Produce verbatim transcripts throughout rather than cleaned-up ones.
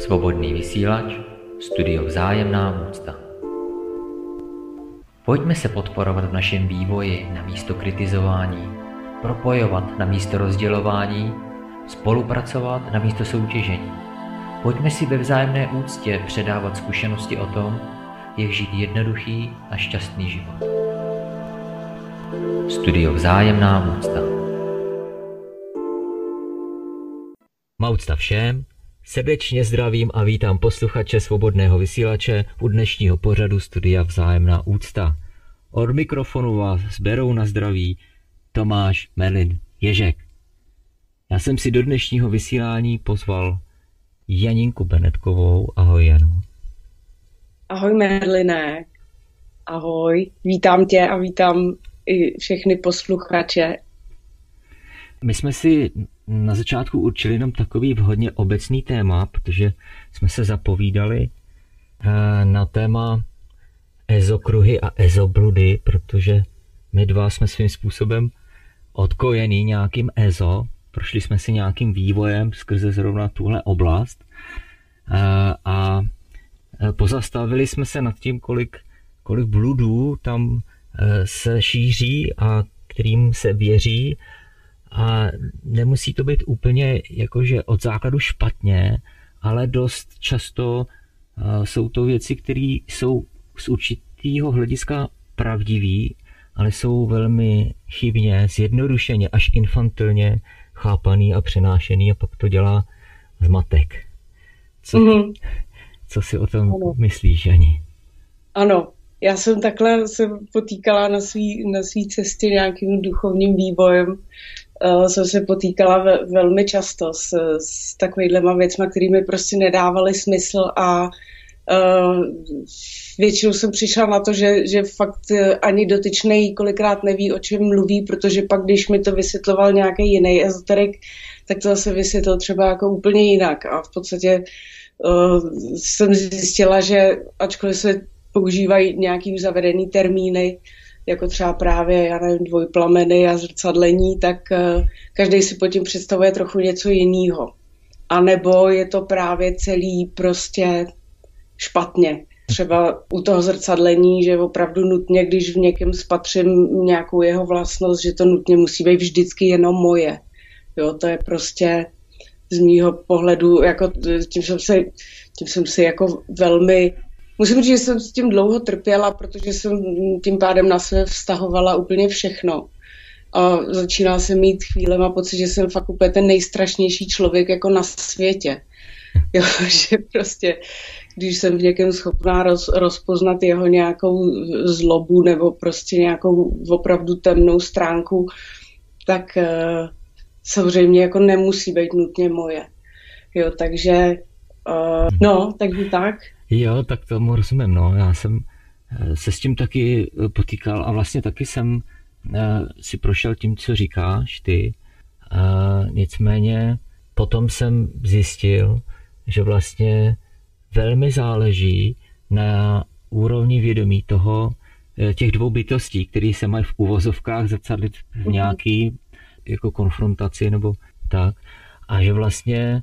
Svobodný vysílač, studio Vzájemná úcta. Pojďme se podporovat v našem vývoji na místo kritizování, propojovat na místo rozdělování, spolupracovat na místo soutěžení. Pojďme si ve vzájemné úctě předávat zkušenosti o tom, jak žít jednoduchý a šťastný život. Studio Vzájemná úcta. Má úcta všem, srdečně zdravím a vítám posluchače Svobodného vysílače u dnešního pořadu Studia Vzájemná úcta. Od mikrofonu vás berou na zdraví Tomáš Merlin Ježek. Já jsem si do dnešního vysílání pozval Janinku Benetkovou. Ahoj, Janu. Ahoj, Merliné. Ahoj, vítám tě a vítám i všechny posluchače. My jsme si na začátku určili jenom takový vhodně obecný téma, protože jsme se zapovídali na téma ezokruhy a ezobludy, protože my dva jsme svým způsobem odkojený nějakým ezo, prošli jsme si nějakým vývojem skrze zrovna tuhle oblast a pozastavili jsme se nad tím, kolik, kolik bludů tam se šíří a kterým se věří. A nemusí to být úplně jakože od základu špatně, ale dost často uh, jsou to věci, které jsou z určitého hlediska pravdivý, ale jsou velmi chybně, zjednodušeně, až infantilně chápaný a přenášený a pak to dělá zmatek. Co, mm-hmm. co si o tom ano. myslíš, Ani? Ano, já jsem takhle se potýkala na svý, na svý cestě nějakým duchovním vývojem. Uh, jsem se potýkala ve, velmi často s, s takovýhlema věcma, které mi prostě nedávaly smysl a uh, většinou jsem přišla na to, že, že fakt ani dotyčnej kolikrát neví, o čem mluví, protože pak, když mi to vysvětloval nějaký jiný ezoterik, tak to zase vysvětlil třeba jako úplně jinak a v podstatě uh, jsem zjistila, že ačkoliv se používají nějaký zavedený termíny, jako třeba právě, já nevím, dvojplameny a zrcadlení, tak uh, každý si pod tím představuje trochu něco jiného. A nebo je to právě celý prostě špatně. Třeba u toho zrcadlení, že opravdu nutně, když v někém spatřím nějakou jeho vlastnost, že to nutně musí být vždycky jenom moje. Jo, to je prostě z mýho pohledu, jako tím jsem se, tím jsem si jako velmi... Musím říct, že jsem s tím dlouho trpěla, protože jsem tím pádem na sebe vztahovala úplně všechno. A začínala jsem mít chvílema pocit, že jsem fakt úplně ten nejstrašnější člověk jako na světě. Jo, že prostě, když jsem v někom schopná roz, rozpoznat jeho nějakou zlobu nebo prostě nějakou opravdu temnou stránku, tak uh, samozřejmě jako nemusí být nutně moje. Jo, takže, uh, no, takže tak. Jo, tak tomu rozumím, no. Já jsem se s tím taky potýkal a vlastně taky jsem si prošel tím, co říkáš ty. A nicméně potom jsem zjistil, že vlastně velmi záleží na úrovni vědomí toho, těch dvou bytostí, které se mají v uvozovkách zrcadlit v nějaký jako konfrontaci nebo tak. A že vlastně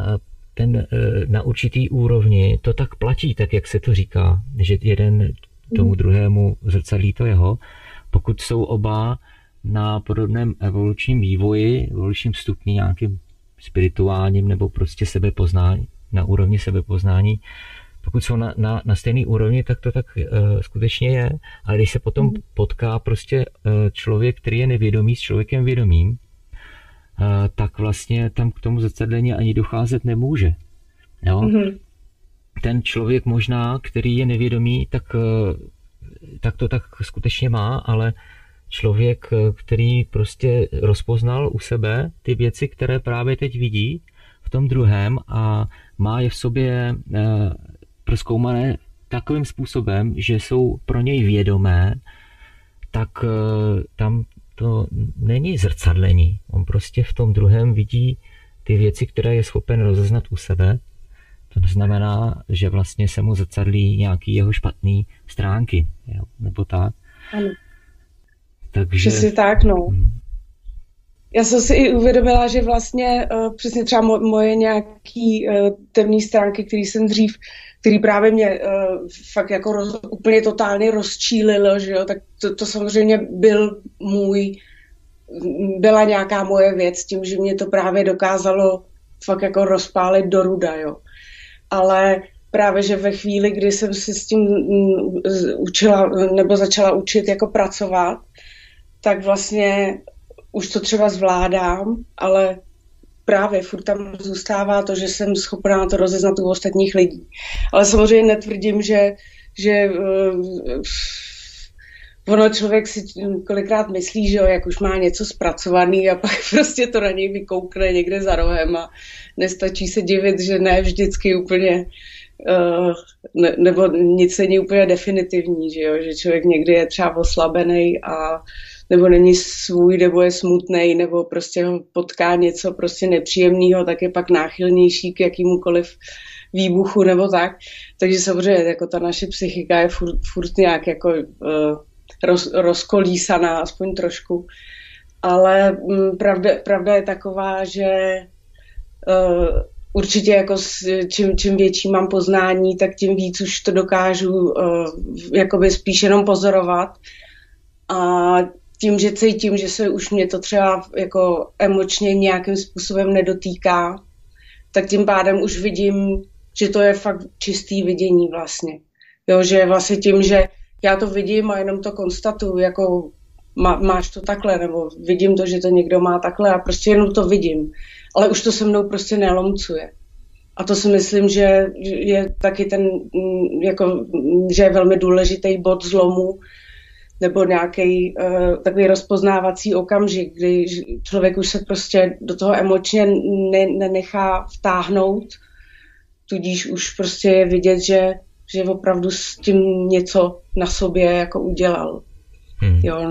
ten na určitý úrovni to tak platí, tak jak se to říká, že jeden tomu druhému zrcadlí to jeho. Pokud jsou oba na podobném evolučním vývoji, evolučním stupni nějakým spirituálním nebo prostě sebepoznání, na úrovni sebepoznání, pokud jsou na, na, na stejné úrovni, tak to tak uh, skutečně je. Ale když se potom potká prostě uh, člověk, který je nevědomý s člověkem vědomým, Uh, tak vlastně tam k tomu zrcadlení ani docházet nemůže. Jo? Mm-hmm. Ten člověk možná, který je nevědomý, tak, uh, tak to tak skutečně má, ale člověk, který prostě rozpoznal u sebe ty věci, které právě teď vidí v tom druhém a má je v sobě uh, prozkoumané takovým způsobem, že jsou pro něj vědomé, tak uh, tam to není zrcadlení. On prostě v tom druhém vidí ty věci, které je schopen rozeznat u sebe. To znamená, že vlastně se mu zrcadlí nějaký jeho špatný stránky. Jo? Nebo tak. Ano. Takže... Přesně tak, no. Hmm. já jsem si i uvědomila, že vlastně uh, přesně třeba mo- moje nějaký uh, temné stránky, které jsem dřív, který právě mě uh, fakt jako roz, úplně totálně rozčílilo, že jo, tak to, to samozřejmě byl můj, byla nějaká moje věc, tím, že mě to právě dokázalo fakt jako rozpálit do ruda, jo. Ale právě, že ve chvíli, kdy jsem se s tím učila, nebo začala učit jako pracovat, tak vlastně už to třeba zvládám, ale právě furt tam zůstává to, že jsem schopná to rozeznat u ostatních lidí. Ale samozřejmě netvrdím, že, že uh, ono člověk si kolikrát myslí, že jo, jak už má něco zpracovaný a pak prostě to na něj vykoukne někde za rohem a nestačí se divit, že ne vždycky úplně uh, ne, nebo nic není úplně definitivní, že jo, že člověk někdy je třeba oslabený a nebo není svůj, nebo je smutnej, nebo prostě ho potká něco prostě nepříjemného, tak je pak náchylnější k jakýmukoliv výbuchu nebo tak. Takže samozřejmě jako ta naše psychika je furt, furt nějak jako uh, roz, rozkolísaná, aspoň trošku. Ale m, pravda, pravda je taková, že uh, určitě jako s, čím, čím větší mám poznání, tak tím víc už to dokážu uh, jakoby spíš jenom pozorovat. A tím, že cítím, že se už mě to třeba jako emočně nějakým způsobem nedotýká, tak tím pádem už vidím, že to je fakt čistý vidění vlastně. Jo, že vlastně tím, že já to vidím a jenom to konstatuju, jako má, máš to takhle, nebo vidím to, že to někdo má takhle a prostě jenom to vidím. Ale už to se mnou prostě nelomcuje. A to si myslím, že je taky ten, jako, že je velmi důležitý bod zlomu, nebo nějaký uh, takový rozpoznávací okamžik, kdy člověk už se prostě do toho emočně ne, nenechá vtáhnout, tudíž už prostě je vidět, že, že opravdu s tím něco na sobě jako udělal. Hmm. Jo.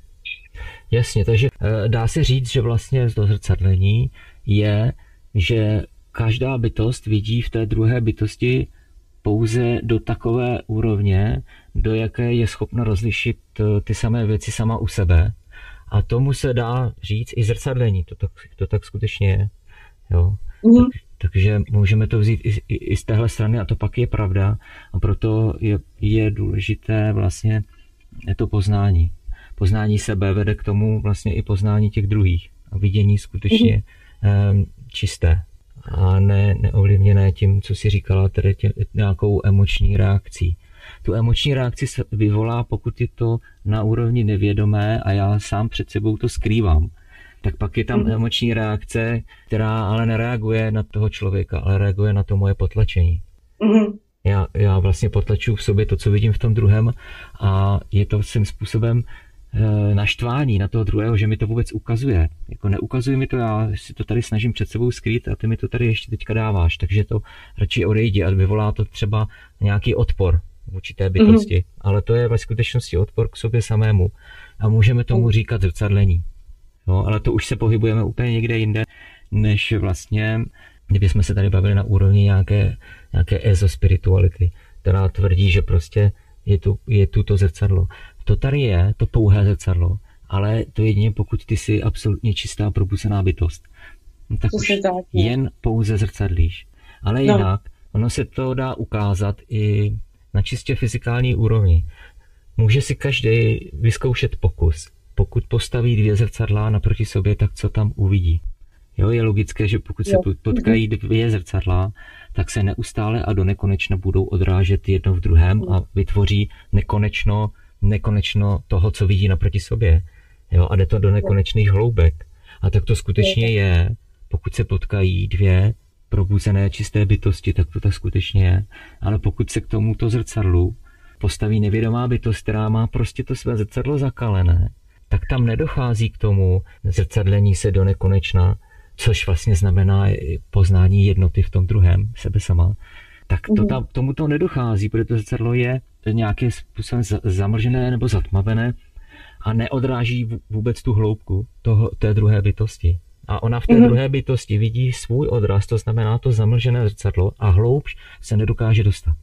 Jasně, takže dá se říct, že vlastně to zrcadlení je, že každá bytost vidí v té druhé bytosti pouze do takové úrovně, do jaké je schopna rozlišit ty samé věci sama u sebe. A tomu se dá říct i zrcadlení. To tak, to tak skutečně je. Jo. Mm. Tak, takže můžeme to vzít i, i, i z téhle strany a to pak je pravda. A proto je, je důležité vlastně to poznání. Poznání sebe vede k tomu vlastně i poznání těch druhých. A vidění skutečně mm. um, čisté. A ne, neovlivněné tím, co si říkala, tedy tě, nějakou emoční reakcí. Tu emoční reakci se vyvolá, pokud je to na úrovni nevědomé a já sám před sebou to skrývám. Tak pak je tam mm. emoční reakce, která ale nereaguje na toho člověka, ale reaguje na to moje potlačení. Mm. Já, já vlastně potlačuju v sobě to, co vidím v tom druhém a je to svým způsobem e, naštvání na toho druhého, že mi to vůbec ukazuje. Jako neukazuje mi to, já si to tady snažím před sebou skrýt a ty mi to tady ještě teďka dáváš, takže to radši odejdi a vyvolá to třeba nějaký odpor v určité bytosti, mm-hmm. ale to je ve skutečnosti odpor k sobě samému a můžeme tomu říkat zrcadlení. No, ale to už se pohybujeme úplně někde jinde, než vlastně, kdybychom se tady bavili na úrovni nějaké, nějaké ezospirituality, která tvrdí, že prostě je tu, je tu to zrcadlo. To tady je, to pouhé zrcadlo, ale to jedině pokud ty jsi absolutně čistá probuzená bytost. No, tak to už tak, jen pouze zrcadlíš. Ale no. Jinak, ono se to dá ukázat i na čistě fyzikální úrovni. Může si každý vyzkoušet pokus. Pokud postaví dvě zrcadla naproti sobě, tak co tam uvidí? Jo, je logické, že pokud se potkají dvě zrcadla, tak se neustále a do nekonečna budou odrážet jedno v druhém a vytvoří nekonečno, nekonečno toho, co vidí naproti sobě. Jo, a jde to do nekonečných hloubek. A tak to skutečně je, pokud se potkají dvě probuzené čisté bytosti, tak to tak skutečně je. Ale pokud se k tomuto zrcadlu postaví nevědomá bytost, která má prostě to své zrcadlo zakalené, tak tam nedochází k tomu zrcadlení se do nekonečna, což vlastně znamená poznání jednoty v tom druhém, sebe sama. Tak to tam, tomu to nedochází, protože to zrcadlo je nějakým způsobem zamlžené nebo zatmavené a neodráží vůbec tu hloubku toho, té druhé bytosti. A ona v té mm-hmm. druhé bytosti vidí svůj odraz, to znamená to zamlžené zrcadlo a hloubš se nedokáže dostat.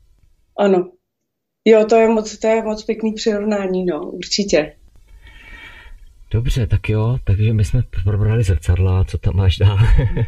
Ano. Jo, to je moc, to je moc pěkný přirovnání, no, určitě. Dobře, tak jo, takže my jsme probrali zrcadla, co tam máš dál?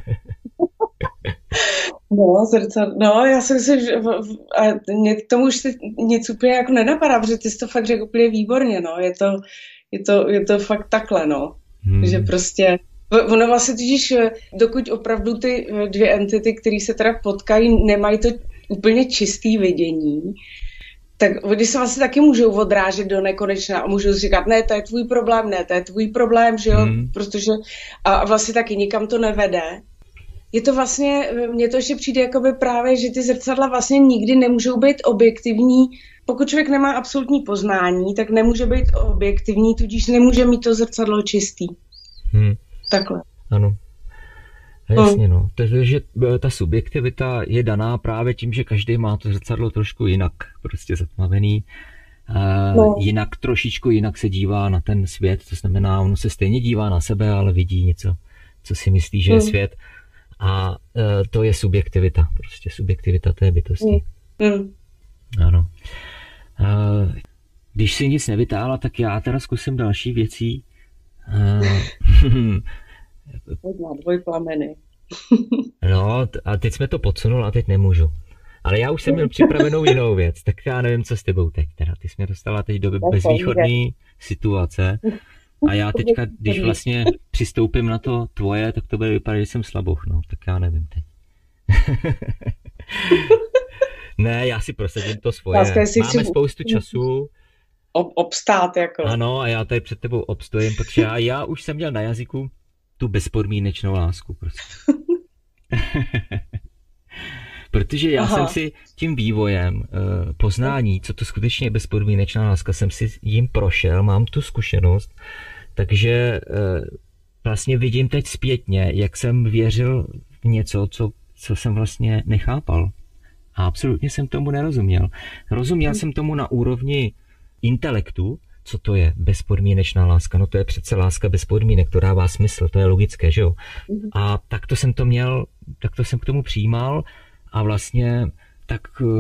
No, zrcadlo, no, já si myslím, že a mě k tomu už se nic úplně jako nenapadá, protože ty jsi to fakt řekl úplně výborně, no, je to, je to, je to fakt takhle, no, hmm. že prostě, ono vlastně totiž, dokud opravdu ty dvě entity, které se teda potkají, nemají to úplně čistý vidění, tak oni se vlastně taky můžou odrážet do nekonečna a můžou říkat, ne, to je tvůj problém, ne, to je tvůj problém, že jo, hmm. protože a vlastně taky nikam to nevede. Je to vlastně, mně to ještě přijde jakoby právě, že ty zrcadla vlastně nikdy nemůžou být objektivní. Pokud člověk nemá absolutní poznání, tak nemůže být objektivní, tudíž nemůže mít to zrcadlo čistý. Hmm. Takhle. Ano. Jasně, no. Takže ta subjektivita je daná právě tím, že každý má to zrcadlo trošku jinak, prostě zatmavený. No. Jinak, trošičku jinak se dívá na ten svět, to znamená, ono se stejně dívá na sebe, ale vidí něco, co si myslí, že je hmm. svět. A uh, to je subjektivita, prostě subjektivita té bytosti. Mm. Ano. Uh, když si nic nevytáhla, tak já teda zkusím další věcí. Uh, Dvoj plameny. No, a teď jsme to podsunul a teď nemůžu. Ale já už jsem měl připravenou jinou věc, tak já nevím, co s tebou teď. Teda ty jsi mě dostala teď do bezvýchodné situace. A já teďka, když vlastně přistoupím na to tvoje, tak to bude vypadat, že jsem slaboch, no, tak já nevím teď. Ne, já si prosadím to svoje. Máme spoustu času. Ob, obstát, jako. Ano, a já tady před tebou obstojím, protože já, já už jsem měl na jazyku tu bezpodmínečnou lásku, prostě. Protože já Aha. jsem si tím vývojem poznání, co to skutečně je bezpodmínečná láska, jsem si jim prošel, mám tu zkušenost, takže vlastně vidím teď zpětně, jak jsem věřil v něco, co, co jsem vlastně nechápal. A absolutně jsem tomu nerozuměl. Rozuměl hmm. jsem tomu na úrovni intelektu, co to je bezpodmínečná láska. No to je přece láska bez podmínek, to dává smysl, to je logické, že jo? Hmm. A tak to jsem to měl, tak to jsem k tomu přijímal a vlastně tak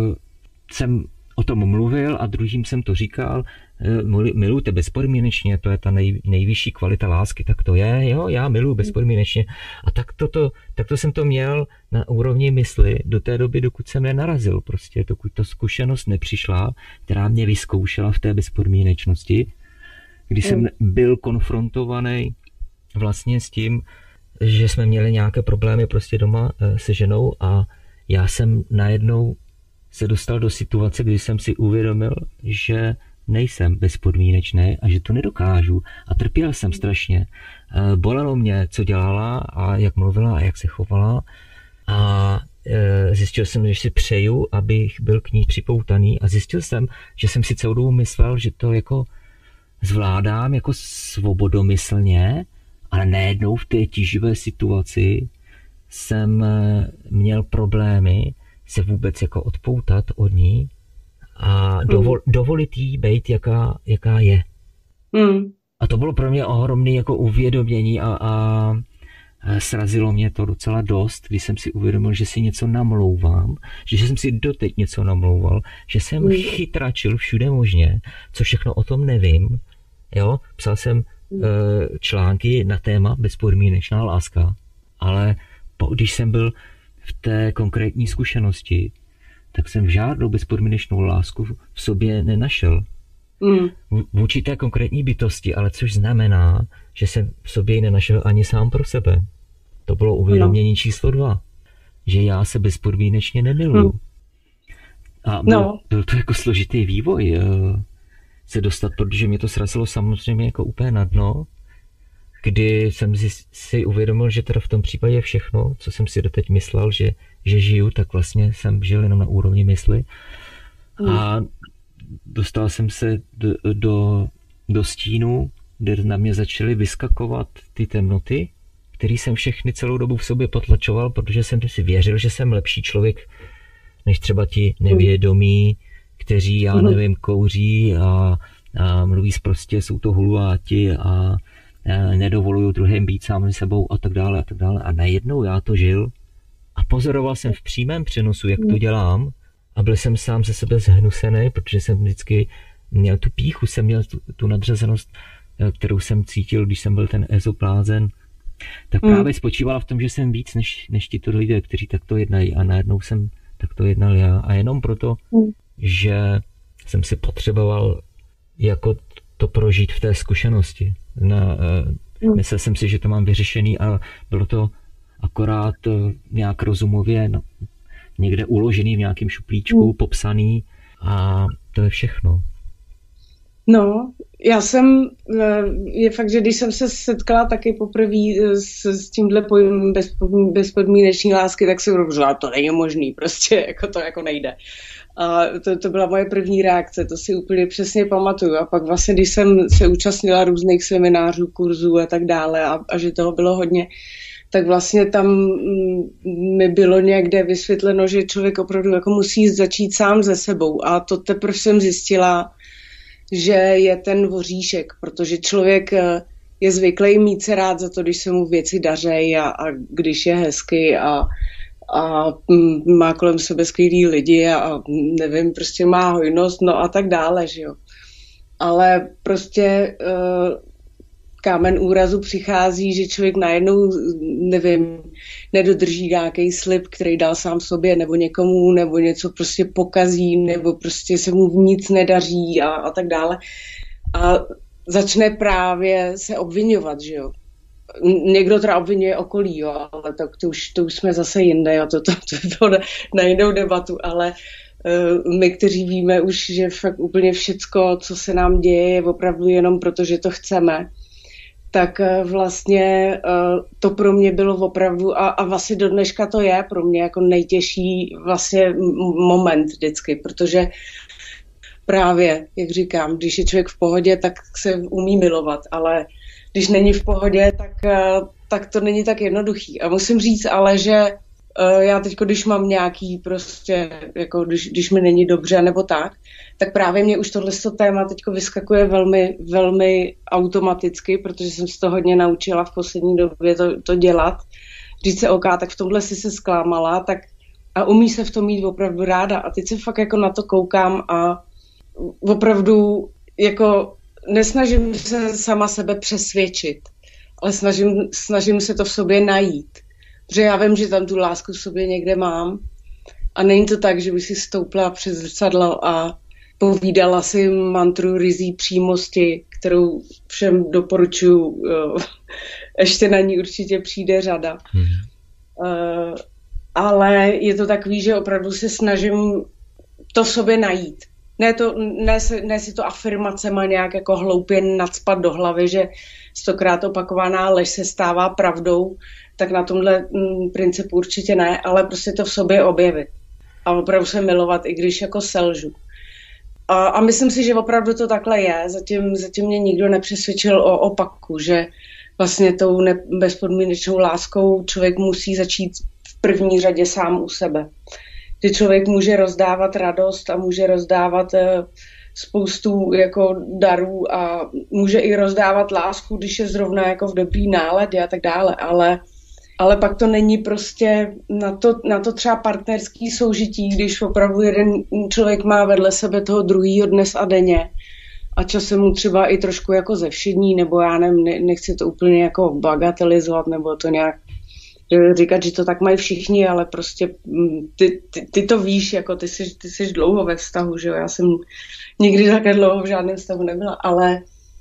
jsem o tom mluvil a druhým jsem to říkal, miluji tebe bezpodmínečně, to je ta nej, nejvyšší kvalita lásky, tak to je, jo, já miluji bezpodmínečně. A tak to, to, tak to jsem to měl na úrovni mysli do té doby, dokud jsem nenarazil, prostě, dokud ta zkušenost nepřišla, která mě vyzkoušela v té bezpodmínečnosti, kdy jsem byl konfrontovaný vlastně s tím, že jsme měli nějaké problémy prostě doma se ženou a já jsem najednou se dostal do situace, kdy jsem si uvědomil, že nejsem bezpodmínečný a že to nedokážu. A trpěl jsem strašně. Bolelo mě, co dělala a jak mluvila a jak se chovala. A zjistil jsem, že si přeju, abych byl k ní připoutaný. A zjistil jsem, že jsem si celou dobu myslel, že to jako zvládám jako svobodomyslně, ale najednou v té tíživé situaci jsem měl problémy se vůbec jako odpoutat od ní a dovol, mm. dovolit jí být, jaká, jaká je. Mm. A to bylo pro mě ohromné jako uvědomění a, a srazilo mě to docela dost, když jsem si uvědomil, že si něco namlouvám, že jsem si doteď něco namlouval, že jsem mm. chytračil všude možně, co všechno o tom nevím. Jo? Psal jsem mm. uh, články na téma bezpodmínečná láska, ale po, když jsem byl v té konkrétní zkušenosti, tak jsem žádnou bezpodmínečnou lásku v sobě nenašel. Mm. Vůči té konkrétní bytosti, ale což znamená, že jsem v sobě ji nenašel ani sám pro sebe. To bylo uvědomění no. číslo dva. Že já se bezpodmínečně nemiluju. Mm. A byl, no. byl to jako složitý vývoj se dostat, protože mě to srazilo samozřejmě jako úplně na dno, kdy jsem si uvědomil, že teda v tom případě všechno, co jsem si doteď myslel, že, že žiju, tak vlastně jsem žil jenom na úrovni mysli. Mm. A dostal jsem se do, do, do stínu, kde na mě začaly vyskakovat ty temnoty, které jsem všechny celou dobu v sobě potlačoval, protože jsem si věřil, že jsem lepší člověk, než třeba ti nevědomí, kteří, já nevím, kouří a, a mluví sprostě, jsou to huluáti a nedovolují druhým být sám sebou a tak dále a tak dále. A najednou já to žil a pozoroval jsem v přímém přenosu, jak to dělám a byl jsem sám ze sebe zhnusený, protože jsem vždycky měl tu pýchu, jsem měl tu, tu nadřazenost kterou jsem cítil, když jsem byl ten ezoblázen, tak Mm. právě spočívala v tom, že jsem víc než, než tito lidé, kteří takto jednají a najednou jsem takto jednal já. A jenom proto, Mm. že jsem si potřeboval jako to prožít v té zkušenosti. Na, Mm. myslel jsem si, že to mám vyřešený a bylo to akorát nějak rozumově no, někde uložený v nějakém šuplíčku, Mm. popsaný a to je všechno. No, já jsem, je fakt, že když jsem se setkala taky poprvé s, s tímhle pojmem bezpod, bezpodmíneční lásky, tak jsem říkala, to není možný, prostě jako to jako nejde. A to, to byla moje první reakce, to si úplně přesně pamatuju. A pak vlastně, když jsem se účastnila různých seminářů, kurzů a tak dále a, a že toho bylo hodně, tak vlastně tam mi bylo někde vysvětleno, že člověk opravdu jako musí začít sám ze sebou. A to teprve jsem zjistila, že je ten voříšek, protože člověk je zvyklý mít se rád za to, když se mu věci dařejí a, a když je hezky a, a má kolem sebe skvělý lidi a, a nevím, prostě má hojnost, no a tak dále, že jo. Ale prostě uh, kámen úrazu přichází, že člověk najednou, nevím, nedodrží nějaký slib, který dal sám sobě, nebo někomu, nebo něco prostě pokazí, nebo prostě se mu nic nedaří a, a tak dále. A začne právě se obvinovat, že jo. Někdo teda obvinuje okolí, jo, ale tak to už, to už jsme zase jinde, jo, to, to, to je to na, na jinou debatu, ale uh, my, kteří víme už, že fakt úplně všecko, co se nám děje, je opravdu jenom proto, že to chceme, tak vlastně to pro mě bylo opravdu, a, a vlastně do dneška to je pro mě jako nejtěžší vlastně moment vždycky, protože právě, jak říkám, když je člověk v pohodě, tak se umí milovat, ale když není v pohodě, tak, tak to není tak jednoduchý. A musím říct ale, že já teď, když mám nějaký prostě, jako když, když mi není dobře nebo tak, tak právě mě už tohle téma teď vyskakuje velmi, velmi automaticky, protože jsem se to hodně naučila v poslední době to, to dělat. Říct se OK, tak v tomhle si se zklamala, tak a umí se v tom mít opravdu ráda. A teď se fakt jako na to koukám a opravdu jako nesnažím se sama sebe přesvědčit, ale snažím, snažím se to v sobě najít. Protože já vím, že tam tu lásku v sobě někde mám a není to tak, že bych si stoupla přes zrcadlo a povídala si mantru ryzí přímosti, kterou všem doporučuji. Ještě na ní určitě přijde řada. Hmm. Uh, ale je to takový, že opravdu se snažím to v sobě najít. Ne, to, ne, ne si to afirmacema nějak jako hloupě nacpat do hlavy, že stokrát opakovaná lež se stává pravdou, tak na tomhle m, principu určitě ne, ale prostě to v sobě objevit. A opravdu se milovat, i když jako selžu. A, a myslím si, že opravdu to takhle je. Zatím, zatím mě nikdo nepřesvědčil o opaku, že vlastně tou ne, bezpodmínečnou láskou člověk musí začít v první řadě sám u sebe. Kdy člověk může rozdávat radost a může rozdávat uh, spoustu jako darů a může i rozdávat lásku, když je zrovna jako v dobrý náladě a tak dále, ale Ale pak to není prostě na to, na to třeba partnerský soužití, když opravdu jeden člověk má vedle sebe toho druhýho dnes a denně a časem mu třeba i trošku jako zevšední, nebo já nevím, nechci to úplně jako bagatelizovat, nebo to nějak říkat, že to tak mají všichni, ale prostě ty, ty, ty to víš, jako ty jsi, ty jsi dlouho ve vztahu, že jo, já jsem nikdy také dlouho v žádném vztahu nebyla, ale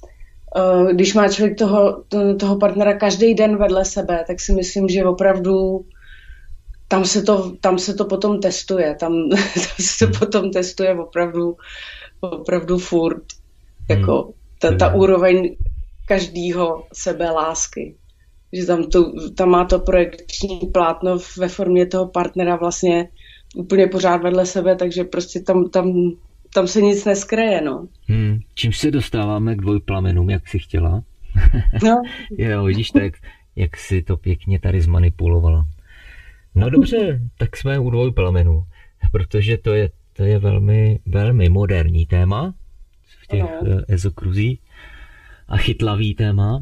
když má člověk toho, toho partnera každý den vedle sebe, tak si myslím, že opravdu tam se to, tam se to potom testuje. Tam, tam se to potom testuje opravdu, opravdu furt. Jako ta, ta úroveň každýho sebe lásky. Že tam, to, tam má to projekční plátno ve formě toho partnera vlastně úplně pořád vedle sebe, takže prostě tam... tam Tam se nic neskryje, no. Hmm. Čím se dostáváme k dvojplamenům, jak jsi chtěla? No. Jo, vidíš, tak jak jsi to pěkně tady zmanipulovala. No dobře, tak jsme u dvojplamenů, protože to je, to je velmi, velmi moderní téma v těch no. ezokruzích a chytlavý téma.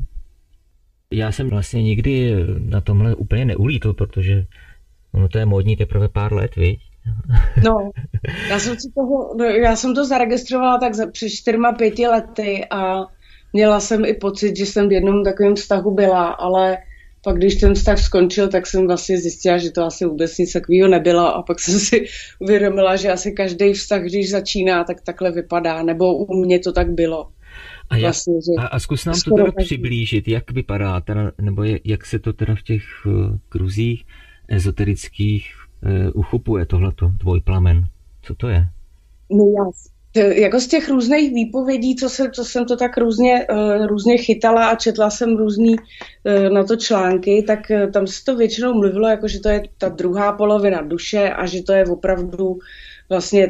Já jsem vlastně nikdy na tomhle úplně neulítl, protože ono to je módní teprve pár let, viď? No, já jsem, si toho, já jsem to zaregistrovala tak za, před čtyřma, pěti lety a měla jsem i pocit, že jsem v jednom takovém vztahu byla, ale pak když ten vztah skončil, tak jsem vlastně zjistila, že to asi vůbec nic takového nebylo a pak jsem si uvědomila, že asi každý vztah, když začíná, tak takhle vypadá, nebo u mě to tak bylo. A, jak, vlastně, a, a zkus nám to teda přiblížit, jak vypadá, teda, nebo je, jak se to teda v těch uh, kruzích ezoterických uh, uchopuje tohleto, dvojplamen. Co to je? No já, jako z těch různých výpovědí, co, se, co jsem to tak různě, uh, různě chytala a četla jsem různý uh, na to články, tak uh, tam se to většinou mluvilo, jako že to je ta druhá polovina duše a že to je opravdu vlastně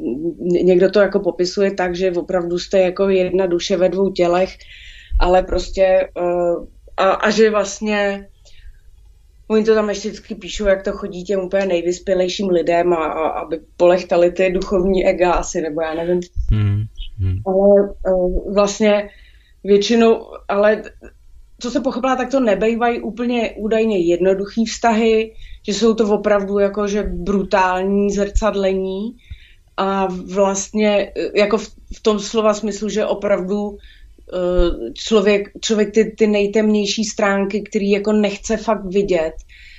někdo to jako popisuje tak, že opravdu jste jako jedna duše ve dvou tělech, ale prostě uh, a, a že vlastně oni to tam ještě vždycky píšou, jak to chodí těm úplně nejvyspělejším lidem a, a aby polechtali ty duchovní ega asi, nebo já nevím. Hmm, hmm. Ale uh, vlastně většinou, ale co se pochopila, tak to nebejvají úplně údajně jednoduchý vztahy, že jsou to opravdu jakože brutální zrcadlení a vlastně jako v, v tom slova smyslu, že opravdu uh, člověk, člověk ty, ty nejtemnější stránky, který jako nechce fakt vidět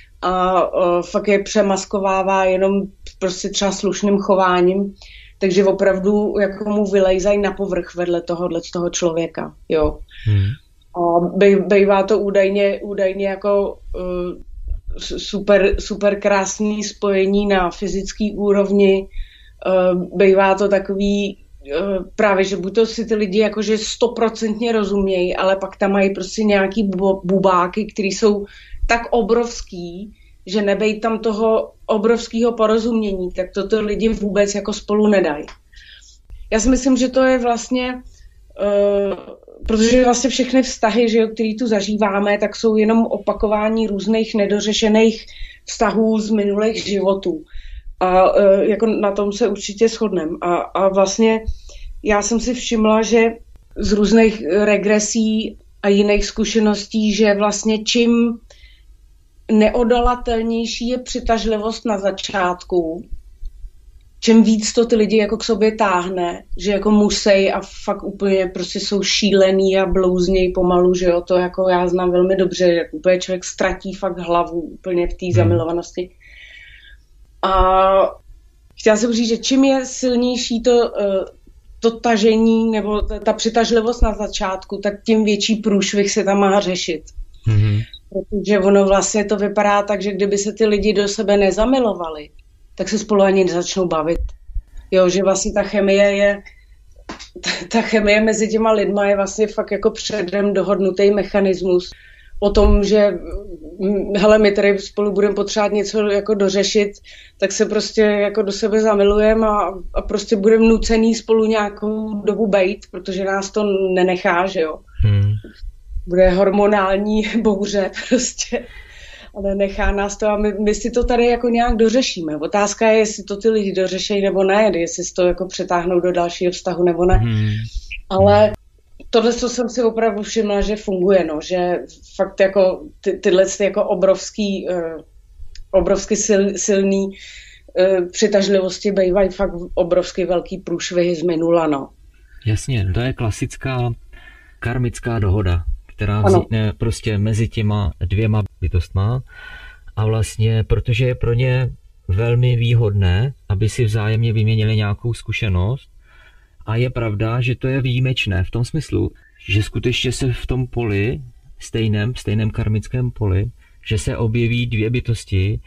a uh, fakt je přemaskovává jenom prostě třeba slušným chováním, takže opravdu jako mu vylejzají na povrch vedle tohohle z toho člověka, jo. Hmm. A bývá to údajně, údajně jako uh, super, super krásný spojení na fyzický úrovni. Uh, bývá to takový uh, právě, že buď to si ty lidi jakože stoprocentně rozumějí, ale pak tam mají prostě nějaký bubáky, který jsou tak obrovský, že nebej tam toho obrovského porozumění, tak to ty lidi vůbec jako spolu nedají. Já si myslím, že to je vlastně uh, protože vlastně všechny vztahy, že, které tu zažíváme, tak jsou jenom opakování různých nedořešených vztahů z minulých životů. A e, jako na tom se určitě shodneme. A, a vlastně já jsem si všimla, že z různých regresí a jiných zkušeností, že vlastně čím neodolatelnější je přitažlivost na začátku, čím víc to ty lidi jako k sobě táhne, že jako musí a fakt úplně prostě jsou šílený a blouzněj pomalu, že jo, to jako já znám velmi dobře, jak úplně člověk ztratí fakt hlavu úplně v té hmm. zamilovanosti. A chtěla jsem říct, že čím je silnější to, to tažení nebo ta přitažlivost na začátku, tak tím větší průšvih se tam má řešit. Hmm. Protože ono vlastně to vypadá tak, že kdyby se ty lidi do sebe nezamilovali, tak se spolu ani nezačnou bavit. Jo, že vlastně ta chemie je, ta, ta chemie mezi těma lidma je vlastně fakt jako předem dohodnutý mechanismus o tom, že hele, my tady spolu budeme potřebovat něco jako dořešit, tak se prostě jako do sebe zamilujeme a, a prostě budeme nucený spolu nějakou dobu bejt, protože nás to nenechá, že jo. Hmm. Bude hormonální bouře prostě. Ale nechá nás to a my, my si to tady jako nějak dořešíme. Otázka je, jestli to ty lidi dořešejí nebo ne, jestli si to jako přetáhnou do dalšího vztahu nebo ne. Hmm. Ale tohle, co jsem si opravdu všimla, že funguje, no, že fakt jako ty, tyhle ty jako obrovský, uh, obrovsky sil, silný uh, přitažlivosti bývají fakt obrovsky velký průšvihy z minula, no. Jasně, to je klasická karmická dohoda, která vznikne prostě mezi těma dvěma bytostma a vlastně, protože je pro ně velmi výhodné, aby si vzájemně vyměnili nějakou zkušenost a je pravda, že to je výjimečné v tom smyslu, že skutečně se v tom poli, stejném, stejném karmickém poli, že se objeví dvě bytosti,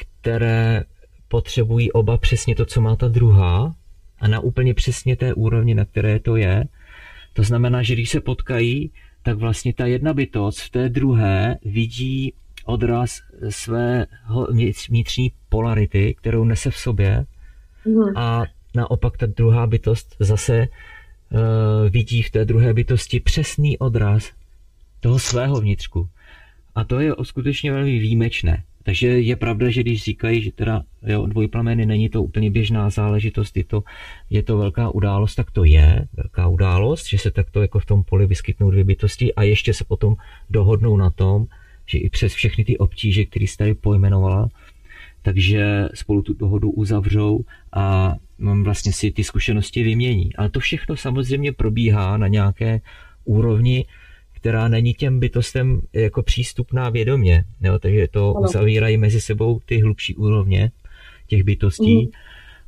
které potřebují oba přesně to, co má ta druhá a na úplně přesně té úrovni, na které to je. To znamená, že když se potkají, tak vlastně ta jedna bytost v té druhé vidí odraz své vnitřní polarity, kterou nese v sobě mm. a naopak ta druhá bytost zase uh, vidí v té druhé bytosti přesný odraz toho svého vnitřku. A to je skutečně velmi výjimečné. Takže je pravda, že když říkají, že teda jo, dvojplameny není to úplně běžná záležitost, je to, je to velká událost, tak to je velká událost, že se takto jako v tom poli vyskytnou dvě bytosti a ještě se potom dohodnou na tom, že i přes všechny ty obtíže, které jsi tady pojmenovala, takže spolu tu dohodu uzavřou a vlastně si ty zkušenosti vymění. Ale to všechno samozřejmě probíhá na nějaké úrovni, která není těm bytostem jako přístupná vědomě. Jo? Takže to ano. Uzavírají mezi sebou ty hlubší úrovně těch bytostí. Mm.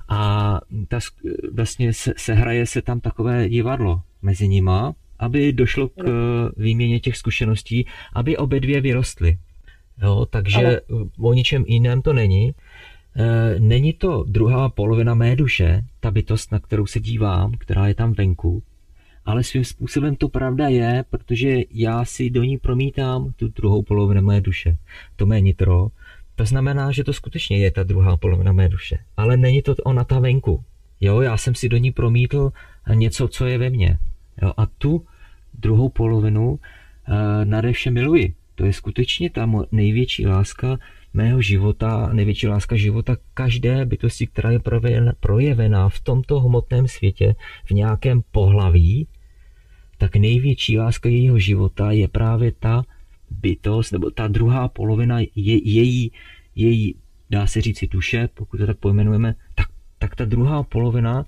A ta, vlastně se, se hraje se tam takové divadlo mezi nima, aby došlo k výměně těch zkušeností, aby obě dvě vyrostly. Jo, takže ano. O ničem jiném to není. E, není to druhá polovina mé duše, ta bytost, na kterou se dívám, která je tam venku, ale svým způsobem to pravda je, protože já si do ní promítám tu druhou polovinu mé duše, to mé nitro. To znamená, že to skutečně je ta druhá polovina mé duše, ale není to ona ta venku. Jo, já jsem si do ní promítl něco, co je ve mně. Jo, a tu druhou polovinu e, nade vše miluji. To je skutečně ta největší láska mého života, největší láska života každé bytosti, která je projevená v tomto hmotném světě v nějakém pohlaví, tak největší láska jejího života je právě ta bytost, nebo ta druhá polovina je, její, její, dá se říct, duše, pokud to tak pojmenujeme, tak, tak ta druhá polovina,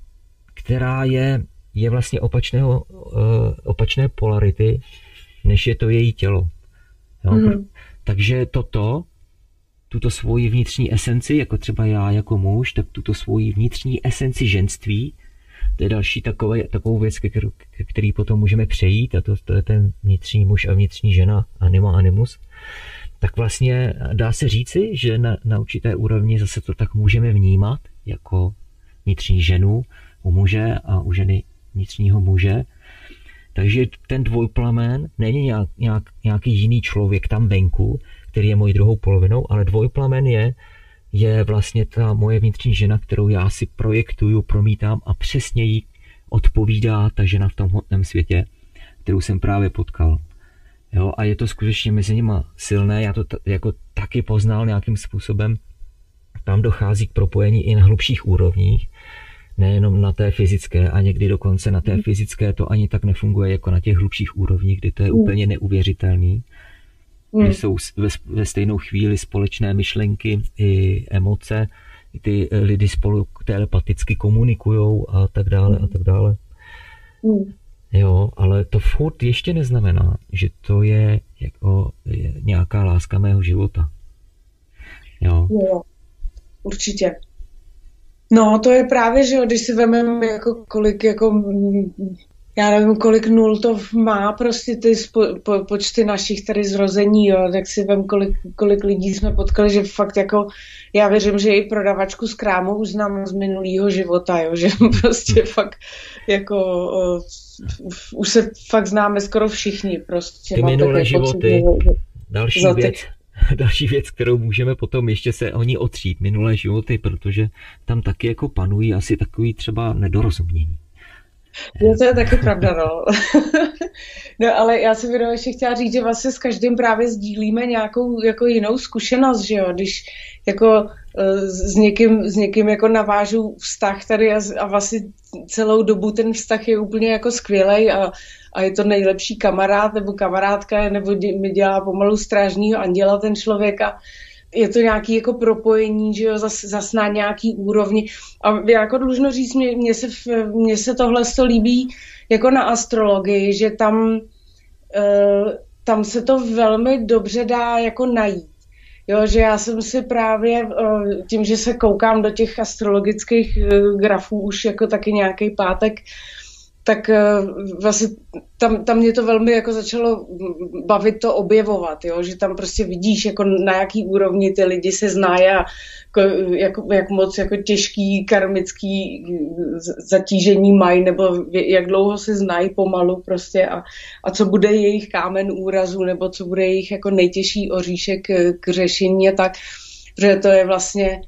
která je, je vlastně opačného, uh, opačné polarity, než je to její tělo. Jo? Mm. Takže toto, tuto svoji vnitřní esenci, jako třeba já jako muž, tak tuto svoji vnitřní esenci ženství, to je další takové, takovou věc, ke, ke který potom můžeme přejít, a to, to je ten vnitřní muž a vnitřní žena, anima animus, tak vlastně dá se říci, že na, na určité úrovni zase to tak můžeme vnímat jako vnitřní ženu u muže a u ženy vnitřního muže. Takže ten dvojplamen není nějak, nějak, nějaký jiný člověk tam venku, který je mojí druhou polovinou, ale dvojplamen je, je vlastně ta moje vnitřní žena, kterou já si projektuju, promítám a přesně jí odpovídá ta žena v tom hmotném světě, kterou jsem právě potkal. Jo, a je to skutečně mezi nima silné, já to t- jako taky poznal nějakým způsobem, tam dochází k propojení i na hlubších úrovních, nejenom na té fyzické, a někdy dokonce na té fyzické to ani tak nefunguje jako na těch hlubších úrovních, kdy to je úplně neuvěřitelný, kdy jsou ve, ve stejnou chvíli společné myšlenky i emoce, ty lidi spolu telepaticky komunikujou a tak dále a tak dále. Jo, ale to furt ještě neznamená, že to je jako je nějaká láska mého života. Jo. Jo, určitě. No, to je právě, že když si vezmeme jako kolik, jako, já nevím, kolik nul to má prostě ty spo, po, počty našich tady zrození, jo, tak si vem, kolik, kolik lidí jsme potkali, že fakt jako, já věřím, že i prodavačku z krámu už znám z minulého života, jo, že prostě fakt jako, uh, už se fakt známe skoro všichni, prostě. Ty minulé životy, pocit, další věc. Ty... Další věc, kterou můžeme potom ještě se o ní otřít, minulé životy, protože tam taky jako panují asi takový třeba nedorozumění. Jo, to je taky pravda, no. No, ale já jsem jenom ještě chtěla říct, že vlastně s každým právě sdílíme nějakou jako jinou zkušenost, že jo, když jako s někým, s někým jako navážu vztah tady a, a vlastně celou dobu ten vztah je úplně jako skvělej a, a je to nejlepší kamarád nebo kamarádka, nebo dě, mi dělá pomalu strážního anděla ten člověk a je to nějaký jako propojení, že jo, zas, zas na nějaký úrovni. A jako dlužno říct, mě, mě, se, mě se tohle to líbí jako na astrologii, že tam, uh, tam se to velmi dobře dá jako najít. Jo, že já jsem si právě uh, tím, že se koukám do těch astrologických uh, grafů už jako taky nějaký pátek, tak uh, vlastně tam, tam mě to velmi jako začalo bavit to objevovat, jo? Že tam prostě vidíš, jako na jaký úrovni ty lidi se znají a jako, jak, jak moc jako těžký karmický zatížení mají, nebo jak dlouho se znají pomalu prostě a, a co bude jejich kámen úrazu, nebo co bude jejich jako nejtěžší oříšek k řešení a tak, protože to je vlastně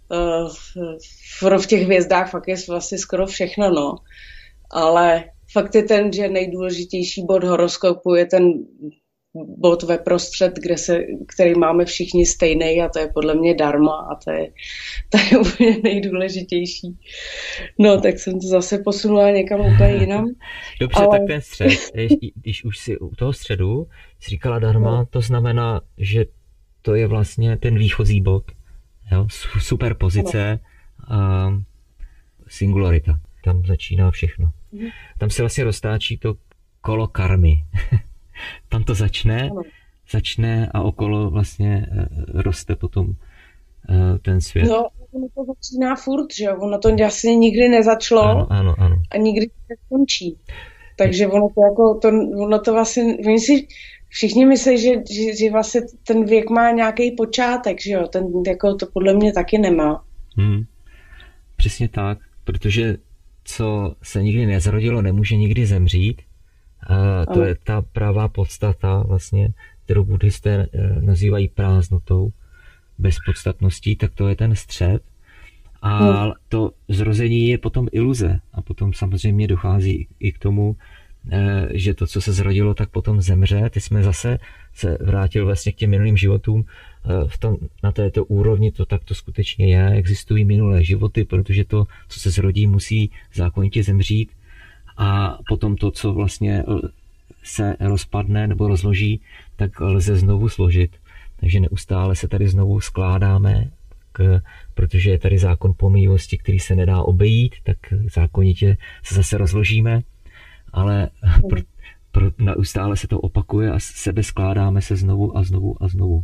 uh, v těch hvězdách fakt je vlastně skoro všechno, no. Ale fakt je ten, že nejdůležitější bod horoskopu je ten bod ve prostřed, kde se, který máme všichni stejný a to je podle mě dharma a to je, to je úplně nejdůležitější. No, tak jsem to zase posunula někam úplně jinam. Dobře, ale... tak ten střed, když už si u toho středu jsi říkala dharma, no. To znamená, že to je vlastně ten výchozí bod, jo? Superpozice a singularita. Tam začíná všechno. Tam se vlastně roztáčí to kolo karmy. Tam to začne, začne a okolo vlastně roste potom ten svět. No, ono to začíná furt, že jo? Ono to vlastně nikdy nezačalo ano, ano, ano. a nikdy neskončí. Takže ono to jako, to, ono to vlastně, oni si všichni myslí, že, že, že vlastně ten věk má nějaký počátek, že jo? Ten jako to podle mě taky nemá. Hmm. Přesně tak, protože co se nikdy nezrodilo, nemůže nikdy zemřít. A to ano. je ta pravá podstata vlastně, kterou buddhisté nazývají prázdnotou, bezpodstatností, tak to je ten střed. A hmm. to zrození je potom iluze. A potom samozřejmě dochází i k tomu, že to, co se zrodilo, tak potom zemře. Ty jsme zase se vrátil vlastně k těm minulým životům. V tom, na této úrovni to tak to skutečně je. Existují minulé životy, protože to, co se zrodí, musí zákonitě zemřít. A potom to, co vlastně se rozpadne nebo rozloží, tak lze znovu složit. Takže neustále se tady znovu skládáme, k, protože je tady zákon pomíjivosti, který se nedá obejít, tak zákonitě se zase rozložíme, ale pro, pro, neustále se to opakuje a sebe skládáme se znovu a znovu a znovu.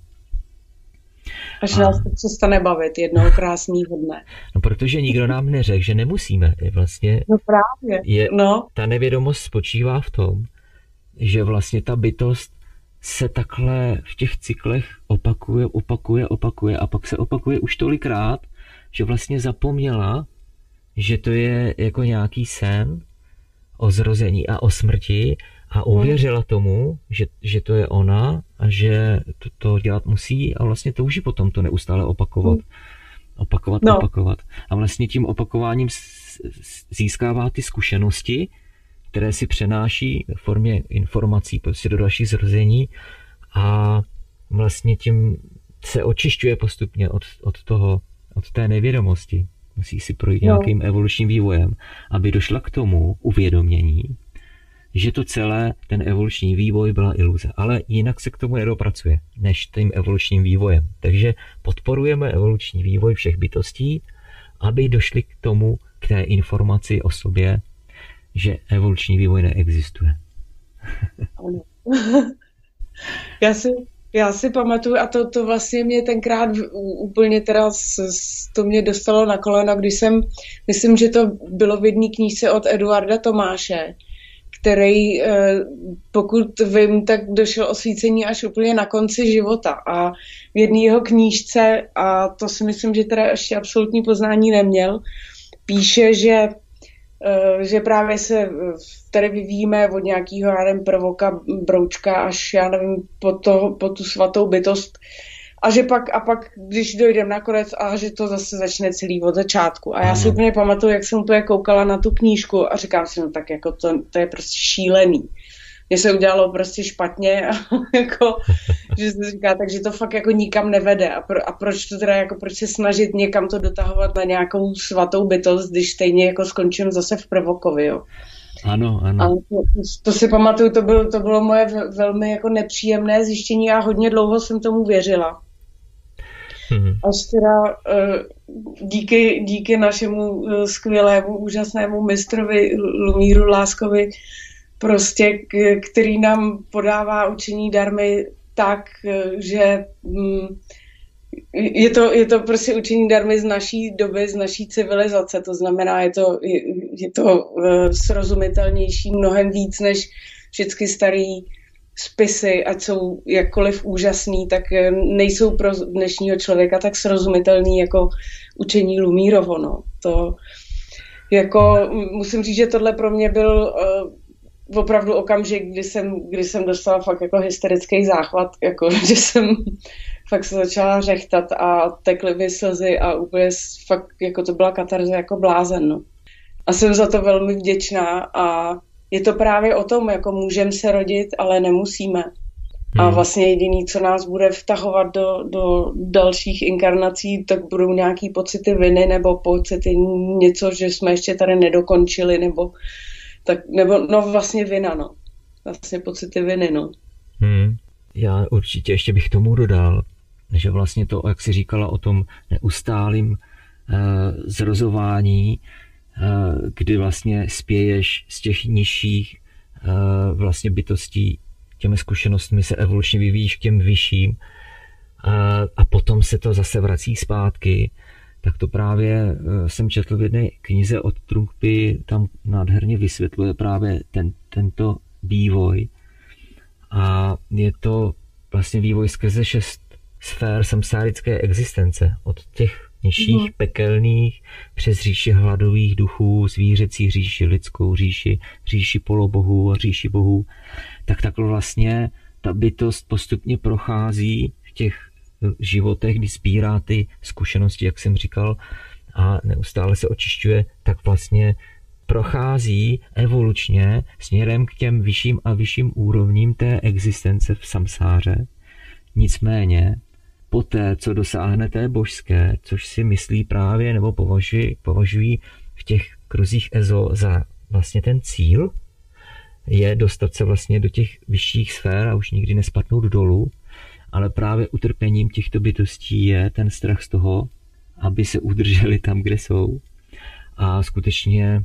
Až a, nás to přestane bavit jednoho krásného dne. No, protože nikdo nám neřekl, že nemusíme. Je vlastně, no právě. Je, no. Ta nevědomost spočívá v tom, že vlastně ta bytost se takhle v těch cyklech opakuje, opakuje, opakuje a pak se opakuje už tolikrát, že vlastně zapomněla, že to je jako nějaký sen o zrození a o smrti a uvěřila tomu, že, že to je ona a že to, to dělat musí a vlastně touží potom to neustále opakovat. Opakovat, no. opakovat. A vlastně tím opakováním získává ty zkušenosti, které si přenáší v formě informací prostě do dalších zrození a vlastně tím se očišťuje postupně od, od toho, od té nevědomosti. Musí si projít no. nějakým evolučním vývojem, aby došla k tomu uvědomění, že to celé, ten evoluční vývoj byla iluze. Ale jinak se k tomu nedopracuje, než tím evolučním vývojem. Takže podporujeme evoluční vývoj všech bytostí, aby došli k tomu, k té informaci o sobě, že evoluční vývoj neexistuje. já, si, já si pamatuju, a to, to vlastně mě tenkrát úplně teda to mě dostalo na koleno, když jsem, myslím, že to bylo v jedné knížce od Eduarda Tomáše, který, pokud vím, tak došel osvícení až úplně na konci života. A v jedné jeho knížce, a to si myslím, že teda ještě absolutní poznání neměl, píše, že že právě se tady vyvíjíme od nějakého, já nevím, prvoka, broučka až, já nevím, po, to, po tu svatou bytost a že pak, a pak, když dojdeme nakonec a že to zase začne celý od začátku. A já si úplně pamatuju, jak jsem úplně koukala na tu knížku a říkám si, no tak jako to, to je prostě šílený. Mně se udělalo prostě špatně a jako, že se říká, takže to fakt jako nikam nevede a, pro, a proč to teda jako, proč se snažit někam to dotahovat na nějakou svatou bytost, když stejně jako skončím zase v prvokovi, jo. Ano, ano. A to, to si pamatuju, to bylo, to bylo moje velmi jako nepříjemné zjištění a hodně dlouho jsem tomu věřila. Hmm. Až teda díky, díky našemu skvělému, úžasnému mistrovi Lumíru Láskovi, prostě, který nám podává učení darmy tak, že je to, je to prostě učení darmy z naší doby, z naší civilizace, to znamená, je to, je, je to srozumitelnější mnohem víc než všechny starý spisy, ať jsou jakkoliv úžasný, tak nejsou pro dnešního člověka tak srozumitelný jako učení Lumírovo. No. To jako, musím říct, že tohle pro mě byl uh, opravdu okamžik, kdy jsem, kdy jsem dostala fakt jako hysterický záchvat, jako, že jsem fakt se začala řechtat a tekly mi slzy a úplně fakt jako to byla katarze jako blázen. No. A jsem za to velmi vděčná a je to právě o tom, jako můžeme se rodit, ale nemusíme. Hmm. A vlastně jediný, co nás bude vtahovat do, do dalších inkarnací, tak budou nějaký pocity viny nebo pocity něco, že jsme ještě tady nedokončili, nebo, tak, nebo no vlastně vina, no. Vlastně pocity viny, no. Hmm. Já určitě ještě bych tomu dodal, že vlastně to, jak jsi říkala o tom neustálým uh, zrozování, uh, kdy vlastně spěješ z těch nižších vlastně bytostí, těmi zkušenostmi se evolučně vyvíjíš k těm vyšším a potom se to zase vrací zpátky, tak to právě jsem četl v jedné knize od Trungpy, tam nádherně vysvětluje právě ten, tento vývoj a je to vlastně vývoj skrze šest sfér samsárické existence, od těch nižších mm. pekelných přes říši hladových duchů, zvířecí říši, lidskou říši, říši polobohů a říši bohů, tak takhle vlastně ta bytost postupně prochází v těch životech, kdy sbírá ty zkušenosti, jak jsem říkal, a neustále se očišťuje, tak vlastně prochází evolučně směrem k těm vyšším a vyšším úrovním té existence v samsáře. Nicméně, poté, co dosáhne té božské, což si myslí právě nebo považují, považují v těch kruzích Ezo za vlastně ten cíl, je dostat se vlastně do těch vyšších sfér a už nikdy nespadnout dolů, ale právě utrpením těchto bytostí je ten strach z toho, aby se udrželi tam, kde jsou. A skutečně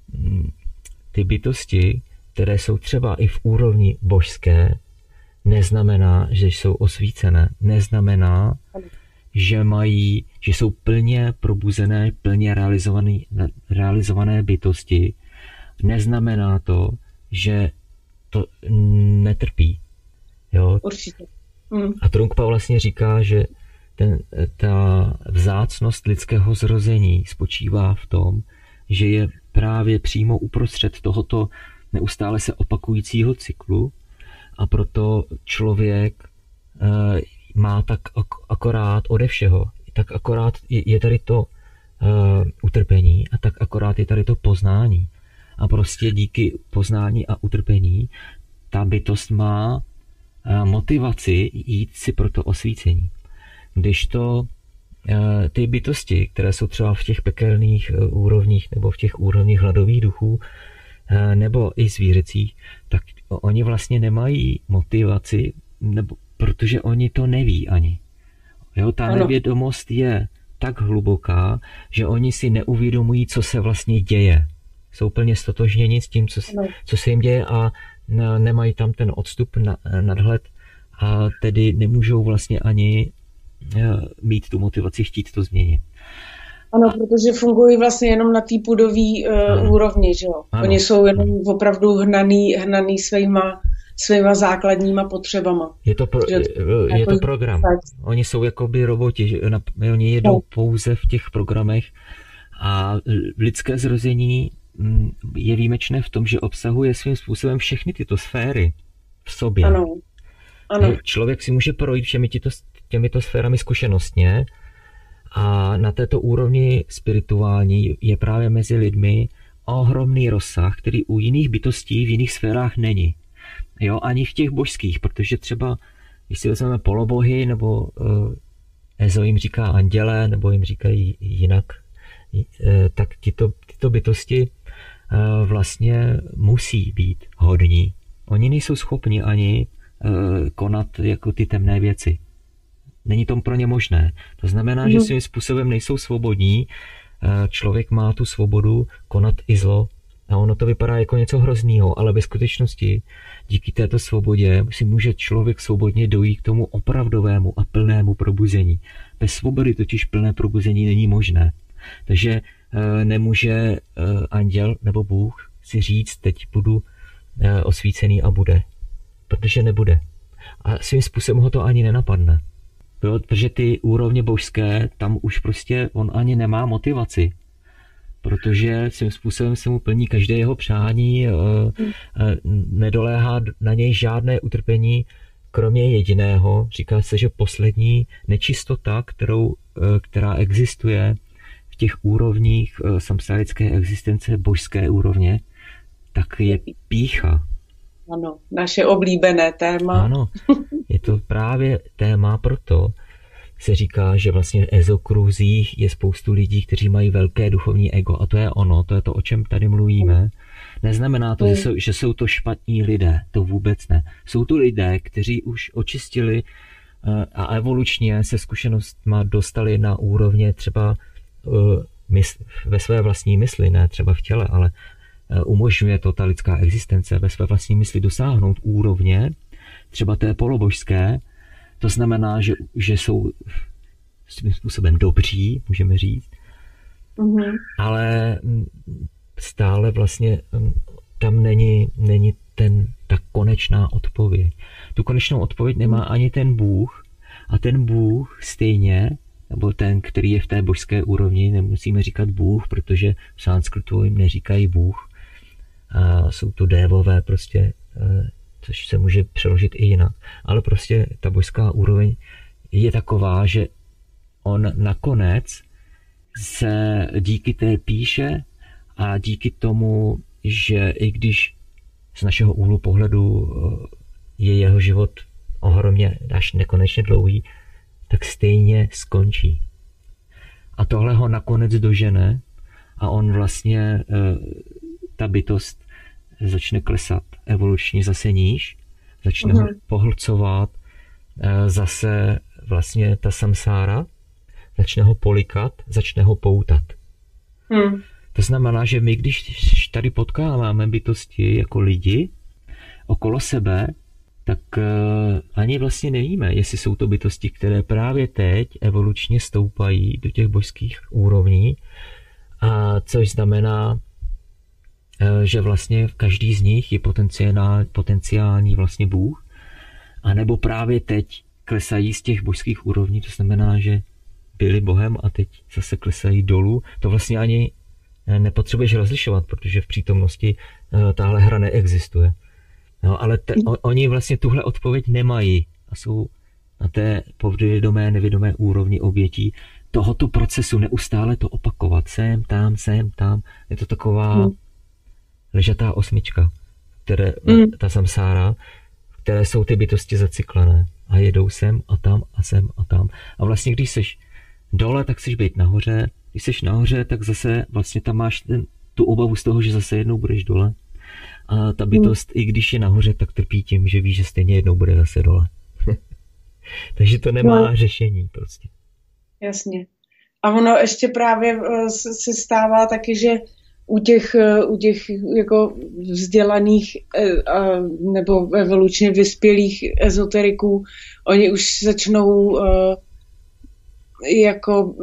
ty bytosti, které jsou třeba i v úrovni božské, neznamená, že jsou osvícené. Neznamená, že mají, že jsou plně probuzené, plně realizované, realizované bytosti. Neznamená to, že to netrpí. Jo? Určitě. Mm. A Trungpa vlastně říká, že ten, ta vzácnost lidského zrození spočívá v tom, že je právě přímo uprostřed tohoto neustále se opakujícího cyklu a proto člověk e, má tak ak- akorát ode všeho, tak akorát je, je tady to e, utrpení a tak akorát je tady to poznání. A prostě díky poznání a utrpení ta bytost má e, motivaci jít si pro to osvícení. Když to e, ty bytosti, které jsou třeba v těch pekelných e, úrovních nebo v těch úrovních hladových duchů, nebo i zvířecích, tak oni vlastně nemají motivaci, nebo, protože oni to neví ani. Jo, ta ano. nevědomost je tak hluboká, že oni si neuvědomují, co se vlastně děje. Jsou plně stotožněni s tím, co, co se jim děje a nemají tam ten odstup, na, nadhled a tedy nemůžou vlastně ani mít tu motivaci chtít to změnit. Ano, protože fungují vlastně jenom na té půdové uh, úrovni, že jo. Ano. Oni jsou jenom opravdu hnaný, hnaný svýma, svýma základníma potřebama. Je to, pro, že, je jako, to program. Tak. Oni jsou jakoby roboti, že oni jedou no. pouze v těch programech a lidské zrození je výjimečné v tom, že obsahuje svým způsobem všechny tyto sféry v sobě. Ano. Ano. Člověk si může projít všemi tyto, těmito sférami zkušenostně. A na této úrovni spirituální je právě mezi lidmi ohromný rozsah, který u jiných bytostí v jiných sférách není. Jo, ani v těch božských, protože třeba, když si vezmeme polobohy, nebo uh, Ezo jim říká anděle, nebo jim říkají jinak, uh, tak tyto, tyto bytosti uh, vlastně musí být hodní. Oni nejsou schopni ani uh, konat jako ty temné věci. Není to pro ně možné. To znamená, že svým způsobem nejsou svobodní. Člověk má tu svobodu konat i zlo. A ono to vypadá jako něco hroznýho, ale ve skutečnosti díky této svobodě si může člověk svobodně dojít k tomu opravdovému a plnému probuzení. Bez svobody totiž plné probuzení není možné. Takže nemůže anděl nebo Bůh si říct, teď budu osvícený a bude. Protože nebude. A svým způsobem ho to ani nenapadne. Protože ty úrovně božské, tam už prostě on ani nemá motivaci. Protože svým způsobem se mu plní každé jeho přání, nedoléhá na něj žádné utrpení, kromě jediného. Říká se, že poslední nečistota, kterou, která existuje v těch úrovních samsárické existence božské úrovně, tak je pýcha. Ano, naše oblíbené téma. Ano, je to právě téma, proto se říká, že vlastně v ezokruzích je spoustu lidí, kteří mají velké duchovní ego a to je ono, to je to, o čem tady mluvíme. Neznamená to, že jsou, že jsou to špatní lidé, to vůbec ne. Jsou to lidé, kteří už očistili a evolučně se zkušenostma dostali na úrovně třeba ve své vlastní mysli, ne třeba v těle, ale umožňuje to ta lidská existence ve své vlastní mysli dosáhnout úrovně, třeba té polobožské, to znamená, že, že jsou svým způsobem dobří, můžeme říct, mm-hmm. ale stále vlastně tam není, není ten, ta konečná odpověď. Tu konečnou odpověď nemá ani ten Bůh a ten Bůh stejně, nebo ten, který je v té božské úrovni, nemusíme říkat Bůh, protože v sanskritu jim neříkají Bůh. A jsou to dévové prostě, což se může přeložit i jinak. Ale prostě ta božská úroveň je taková, že on nakonec se díky té píše a díky tomu, že i když z našeho úhlu pohledu je jeho život ohromně až nekonečně dlouhý, tak stejně skončí. A tohle ho nakonec dožene a on vlastně, ta bytost začne klesat evolučně zase níž, začne uh-huh. ho pohlcovat, zase vlastně ta samsára, začne ho polikat, začne ho poutat. Hmm. To znamená, že my, když tady potkáváme bytosti jako lidi okolo sebe, tak uh, ani vlastně nevíme, jestli jsou to bytosti, které právě teď evolučně stoupají do těch božských úrovní, a což znamená, uh, že vlastně každý z nich je potenciální, potenciální vlastně Bůh, a nebo právě teď klesají z těch božských úrovní, to znamená, že byli Bohem a teď zase klesají dolů. To vlastně ani nepotřebuješ rozlišovat, protože v přítomnosti uh, tahle hra neexistuje. No, ale te, o, oni vlastně tuhle odpověď nemají a jsou na té podvědomé, nevědomé úrovni obětí tohoto procesu neustále to opakovat. Sem, tam, sem, tam. Je to taková mm. ležatá osmička, které, mm. ta samsára, které jsou ty bytosti zacyklené a jedou sem a tam a sem a tam. A vlastně když seš dole, tak chceš být nahoře. Když seš nahoře, tak zase vlastně tam máš ten, tu obavu z toho, že zase jednou budeš dole. A ta bytost, hmm. i když je nahoře, tak trpí tím, že ví, že stejně jednou bude zase dole. Takže to nemá no. řešení prostě. Jasně. A ono ještě právě se stává taky, že u těch, u těch jako vzdělaných nebo evolučně vyspělých ezoteriků, oni už začnou jako...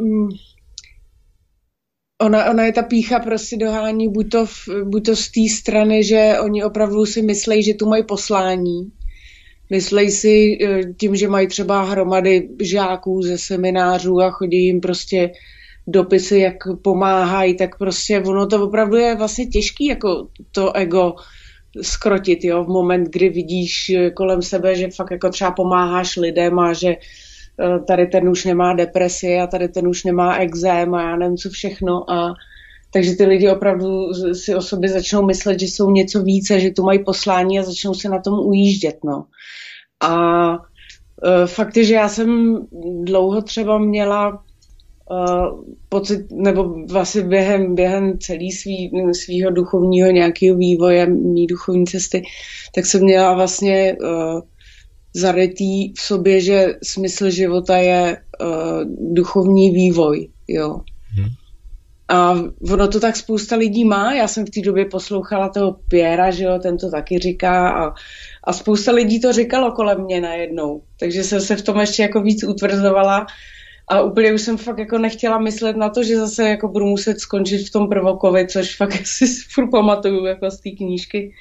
Ona, ona je ta pýcha prostě dohání buď to, v, buď to z té strany, že oni opravdu si myslejí, že tu mají poslání. Myslejí si tím, že mají třeba hromady žáků ze seminářů a chodí jim prostě dopisy, jak pomáhají, tak prostě ono to opravdu je vlastně těžký jako to ego skrotit, jo, v moment, kdy vidíš kolem sebe, že fakt jako třeba pomáháš lidem a že tady ten už nemá depresi a tady ten už nemá exém a já nevím co všechno. A takže ty lidi opravdu si o sobě začnou myslet, že jsou něco více, že tu mají poslání a začnou se na tom ujíždět. No. A uh, fakt je, že já jsem dlouho třeba měla uh, pocit, nebo vlastně během, během celý svý, svýho duchovního nějakého vývoje, mý duchovní cesty, tak jsem měla vlastně uh, zarytý v sobě, že smysl života je uh, duchovní vývoj, jo. Hmm. A ono to tak spousta lidí má, já jsem v té době poslouchala toho Pierra, že jo, ten to taky říká a, a spousta lidí to říkalo kolem mě najednou, takže jsem se v tom ještě jako víc utvrzovala a úplně už jsem fakt jako nechtěla myslet na to, že zase jako budu muset skončit v tom prvokovi, což fakt si furt pamatuju jako z té knížky.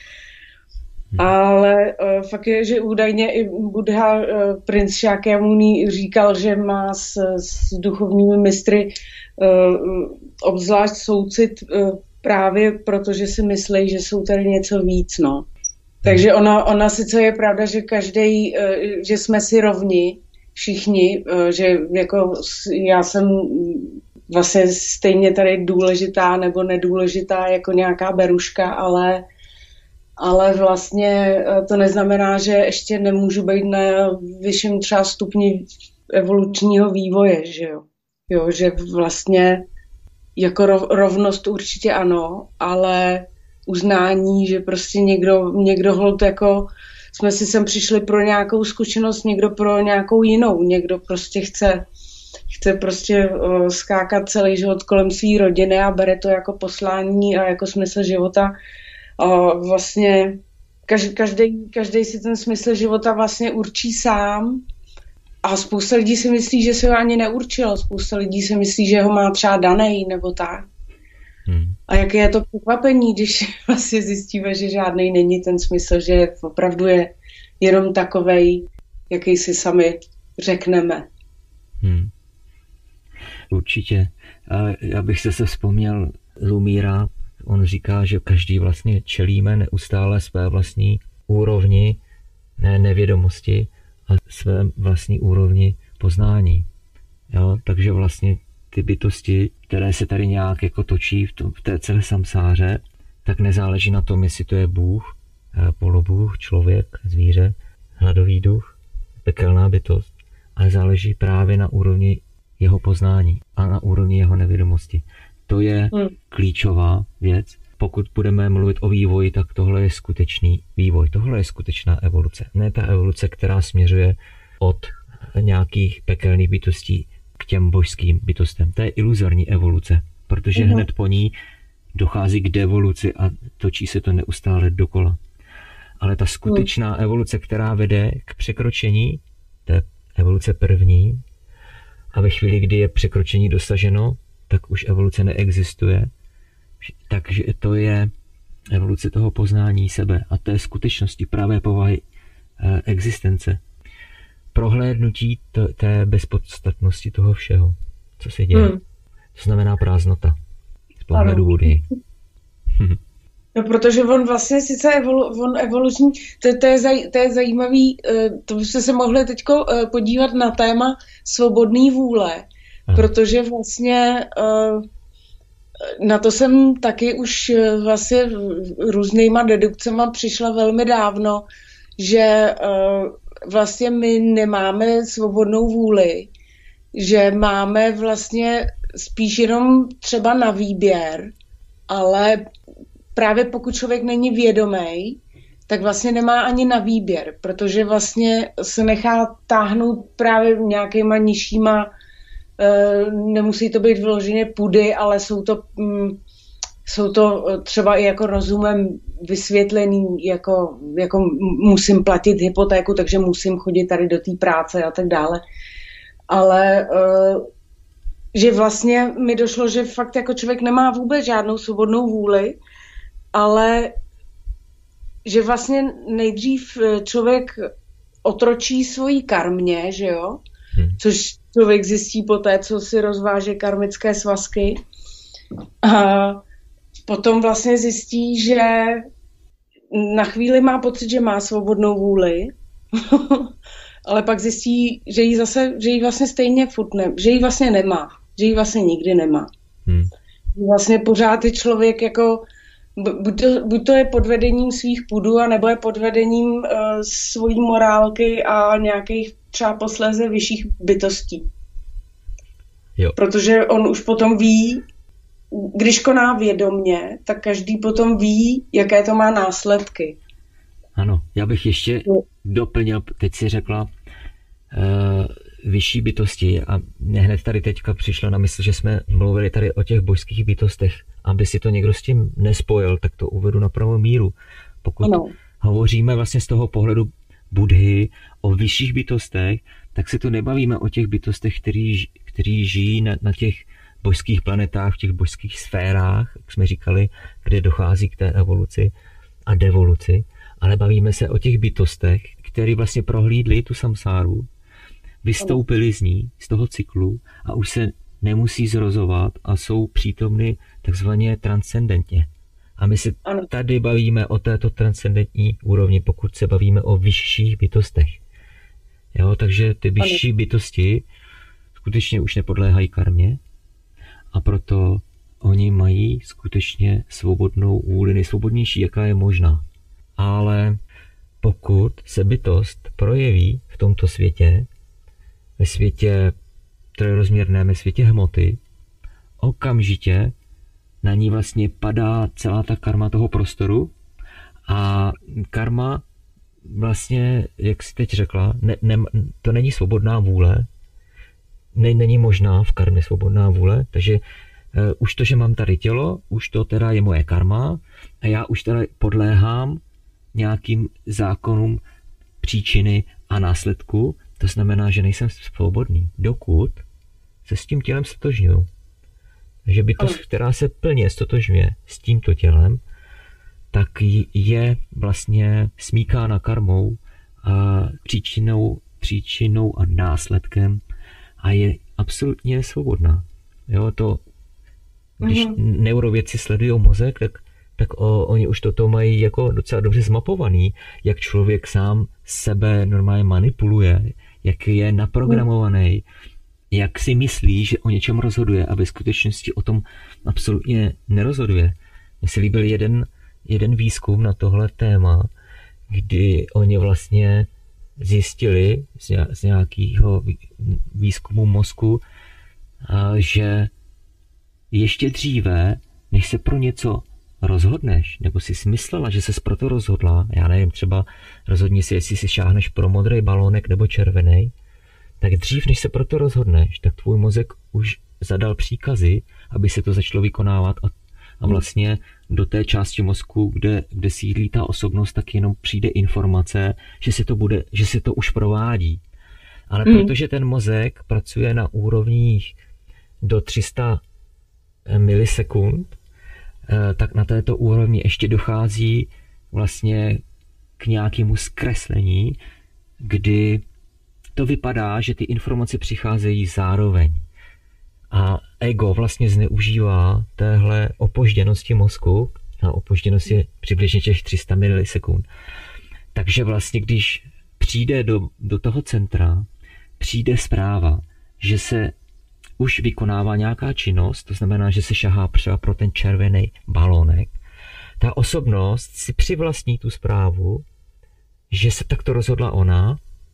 Ale uh, fakt je, že údajně i Buddha, uh, princ Šákyamuni říkal, že má s, s duchovními mistry uh, obzvlášť soucit uh, právě protože si myslí, že jsou tady něco víc, no. Takže ona, ona sice je pravda, že každý, uh, že jsme si rovni, všichni, uh, že jako já jsem vlastně stejně tady důležitá nebo nedůležitá jako nějaká beruška, ale Ale vlastně to neznamená, že ještě nemůžu být na vyšším třeba stupni evolučního vývoje, že jo. Jo, že vlastně jako rovnost určitě ano, ale uznání, že prostě někdo, někdo holt jako, jsme si sem přišli pro nějakou zkušenost, někdo pro nějakou jinou, někdo prostě chce chce prostě uh, skákat celý život kolem své rodiny a bere to jako poslání a jako smysl života. Uh, vlastně každý, každý si ten smysl života vlastně určí sám a spousta lidí si myslí, že se ho ani neurčilo. Spousta lidí si myslí, že ho má třeba danej nebo tak. Hmm. A jaké je to překvapení, když vlastně zjistíme, že žádnej není ten smysl, že opravdu je jenom takovej, jaký si sami řekneme. Hmm. Určitě. A já bych se se vzpomněl Lumíra. On říká, že každý vlastně čelíme neustále své vlastní úrovni ne, nevědomosti a své vlastní úrovni poznání. Jo? Takže vlastně ty bytosti, které se tady nějak jako točí v, tom, v té celé samsáře, tak nezáleží na tom, jestli to je Bůh, polobůh, člověk, zvíře, hladový duch, pekelná bytost, ale záleží právě na úrovni jeho poznání a na úrovni jeho nevědomosti. To je hmm. klíčová věc. Pokud budeme mluvit o vývoji, tak tohle je skutečný vývoj. Tohle je skutečná evoluce. Ne ta evoluce, která směřuje od nějakých pekelných bytostí k těm božským bytostem. To je iluzorní evoluce, protože hmm. hned po ní dochází k devoluci a točí se to neustále dokola. Ale ta skutečná hmm. evoluce, která vede k překročení, to je evoluce první, a ve chvíli, kdy je překročení dosaženo, tak už evoluce neexistuje. Takže to je evoluce toho poznání sebe a té skutečnosti, pravé povahy e, existence. Prohlédnutí to, té bezpodstatnosti toho všeho, co se děje. Hmm. To znamená prázdnota z pohledu Buddhy. No, protože on vlastně sice evolu, on evoluční, to, to, je zaj, to je zajímavý, to byste se mohli teďko podívat na téma svobodné vůle, Aha. protože vlastně na to jsem taky už vlastně různýma dedukcema přišla velmi dávno, že vlastně my nemáme svobodnou vůli, že máme vlastně spíš jenom třeba na výběr, ale právě pokud člověk není vědomý, tak vlastně nemá ani na výběr, protože vlastně se nechá táhnout právě nějakýma nižšíma, nemusí to být vyloženě pudy, ale jsou to, jsou to třeba i jako rozumem vysvětlený, jako, jako musím platit hypotéku, takže musím chodit tady do té práce a tak dále. Ale že vlastně mi došlo, že fakt jako člověk nemá vůbec žádnou svobodnou vůli, ale že vlastně nejdřív člověk otročí svojí karmě, že jo? Hmm. Což člověk zjistí po té, co si rozváže karmické svazky. A potom vlastně zjistí, že na chvíli má pocit, že má svobodnou vůli, ale pak zjistí, že jí zase, že jí vlastně stejně furt ne, že jí vlastně nemá, že jí vlastně nikdy nemá. Hmm. Vlastně pořád je člověk jako Buď to, buď to je pod vedením svých pudů, anebo je pod vedením uh, svojí morálky a nějakých třeba posléze vyšších bytostí. Jo. Protože on už potom ví, když koná vědomně, tak každý potom ví, jaké to má následky. Ano, já bych ještě jo. doplnil, teď si řekla, uh, vyšší bytosti a hned tady teďka přišlo na mysl, že jsme mluvili tady o těch božských bytostech. Aby si to někdo s tím nespojil, tak to uvedu na pravou míru. Pokud ano. hovoříme vlastně z toho pohledu Buddhy o vyšších bytostech, tak se tu nebavíme o těch bytostech, který, který žijí na, na těch božských planetách, v těch božských sférách, jak jsme říkali, kde dochází k té evoluci a devoluci, ale bavíme se o těch bytostech, které vlastně prohlídli tu samsáru, vystoupili ano. z ní, z toho cyklu a už se nemusí zrozovat a jsou přítomny takzvaně transcendentně. A my se ano. tady bavíme o této transcendentní úrovni, pokud se bavíme o vyšších bytostech. Jo, takže ty vyšší ano. bytosti skutečně už nepodléhají karmě a proto oni mají skutečně svobodnou vůli, nejsvobodnější, jaká je možná. Ale pokud se bytost projeví v tomto světě, ve světě trojrozměrném, ve světě hmoty, okamžitě na ní vlastně padá celá ta karma toho prostoru a karma vlastně, jak jsi teď řekla, ne, ne, to není svobodná vůle, ne, není možná v karmě svobodná vůle, takže uh, už to, že mám tady tělo, už to teda je moje karma a já už teda podléhám nějakým zákonům příčiny a následku, to znamená, že nejsem svobodný, dokud se s tím tělem stotožňuju. Takže bytost, která se plně stotožňuje s tímto tělem, tak je vlastně smíkána karmou a příčinou, příčinou a následkem a je absolutně svobodná. Jo, to, když mm-hmm. neurovědci sledují mozek, tak, tak o, oni už toto mají jako docela dobře zmapovaný, jak člověk sám sebe normálně manipuluje, jak je naprogramovaný, jak si myslí, že o něčem rozhoduje a ve skutečnosti o tom absolutně nerozhoduje. Mně se líbil jeden, jeden výzkum na tohle téma, kdy oni vlastně zjistili z nějakého výzkumu mozku, že ještě dříve, než se pro něco rozhodneš, nebo jsi smyslela, že ses proto rozhodla, já nevím, třeba rozhodni si, jestli si šáhneš pro modrý balónek nebo červený, tak dřív, než se proto rozhodneš, tak tvůj mozek už zadal příkazy, aby se to začalo vykonávat a, a vlastně do té části mozku, kde, kde sídlí ta osobnost, tak jenom přijde informace, že se to, bude, že se to už provádí. Ale mm. protože ten mozek pracuje na úrovních do tři sta milisekund, tak na této úrovni ještě dochází vlastně k nějakému zkreslení, kdy to vypadá, že ty informace přicházejí zároveň. A ego vlastně zneužívá téhle opožděnosti mozku, a opožděnost je přibližně těch tři sta milisekund. Takže vlastně, když přijde do, do toho centra, přijde zpráva, že se už vykonává nějaká činnost, to znamená, že se šahá třeba pro ten červený balónek, ta osobnost si přivlastní tu zprávu, že se takto rozhodla ona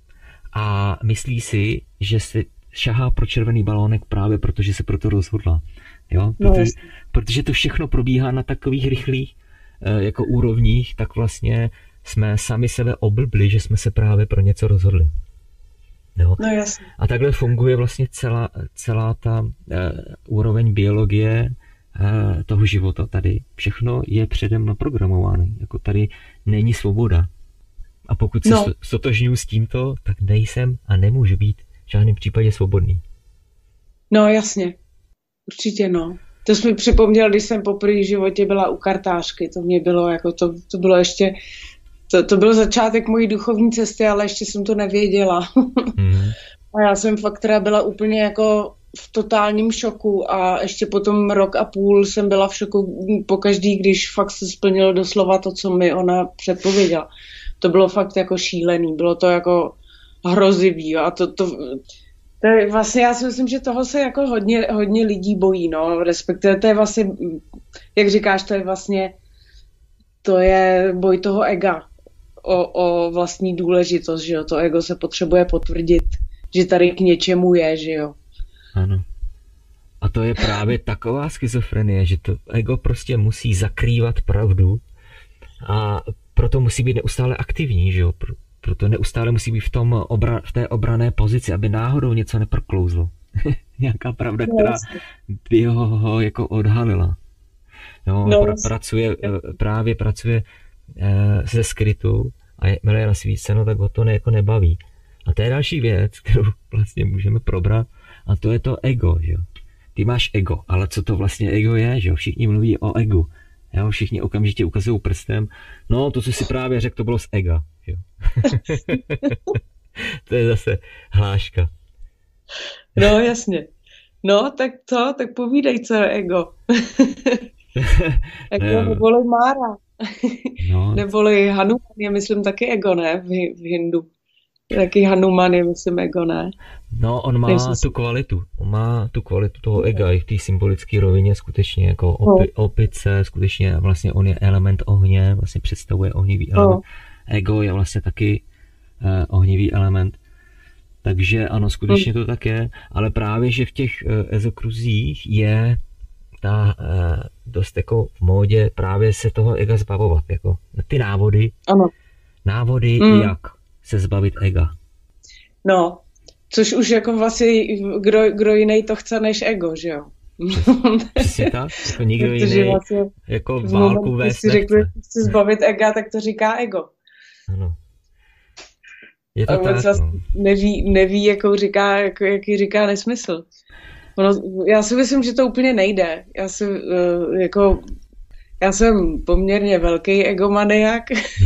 a myslí si, že se šahá pro červený balónek právě protože se proto rozhodla. Jo? Protože, no, protože to všechno probíhá na takových rychlých jako úrovních, tak vlastně jsme sami sebe oblbli, že jsme se právě pro něco rozhodli. Jo? No, jasně. A takhle funguje vlastně celá, celá ta uh, úroveň biologie uh, toho života tady. Všechno je předem naprogramované. Jako tady není svoboda. A pokud se no. stotožňuji s tímto, tak nejsem a nemůžu být v žádném případě svobodný. No jasně. Určitě no. To jsi mi připomněl, když jsem poprvé v životě byla u kartářky. To mě bylo jako, to, to bylo ještě To, to byl začátek mojí duchovní cesty, ale ještě jsem to nevěděla. Mm. A já jsem fakt teda byla úplně jako v totálním šoku a ještě potom rok a půl jsem byla v šoku pokaždý, když fakt se splnilo doslova to, co mi ona předpověděla. To bylo fakt jako šílený, bylo to jako hrozivý a to, to, to je vlastně, já si myslím, že toho se jako hodně, hodně lidí bojí, no, respektive to je vlastně, jak říkáš, to je vlastně, to je boj toho ega. O, o vlastní důležitost, že jo, to ego se potřebuje potvrdit, že tady k něčemu je, že jo. Ano. A to je právě taková schizofrenie, že to ego prostě musí zakrývat pravdu a proto musí být neustále aktivní, že jo, proto neustále musí být v, tom obra, v té obrané pozici, aby náhodou něco neproklouzlo. Nějaká pravda, která by ho, ho jako odhalila. Jo, no, pra, pracuje, právě pracuje ze skrytu a jakmile je nasvíceno, tak ho to ne, jako nebaví. A to je další věc, kterou vlastně můžeme probrat, a to je to ego, že jo. Ty máš ego, ale co to vlastně ego je, že jo? Všichni mluví o egu. Jo? Všichni okamžitě ukazují prstem. No, to, co si právě řekl, to bylo z ega, že jo. To je zase hláška. No, jasně. No, tak to, tak povídej, co je ego. Ego neboli Mára. No. Neboli Hanuman je, myslím, taky ego, ne? V, v Hindu. Taky Hanuman je, myslím, ego, ne? No, on má Nejsem tu kvalitu. On má tu kvalitu toho ega i v té symbolické rovině skutečně jako opi, opice, skutečně vlastně on je element ohně, vlastně představuje ohnivý element. No. Ego je vlastně taky eh, ohnivý element. Takže ano, skutečně to tak je, ale právě, že v těch eh, ezokruzích je ta eh, dost jako v módě právě se toho ega zbavovat, jako ty návody, ano. návody, mm. jak se zbavit ega. No, což už jako vlastně kdo, kdo jiný to chce než ego, že jo? Přesně tak, jako nikdo jiný vlastně jako válku vést si řekl, že chci zbavit ega, tak to říká ego. Ano. Je to a tak, vlastně no. neví, neví, jakou říká, jak, jaký říká nesmysl. Ono, já si myslím, že to úplně nejde. Já si, uh, jako, já jsem poměrně velký egomaniak.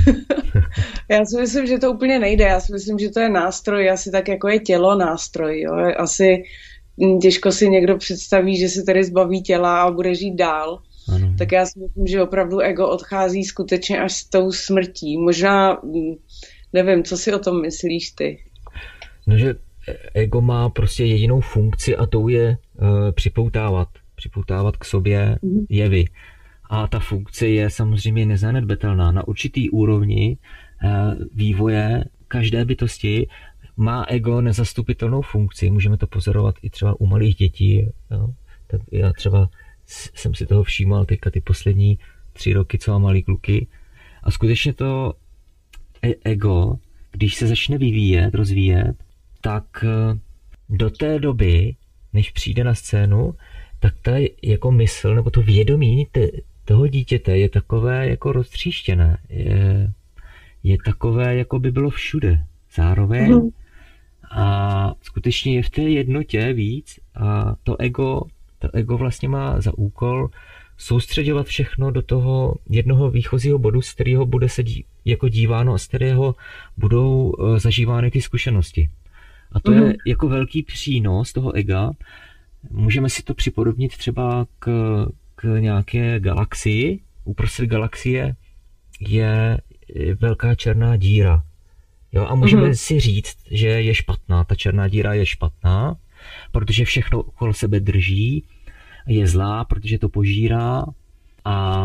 Já si myslím, že to úplně nejde. Já si myslím, že to je nástroj, asi tak jako je tělo nástroj. Jo? Asi těžko si někdo představí, že se tady zbaví těla a bude žít dál. Ano. Tak já si myslím, že opravdu ego odchází skutečně až s tou smrtí. Možná, nevím, co si o tom myslíš ty? No, že ego má prostě jedinou funkci a tou je uh, připoutávat. Připoutávat k sobě mm. jevy. A ta funkce je samozřejmě nezanedbatelná. Na určitý úrovni uh, vývoje každé bytosti má ego nezastupitelnou funkci. Můžeme to pozorovat i třeba u malých dětí. Jo? Tak já třeba jsem si toho všímal teďka ty poslední tři roky, co mám malý kluky. A skutečně to ego, když se začne vyvíjet, rozvíjet, tak do té doby, než přijde na scénu, tak ta jako mysl, nebo to vědomí toho dítěte je takové jako roztříštěné. Je, je takové, jako by bylo všude. Zároveň mm. a skutečně je v té jednotě víc a to ego, to ego vlastně má za úkol soustředovat všechno do toho jednoho výchozího bodu, z kterého bude se dí, jako díváno a z kterého budou uh, zažívány ty zkušenosti. A to mm. je jako velký přínos toho ega. Můžeme si to připodobnit třeba k, k nějaké galaxii. Uprostřed galaxie je velká černá díra. Jo, a můžeme mm. si říct, že je špatná. Ta černá díra je špatná, protože všechno okolo sebe drží, je zlá, protože to požírá, a,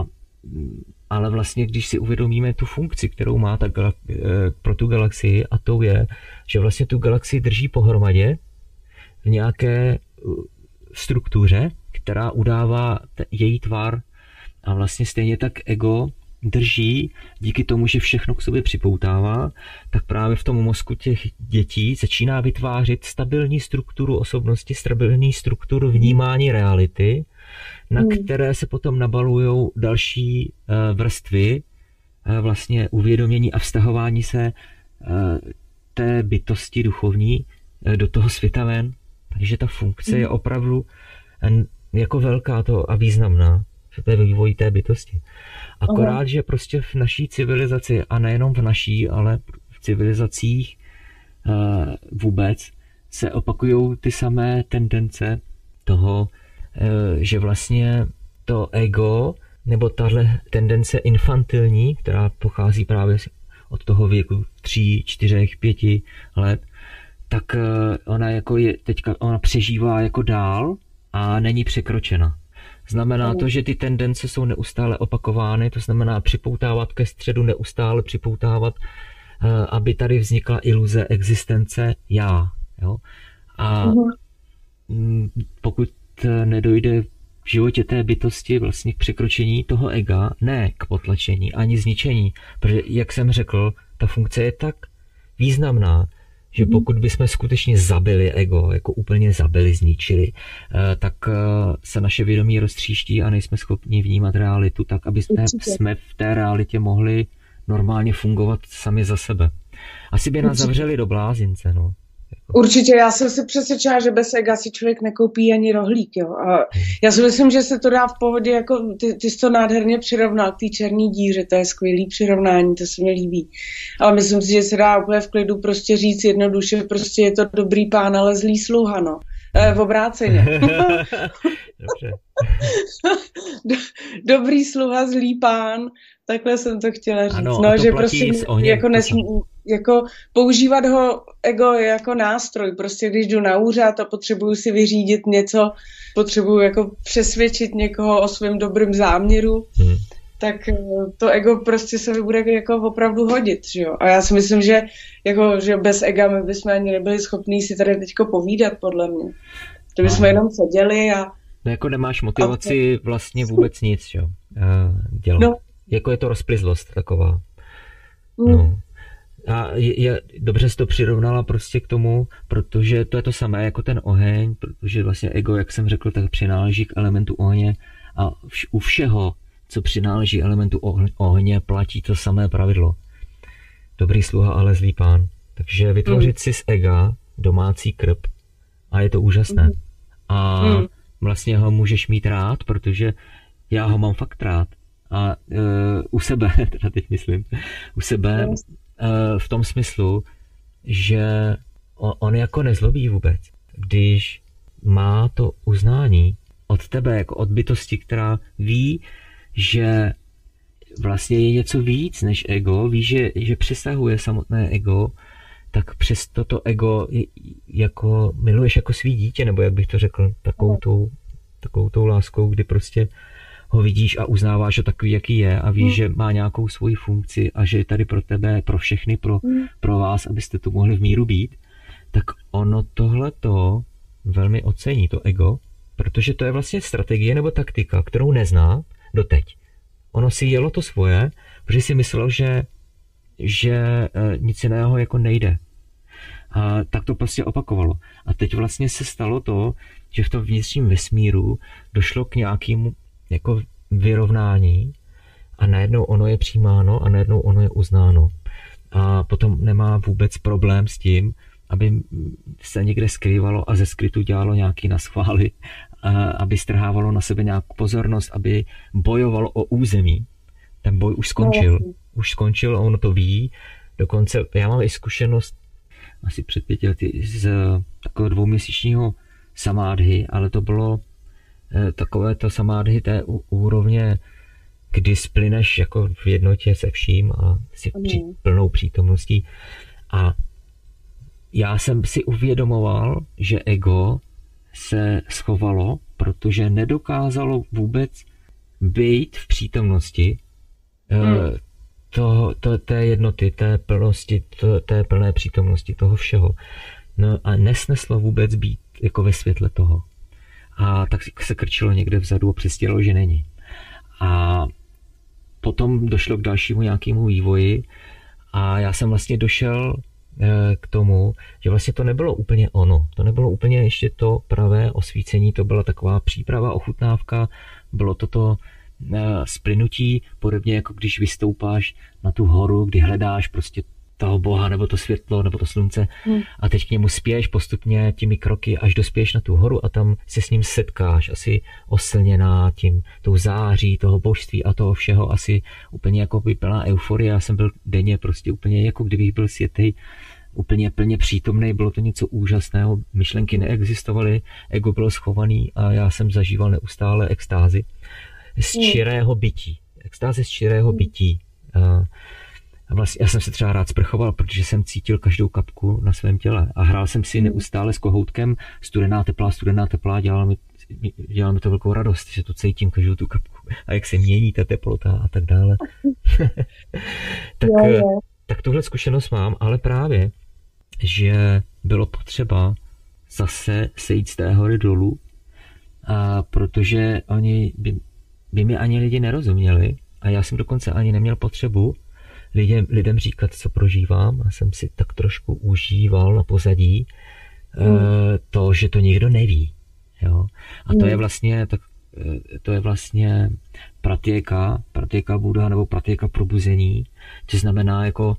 ale vlastně, když si uvědomíme tu funkci, kterou má ta gala, pro tu galaxii, a to je, že vlastně tu galaxii drží pohromadě v nějaké struktuře, která udává t- její tvar, a vlastně stejně tak ego drží, díky tomu, že všechno k sobě připoutává, tak právě v tom mozku těch dětí začíná vytvářet stabilní strukturu osobnosti, stabilní strukturu vnímání reality, na hmm. které se potom nabalují další uh, vrstvy uh, vlastně uvědomění a vztahování se uh, té bytosti duchovní uh, do toho světa ven. Takže ta funkce hmm. je opravdu uh, jako velká to a významná v té vývoji té bytosti. Akorát, uh-huh. že prostě v naší civilizaci, a nejenom v naší, ale v civilizacích uh, vůbec, se opakují ty samé tendence toho, uh, že vlastně to ego, nebo tahle tendence infantilní, která pochází právě od toho věku tří, čtyřech, pěti let, tak uh, ona jako je teďka, ona přežívá jako dál a není překročena. Znamená to, že ty tendence jsou neustále opakovány, to znamená připoutávat ke středu, neustále připoutávat, aby tady vznikla iluze existence já. Jo? A pokud nedojde v životě té bytosti vlastně k překročení toho ega, ne k potlačení, ani zničení, protože, jak jsem řekl, ta funkce je tak významná, že pokud bychom skutečně zabili ego, jako úplně zabili, zničili, tak se naše vědomí roztříští a nejsme schopni vnímat realitu tak, aby jsme, jsme v té realitě mohli normálně fungovat sami za sebe. Asi by nás Určitě. zavřeli do blázince, no. Určitě, já jsem si přesvědčila, že bez ega si člověk nekoupí ani rohlík, jo. A já si myslím, že se to dá v pohodě, jako ty, ty jsi to nádherně přirovnal k té černé díře, to je skvělý přirovnání, to se mi líbí. Ale myslím si, že se dá úplně v klidu prostě říct jednoduše, prostě je to dobrý pán, ale zlý sluha, no. E, v obráceně. Dobře. Dobrý sluha, zlý pán, takhle jsem to chtěla říct. Ano, no, to že prostě ohněm, jako, nesmí, jako používat ho ego jako nástroj. Prostě když jdu na úřad a potřebuju si vyřídit něco, potřebuju jako přesvědčit někoho o svém dobrém záměru, hmm. tak to ego prostě se mi bude jako opravdu hodit. Že jo? A já si myslím, že, jako, že bez ega my bychom ani nebyli schopní si tady teďko povídat, podle mě. To bychom no. jenom seděli a... No jako nemáš motivaci vlastně vůbec nic, jo, dělat. No. Jako je to rozplizlost taková. No. A je, je, dobře jsi to přirovnala prostě k tomu, protože to je to samé jako ten oheň, protože vlastně ego, jak jsem řekl, tak přináleží k elementu ohně a vš, u všeho, co přináleží elementu ohně, platí to samé pravidlo. Dobrý sluha, ale zlý pán. Takže vytvořit mm. si z ega domácí krb a je to úžasné. Mm. A mm. vlastně ho můžeš mít rád, protože já ho mám fakt rád. A uh, u sebe, teda teď myslím, u sebe uh, v tom smyslu, že on, on jako nezlobí vůbec. Když má to uznání od tebe, jako od bytosti, která ví, že vlastně je něco víc než ego, ví, že, že přesahuje samotné ego, tak přes toto ego jako miluješ jako svý dítě, nebo jak bych to řekl, takovou tou, takovou tou láskou, kdy prostě ho vidíš a uznáváš ho takový, jaký je a víš, hmm. že má nějakou svoji funkci a že je tady pro tebe, pro všechny, pro, hmm. pro vás, abyste tu mohli v míru být, tak ono tohleto velmi ocení, to ego, protože to je vlastně strategie nebo taktika, kterou nezná doteď. Ono si jelo to svoje, protože si myslelo, že, že nic jiného jako nejde. A tak to prostě opakovalo. A teď vlastně se stalo to, že v tom vnitřním vesmíru došlo k nějakému jako vyrovnání a najednou ono je přijímáno a najednou ono je uznáno. A potom nemá vůbec problém s tím, aby se někde skrývalo a ze skrytu dělalo nějaký naschvály, aby strhávalo na sebe nějakou pozornost, aby bojovalo o území. Ten boj už skončil. Už skončil a ono to ví. Dokonce já mám i zkušenost asi před pěti lety z takového dvouměsíčního samádhy, ale to bylo takové to samádhy té úrovně, kdy splyneš jako v jednotě se vším a si při, plnou přítomností. A já jsem si uvědomoval, že ego se schovalo, protože nedokázalo vůbec být v přítomnosti hmm. toho, to, té jednoty, té plnosti, to, té plné přítomnosti toho všeho. No a nesneslo vůbec být jako ve světle toho. A tak se krčilo někde vzadu a přistělo, že není. A potom došlo k dalšímu nějakému vývoji a já jsem vlastně došel k tomu, že vlastně to nebylo úplně ono. To nebylo úplně ještě to pravé osvícení, to byla taková příprava, ochutnávka, bylo to to splynutí, podobně jako když vystoupáš na tu horu, kdy hledáš prostě toho Boha, nebo to světlo, nebo to slunce hmm. a teď k němu spěješ postupně těmi kroky, až dospěješ na tu horu a tam se s ním setkáš, asi oslněná tím, tou září toho božství a toho všeho, asi úplně jako by plná euforie. Já jsem byl denně prostě úplně jako kdybych byl světej, úplně plně přítomný, bylo to něco úžasného, myšlenky neexistovaly, ego bylo schovaný a já jsem zažíval neustále extázy z čirého bytí. Extáze z čirého bytí. A vlastně já jsem se třeba rád sprchoval, protože jsem cítil každou kapku na svém těle a hrál jsem si neustále s kohoutkem studená teplá, studená teplá, dělalo mi, dělalo mi to velkou radost, že to cítím každou tu kapku a jak se mění ta teplota a tak dále. tak, jo, jo. tak tuhle zkušenost mám, ale právě, že bylo potřeba zase sejít z té hory dolů, a protože oni by, by mi ani lidi nerozuměli a já jsem dokonce ani neměl potřebu lidem, lidem říkat, co prožívám a jsem si tak trošku užíval na pozadí mm. to, že to nikdo neví. Jo? A to mm. je vlastně tak, to je vlastně pratyeka, pratyeka Buddha nebo pratyeka probuzení, což znamená jako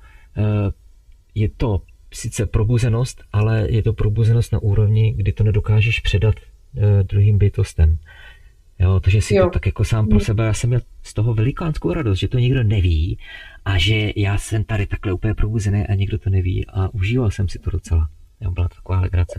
je to sice probuzenost, ale je to probuzenost na úrovni, kdy to nedokážeš předat druhým bytostem. Jo, takže si jo. to tak jako sám pro sebe, já jsem měl z toho velikánskou radost, že to nikdo neví a že já jsem tady takhle úplně probuzený a nikdo to neví a užíval jsem si to docela. Jo, byla to taková legrace.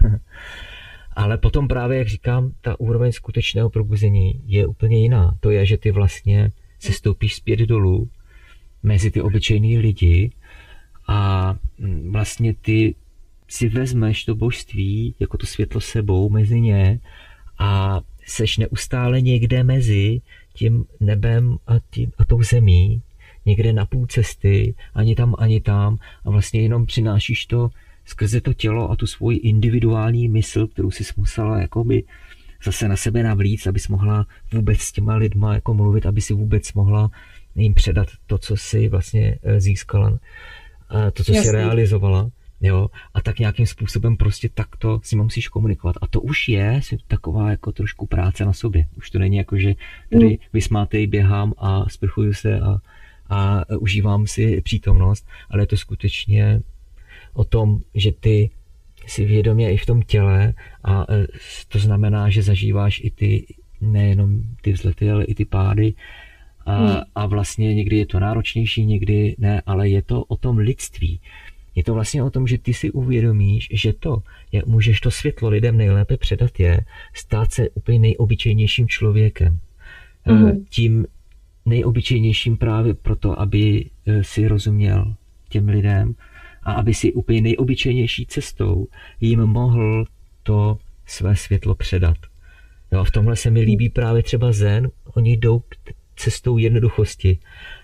Ale potom právě, jak říkám, ta úroveň skutečného probuzení je úplně jiná. To je, že ty vlastně se stoupíš zpět dolů mezi ty obyčejný lidi a vlastně ty si vezmeš to božství, jako to světlo sebou mezi ně a seš neustále někde mezi tím nebem a, tím, a tou zemí, někde na půl cesty, ani tam, ani tam a vlastně jenom přinášíš to skrze to tělo a tu svoji individuální mysl, kterou jsi musela jakoby zase na sebe navlíct, abys mohla vůbec s těma lidma jako mluvit, aby si vůbec mohla jim předat to, co jsi vlastně získala. to, co Jasný. jsi realizovala, jo, a tak nějakým způsobem prostě takto si musíš komunikovat. A to už je taková jako trošku práce na sobě. Už to není jako, že tady mm. vysmátej, běhám a sprchuju se a, a užívám si přítomnost, ale je to skutečně o tom, že ty si vědomě i v tom těle a to znamená, že zažíváš i ty, nejenom ty vzlety, ale i ty pády a, hmm. a vlastně někdy je to náročnější, někdy ne, ale je to o tom lidství. Je to vlastně o tom, že ty si uvědomíš, že to, jak můžeš to světlo lidem nejlépe předat je stát se úplně nejobyčejnějším člověkem. Hmm. Tím nejobyčejnějším právě proto, aby si rozuměl těm lidem a aby si úplně nejobyčejnější cestou jim mohl to své světlo předat. Jo, v tomhle se mi líbí právě třeba zen, oni jdou cestou jednoduchosti,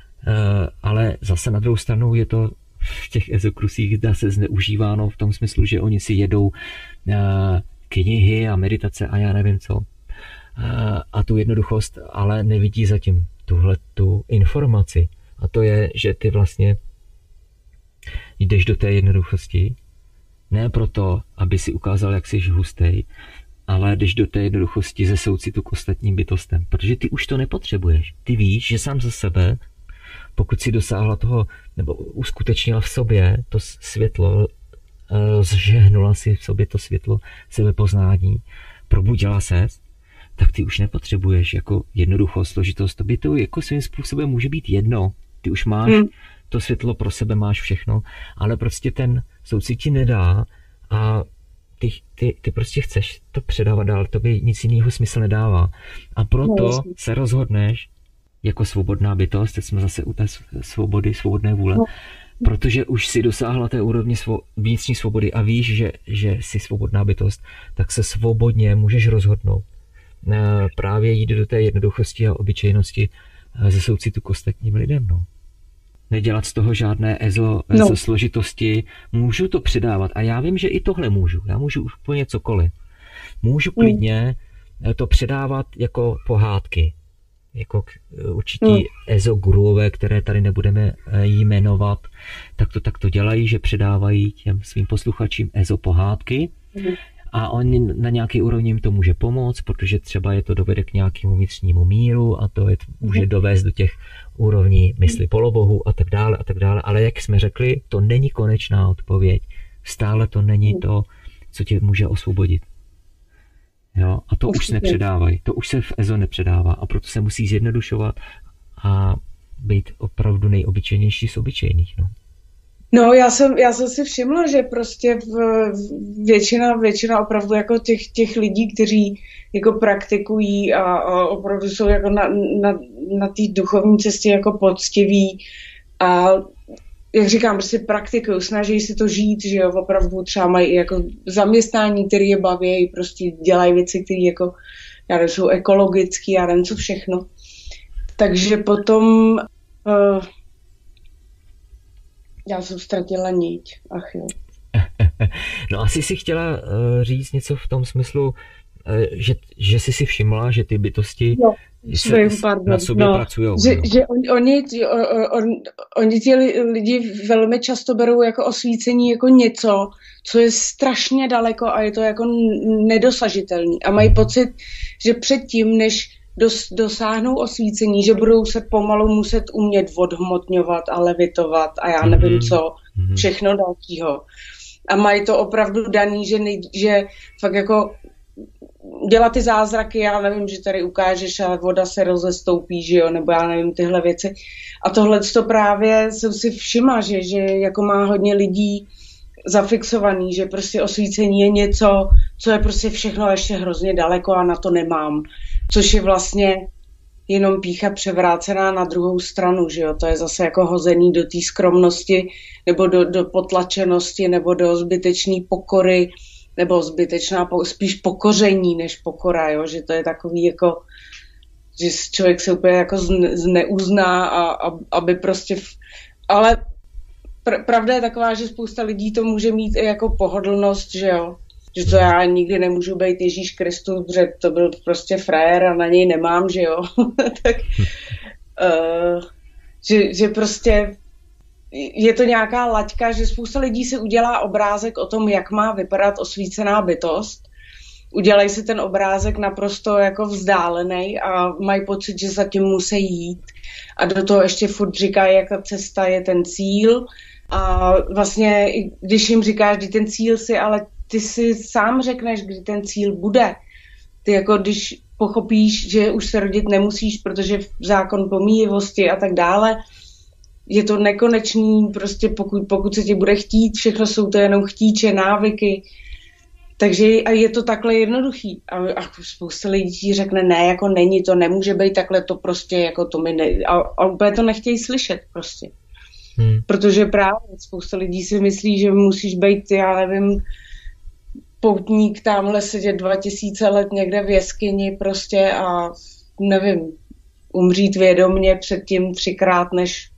ale zase na druhou stranu je to v těch ezokrusích dá se zneužíváno v tom smyslu, že oni si jedou knihy a meditace a já nevím co a tu jednoduchost, ale nevidí zatím tuhle tu informaci a to je, že ty vlastně jdeš do té jednoduchosti, ne proto, aby si ukázal, jak jsi hustej, ale jdeš do té jednoduchosti ze soucitu k ostatním bytostem, protože ty už to nepotřebuješ. Ty víš, že sám za sebe, pokud si dosáhla toho, nebo uskutečnila v sobě to světlo, zžehnula si v sobě to světlo sebepoznání, probudila ses, tak ty už nepotřebuješ jako jednoduchost, složitost. Tobě to jako svým způsobem může být jedno. Ty už máš hmm. to světlo pro sebe, máš všechno, ale prostě ten soucit ti nedá a ty, ty, ty prostě chceš to předávat dál, tobě nic jiného smysl nedává. A proto no, se rozhodneš jako svobodná bytost, teď jsme zase u té svobody, svobodné vůle, no. protože už si dosáhla té úrovně svo, vnitřní svobody a víš, že, že jsi svobodná bytost, tak se svobodně můžeš rozhodnout. Právě jít do té jednoduchosti a obyčejnosti ze soucitu k ostatním lidem. No. Nedělat z toho žádné ezo, ezo no. složitosti. Můžu to předávat a já vím, že i tohle můžu. Já můžu úplně cokoliv. Můžu klidně to předávat jako pohádky. Jako určití mm. ezo guruové, které tady nebudeme jmenovat, tak to tak to dělají, že předávají těm svým posluchačům ezo pohádky. Mm. A oni na nějaký úrovni jim to může pomoct, protože třeba je to dovede k nějakému vnitřnímu míru a to je může dovést do těch úrovní mysli polobohu a tak dále a tak dále. Ale jak jsme řekli, to není konečná odpověď. Stále to není to, co tě může osvobodit. Jo? A to už se nepředávají. To už se v ezo nepředává a proto se musí zjednodušovat a být opravdu nejobyčejnější z obyčejných. No. No, já jsem, já jsem si všimla, že prostě v, většina, většina opravdu jako těch, těch lidí, kteří jako praktikují a, a opravdu jsou jako na, na, na té duchovní cestě jako poctiví a jak říkám, prostě praktikují, snaží si to žít, že jo, opravdu třeba mají jako zaměstnání, které je baví, prostě dělají věci, které jako, já nevím, jsou ekologické, já nevím, co všechno. Takže potom uh, já jsem ztratila niť, ach jo. No asi si chtěla uh, říct něco v tom smyslu, uh, že, že jsi si všimla, že ty bytosti no, se, svým, pardon, na sobě no, pracují. Že, no. že on, oni, on, on, oni ti lidi velmi často berou jako osvícení jako něco, co je strašně daleko a je to jako nedosažitelný. A mají pocit, že předtím, než dos, dosáhnou osvícení, že budou se pomalu muset umět odhmotňovat a levitovat a já nevím mm-hmm. co, všechno dalšího. A mají to opravdu daný, že, nej, že fakt jako dělat ty zázraky, já nevím, že tady ukážeš, ale voda se rozestoupí, že jo, nebo já nevím, tyhle věci. A tohle to právě jsem si všimla, že, že jako má hodně lidí zafixovaný, že prostě osvícení je něco, co je prostě všechno ještě hrozně daleko a na to nemám. Což je vlastně jenom pýcha převrácená na druhou stranu, že jo, to je zase jako hozený do té skromnosti, nebo do, do potlačenosti, nebo do zbytečné pokory, nebo zbytečná, spíš pokoření než pokora, jo? Že to je takový jako, že člověk se úplně jako zne, zneuzná a, a aby prostě, v... ale pr- pravda je taková, že spousta lidí to může mít i jako pohodlnost, že jo, že to já nikdy nemůžu být Ježíš Kristus, protože to byl prostě frajer a na něj nemám, že jo, tak uh, že, že prostě je to nějaká laťka, že spousta lidí si udělá obrázek o tom, jak má vypadat osvícená bytost. Udělají si ten obrázek naprosto jako vzdálený a mají pocit, že za tím musí jít. A do toho ještě furt říkají, jak ta cesta je ten cíl. A vlastně, když jim říkáš, kdy ten cíl si, ale ty si sám řekneš, kdy ten cíl bude. Ty jako když pochopíš, že už se rodit nemusíš, protože zákon pomíjivosti a tak dále, je to nekonečný, prostě pokud, pokud se ti bude chtít, všechno jsou to jenom chtíče, návyky. Takže a je to takhle jednoduchý. A, a spousta lidí řekne, ne, jako není to, nemůže být takhle, to prostě, jako to mi ne... A, a úplně to nechtějí slyšet prostě. Hmm. Protože právě spousta lidí si myslí, že musíš být, já nevím, poutník, tamhle sedět dva tisíce let někde v jeskyni prostě a nevím, umřít vědomně předtím třikrát, než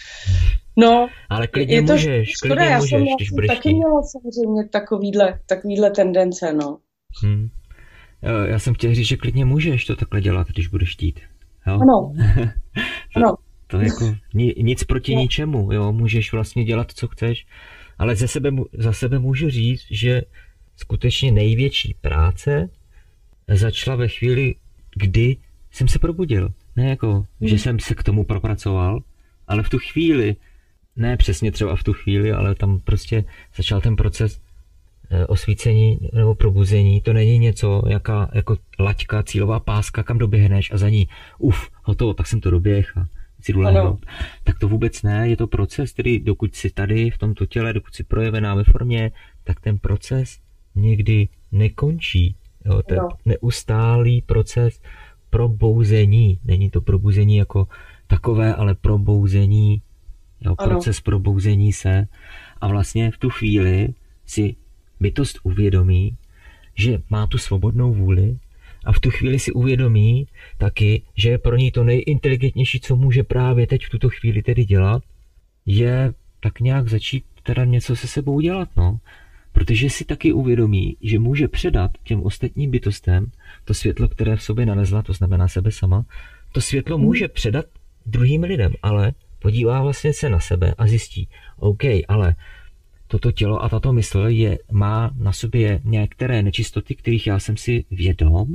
no, ale klidně je to můžeš, škoda, klidně já můžeš, jsem když budeš taky měla samozřejmě takovýhle, takovýhle tendence, no. Hmm. Já jsem chtěl říct, že klidně můžeš to takhle dělat, když budeš chtít. Jo? Ano. to, ano. To jako nic proti no. ničemu, jo, můžeš vlastně dělat, co chceš, ale za sebe, za sebe můžu říct, že skutečně největší práce začala ve chvíli, kdy jsem se probudil. Ne jako, hmm. že jsem se k tomu propracoval, ale v tu chvíli, ne přesně třeba v tu chvíli, ale tam prostě začal ten proces osvícení nebo probuzení. To není něco, jaká, jako laťka, cílová páska, kam doběhneš a za ní, uf, hotovo, tak jsem to doběh a si jdu lehnout. Tak to vůbec ne, je to proces, který dokud jsi tady v tomto těle, dokud jsi projevená ve formě, tak ten proces někdy nekončí. Jo, to je neustálý proces probouzení. Není to probuzení jako takové, ale probouzení, jo, proces probouzení se. A vlastně v tu chvíli si bytost uvědomí, že má tu svobodnou vůli a v tu chvíli si uvědomí taky, že pro ní to nejinteligentnější, co může právě teď v tuto chvíli tedy dělat, je tak nějak začít teda něco se sebou dělat, no. Protože si taky uvědomí, že může předat těm ostatním bytostem to světlo, které v sobě nalezla, to znamená sebe sama, to světlo může předat druhým lidem, ale podívá vlastně se na sebe a zjistí, OK, ale toto tělo a tato mysl je, má na sobě některé nečistoty, kterých já jsem si vědom,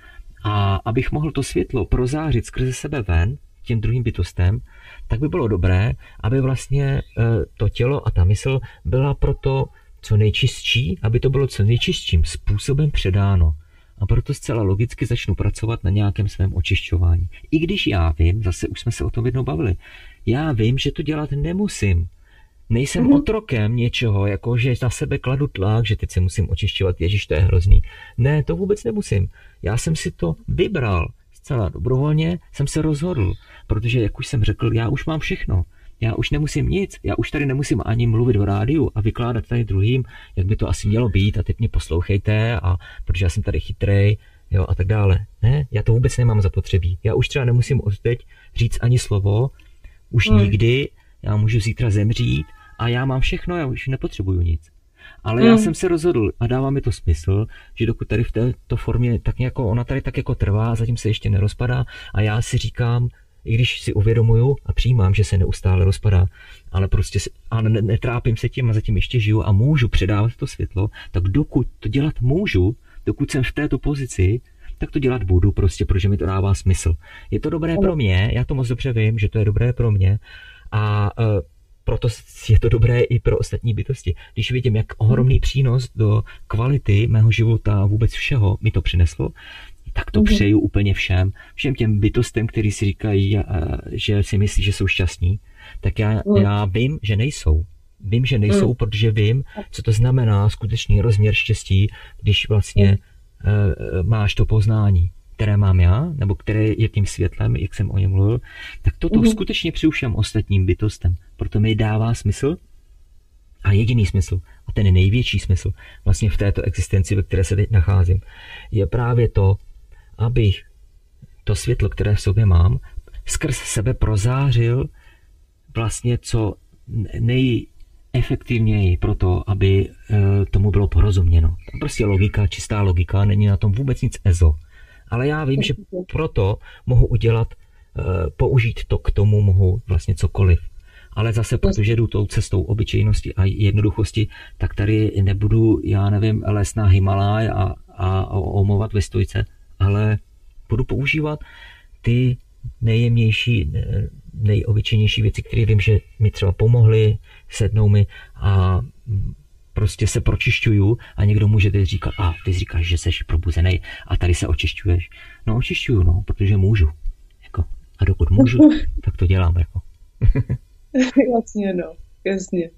a abych mohl to světlo prozářit skrze sebe ven těm druhým bytostem, tak by bylo dobré, aby vlastně to tělo a ta mysl byla proto co nejčistší, aby to bylo co nejčistším způsobem předáno. A proto zcela logicky začnu pracovat na nějakém svém očišťování. I když já vím, zase už jsme se o tom jednou bavili, já vím, že to dělat nemusím. Nejsem mm-hmm. otrokem něčeho, jako že na sebe kladu tlak, že teď se musím očišťovat, ježiš, to je hrozný. Ne, to vůbec nemusím. Já jsem si to vybral. Zcela dobrovolně jsem se rozhodl, protože, jak už jsem řekl, já už mám všechno. Já už nemusím nic, já už tady nemusím ani mluvit v rádiu a vykládat tady druhým, jak by to asi mělo být a teď mě poslouchejte, a protože já jsem tady chytrej, jo, a tak dále. Ne, já to vůbec nemám zapotřebí. Já už třeba nemusím od teď říct ani slovo, už hmm. nikdy, já můžu zítra zemřít a já mám všechno, já už nepotřebuju nic. Ale hmm. já jsem se rozhodl a dává mi to smysl, že dokud tady v této formě tak jako, ona tady tak jako trvá, zatím se ještě nerozpadá a já si říkám, i když si uvědomuju a přijímám, že se neustále rozpadá, ale prostě a netrápím se tím a zatím ještě žiju a můžu předávat to světlo, tak dokud to dělat můžu, dokud jsem v této pozici, tak to dělat budu prostě, protože mi to dává smysl. Je to dobré pro mě, já to moc dobře vím, že to je dobré pro mě a uh, proto je to dobré i pro ostatní bytosti. Když vidím, jak ohromný přínos do kvality mého života a vůbec všeho mi to přineslo, tak to přeju úplně všem. Všem těm bytostem, kteří si říkají, že si myslí, že jsou šťastní, tak já, já vím, že nejsou. Vím, že nejsou, protože vím, co to znamená skutečný rozměr štěstí, když vlastně uh, máš to poznání, které mám já, nebo které je tím světlem, jak jsem o něm mluvil, tak toto mm. skutečně přeju všem ostatním bytostem. Proto mi dává smysl a jediný smysl, a ten největší smysl vlastně v této existenci, ve které se teď nacházím, je právě to, abych to světlo, které v sobě mám, skrz sebe prozářil vlastně co nejefektivněji pro to, aby tomu bylo porozuměno. Prostě logika, čistá logika, není na tom vůbec nic ezo. Ale já vím, že proto mohu udělat, použít to k tomu, mohu vlastně cokoliv. ale zase, protože jdu tou cestou obyčejnosti a jednoduchosti, tak tady nebudu, já nevím, lézt na Himalaj a, a omovat ve stojce, ale budu používat ty nejjemnější, nejobyčejnější věci, které vím, že mi třeba pomohly, sednou mi a prostě se pročišťuju a někdo může teď říkat, a ty říkáš, že jsi probuzený a tady se očišťuješ. No očišťuju, no, protože můžu. Jako, a dokud můžu, tak to dělám. Jako. Jasně, no, jasně.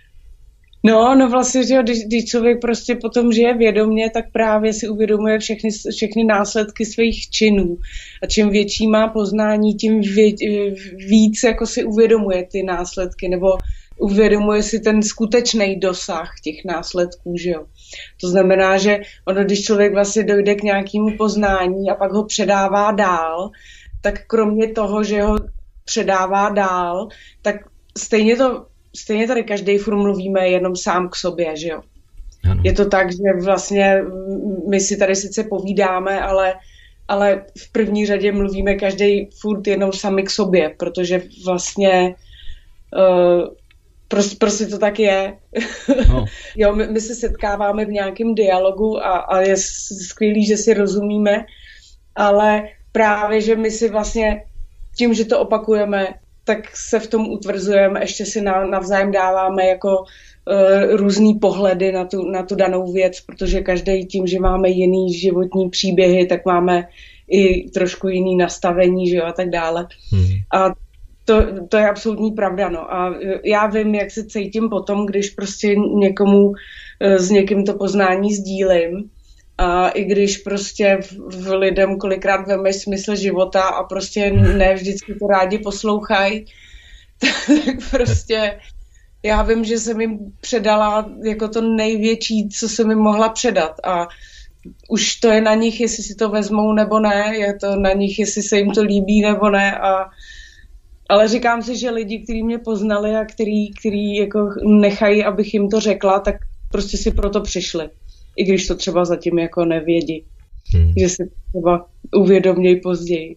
No, no vlastně, že když, když člověk prostě potom žije vědomě, tak právě si uvědomuje všechny, všechny následky svých činů. A čím větší má poznání, tím vě, víc jako si uvědomuje ty následky, nebo uvědomuje si ten skutečný dosah těch následků, že jo. To znamená, že ono, když člověk vlastně dojde k nějakému poznání a pak ho předává dál, tak kromě toho, že ho předává dál, tak stejně to Stejně tady každý furt mluvíme jenom sám k sobě, že jo. Ano. Je to tak, že vlastně my si tady sice povídáme, ale, ale v první řadě mluvíme každý furt jenom sami k sobě, protože vlastně uh, prostě, prostě to tak je. No. Jo, my, my se setkáváme v nějakém dialogu a, a je skvělý, že si rozumíme, ale právě, že my si vlastně tím, že to opakujeme, tak se v tom utvrzujeme, ještě si navzájem dáváme jako uh, různý pohledy na tu, na tu danou věc, protože každý tím, že máme jiný životní příběhy, tak máme i trošku jiný nastavení, že jo, a tak dále. Hmm. A to, to je absolutní pravda, no. A já vím, jak se cítím potom, když prostě někomu uh, s někým to poznání sdílím. A i když prostě v, v lidem kolikrát veme smysl života a prostě ne vždycky to rádi poslouchají, tak prostě já vím, že jsem jim předala jako to největší, co jsem jim mohla předat. A už to je na nich, jestli si to vezmou nebo ne, je to na nich, jestli se jim to líbí nebo ne. A, ale říkám si, že lidi, kteří mě poznali a který, který jako nechají, abych jim to řekla, tak prostě si proto přišli. I když to třeba zatím jako nevědí. Hmm. Že si třeba uvědomějí později.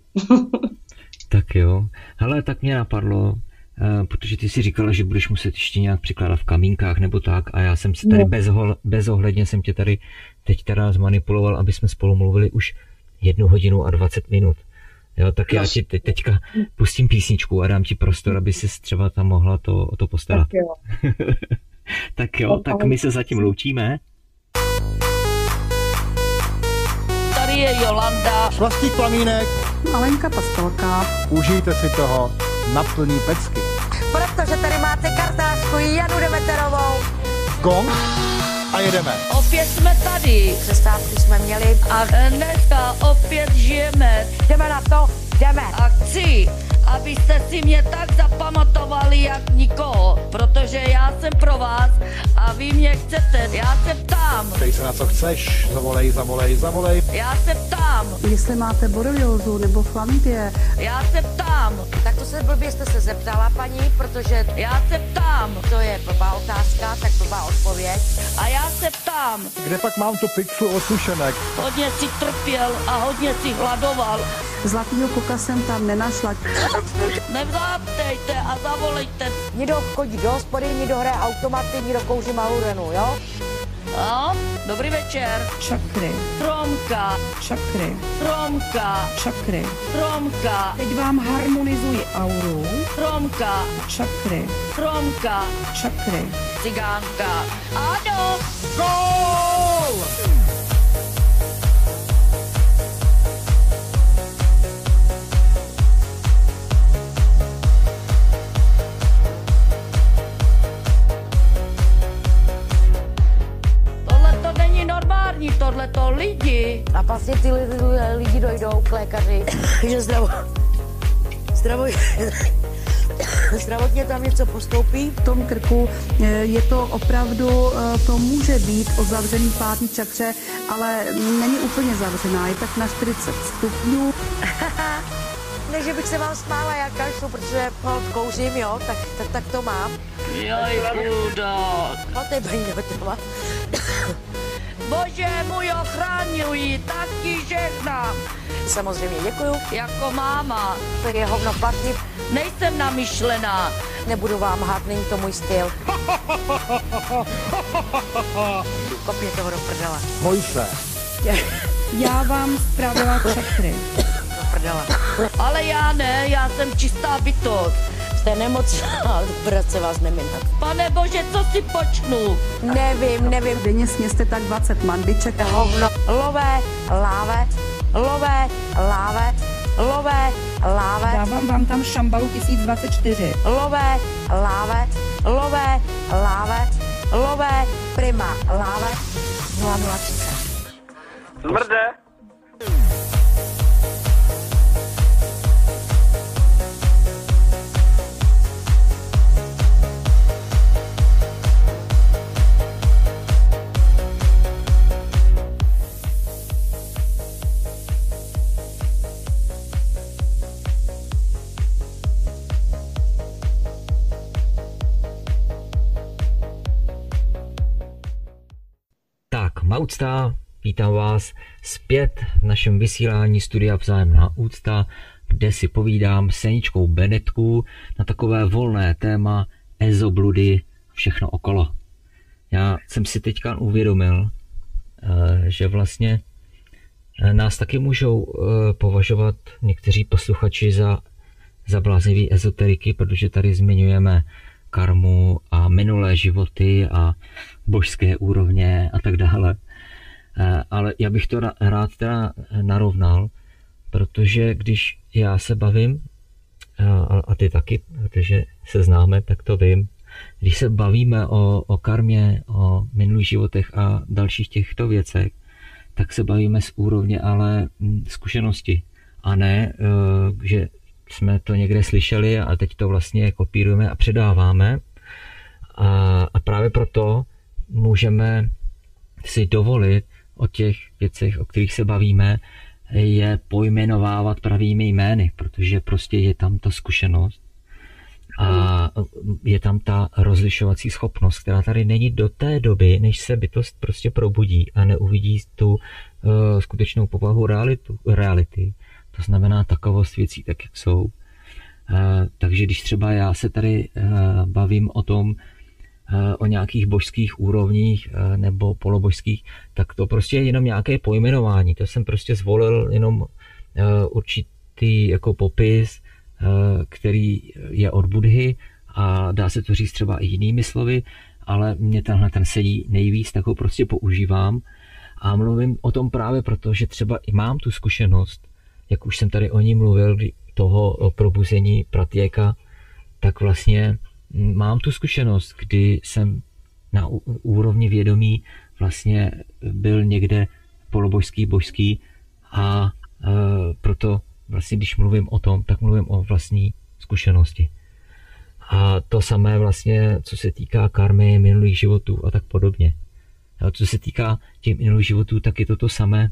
Tak jo. Hele, tak mě napadlo, uh, protože ty si říkala, že budeš muset ještě nějak přikládat v kamínkách nebo tak a já jsem se tady no. bezohl, bezohledně jsem tě tady teď teda zmanipuloval, aby jsme spolu mluvili už jednu hodinu a dvacet minut. Jo, tak já ti teď, teďka pustím písničku a dám ti prostor, aby si třeba tam mohla to, o to postarat. Tak jo. Tak jo, tak my se zatím loučíme. Tady je Jolanda. Švastík Plamínek. Alenka Pastelka. Užijte si toho na plný pecky. Protože tady máte kartářku Janu Demeterovou. Gong a jedeme. Opět jsme tady. Přestávku jsme měli. A dneska opět žijeme. Jdeme na to, jdeme. A chci, abyste si mě tak zapamatovali jak nikoho, protože já jsem pro vás a vy mě chcete. Já se ptám. Ptej se na co chceš, zavolej, zavolej, zavolej. Já se ptám. Jestli máte boreliózu nebo chlamydie. Já se ptám. Tak to se blbě jste se zeptala, paní, protože Já se ptám. to je blbá otázka, tak blbá odpověď. A já se ptám. Kde pak mám tu pizzu od sušenek? Hodně si trpěl a hodně si hladoval. Zlatýho koka jsem tam nenašla. Nevzáptejte a zavolejte. Někdo chodí do hospody, někdo hraje automaty, někdo kouří malurenu, jo? No, dobrý večer. Čakry, Tromka, čakry, tromka, čakry. tromka, Teď vám harmonizuji auru. tromka, Čakry, tromka, čakry. cigánka. Ano. Gól! Tohle to není normální, tohle to lidi. A vlastně ty lidi, lidi dojdou k lékaři, že zdravo, zdravo, zdravotně tam něco postoupí. V tom krku eh, je to opravdu, eh, to může být o zavřený pátý čakře, ale není úplně zavřená, je tak na čtyřicet stupňů. Ne, že bych se vám smála, já kašlu, protože hold kouřím, jo, tak, tak, tak to mám. Joj, chudák. No, to je paní Demeterová. Bože můj, ochraňuj, tak ti žehnám. Samozřejmě děkuju. Jako máma. To je hovno platný. Nejsem namyšlená, Nebudu vám hát, není to můj styl. Kopně toho do prdele. Boj se. Já vám spravila čakry. Do prdele. Ale já ne, já jsem čistá bytost. Jste nemocná, brat se vás neminat. Pane bože, co si počnu? Nevím, nevím. Denně sněste tak dvacet mandiček. Hovno. Lové, láve, lové, láve, lové, láve, Dávám vám tam šambalu tisíc dvacet čtyři. lové, láve, lové, láve, lové, prima, láve, nula nula třicet. Zmrde. Tak, Maúcta, vítám vás zpět v našem vysílání Studia Vzájemná úcta, kde si povídám s Aničkou Benetku na takové volné téma ezobludy, všechno okolo. Já jsem si teďka uvědomil, že vlastně nás taky můžou považovat někteří posluchači za, za bláznivý ezoteriky, protože tady zmiňujeme karmu a minulé životy a božské úrovně a tak dále. Ale já bych to rád teda narovnal, protože když já se bavím, a ty taky, protože se známe, tak to vím, když se bavíme o, o karmě, o minulých životech a dalších těchto věcech, tak se bavíme z úrovně ale zkušenosti. A ne, že jsme to někde slyšeli a teď to vlastně kopírujeme a předáváme. A, a právě proto můžeme si dovolit o těch věcech, o kterých se bavíme, je pojmenovávat pravými jmény, protože prostě je tam ta zkušenost a je tam ta rozlišovací schopnost, která tady není do té doby, než se bytost prostě probudí a neuvidí tu uh, skutečnou povahu realitu, reality. To znamená takovost věcí tak, jak jsou. Uh, takže když třeba já se tady uh, bavím o tom, uh, o nějakých božských úrovních uh, nebo polobožských, tak to prostě je jenom nějaké pojmenování. To jsem prostě zvolil jenom uh, určitý jako popis, uh, který je od Budhy a dá se to říct třeba i jinými slovy, ale mě tenhle ten sedí nejvíc, tak ho prostě používám a mluvím o tom právě proto, že třeba i mám tu zkušenost, jak už jsem tady o ní mluvil, toho probuzení Pratyeka, tak vlastně mám tu zkušenost, kdy jsem na úrovni vědomí vlastně byl někde polobožský, božský a e, proto vlastně, když mluvím o tom, tak mluvím o vlastní zkušenosti. A to samé vlastně, co se týká karmy, minulých životů a tak podobně. A co se týká těch minulých životů, tak je to to samé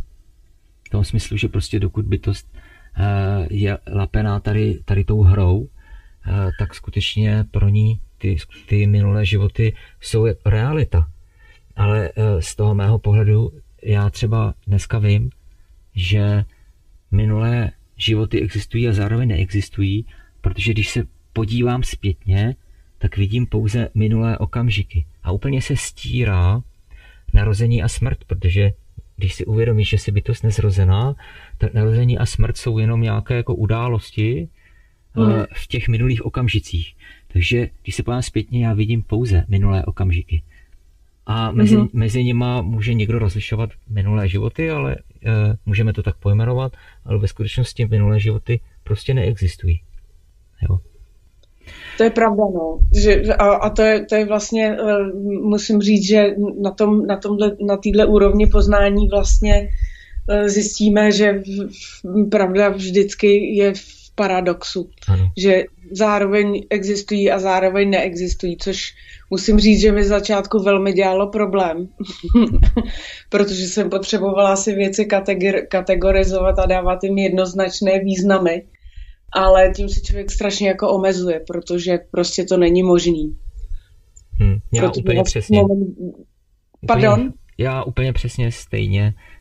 v tom smyslu, že prostě dokud bytost je lapená tady, tady tou hrou, tak skutečně pro ní ty, ty minulé životy jsou realita. Ale z toho mého pohledu já třeba dneska vím, že minulé životy existují a zároveň neexistují, protože když se podívám zpětně, tak vidím pouze minulé okamžiky. A úplně se stírá narození a smrt, protože když si uvědomíš, že jsi bytost nezrozená, tak narození a smrt jsou jenom nějaké jako události mm. v těch minulých okamžicích. Takže když se podívám zpětně, já vidím pouze minulé okamžiky. A mezi, mm. mezi nima může někdo rozlišovat minulé životy, ale e, můžeme to tak pojmenovat, ale ve skutečnosti minulé životy prostě neexistují. Jo. To je pravda, no. Že, a a to, je, to je vlastně, musím říct, že na, tom, na, tomhle, na téhle úrovni poznání vlastně zjistíme, že pravda vždycky je v paradoxu. Ano. Že zároveň existují a zároveň neexistují, což musím říct, že mi z začátku velmi dělalo problém, protože jsem potřebovala si věci kategor- kategorizovat a dávat jim jednoznačné významy. Ale tím se člověk strašně jako omezuje, protože prostě to není možný. Hmm, já protože úplně přesně. Moment... Pardon? Úplně, já úplně přesně stejně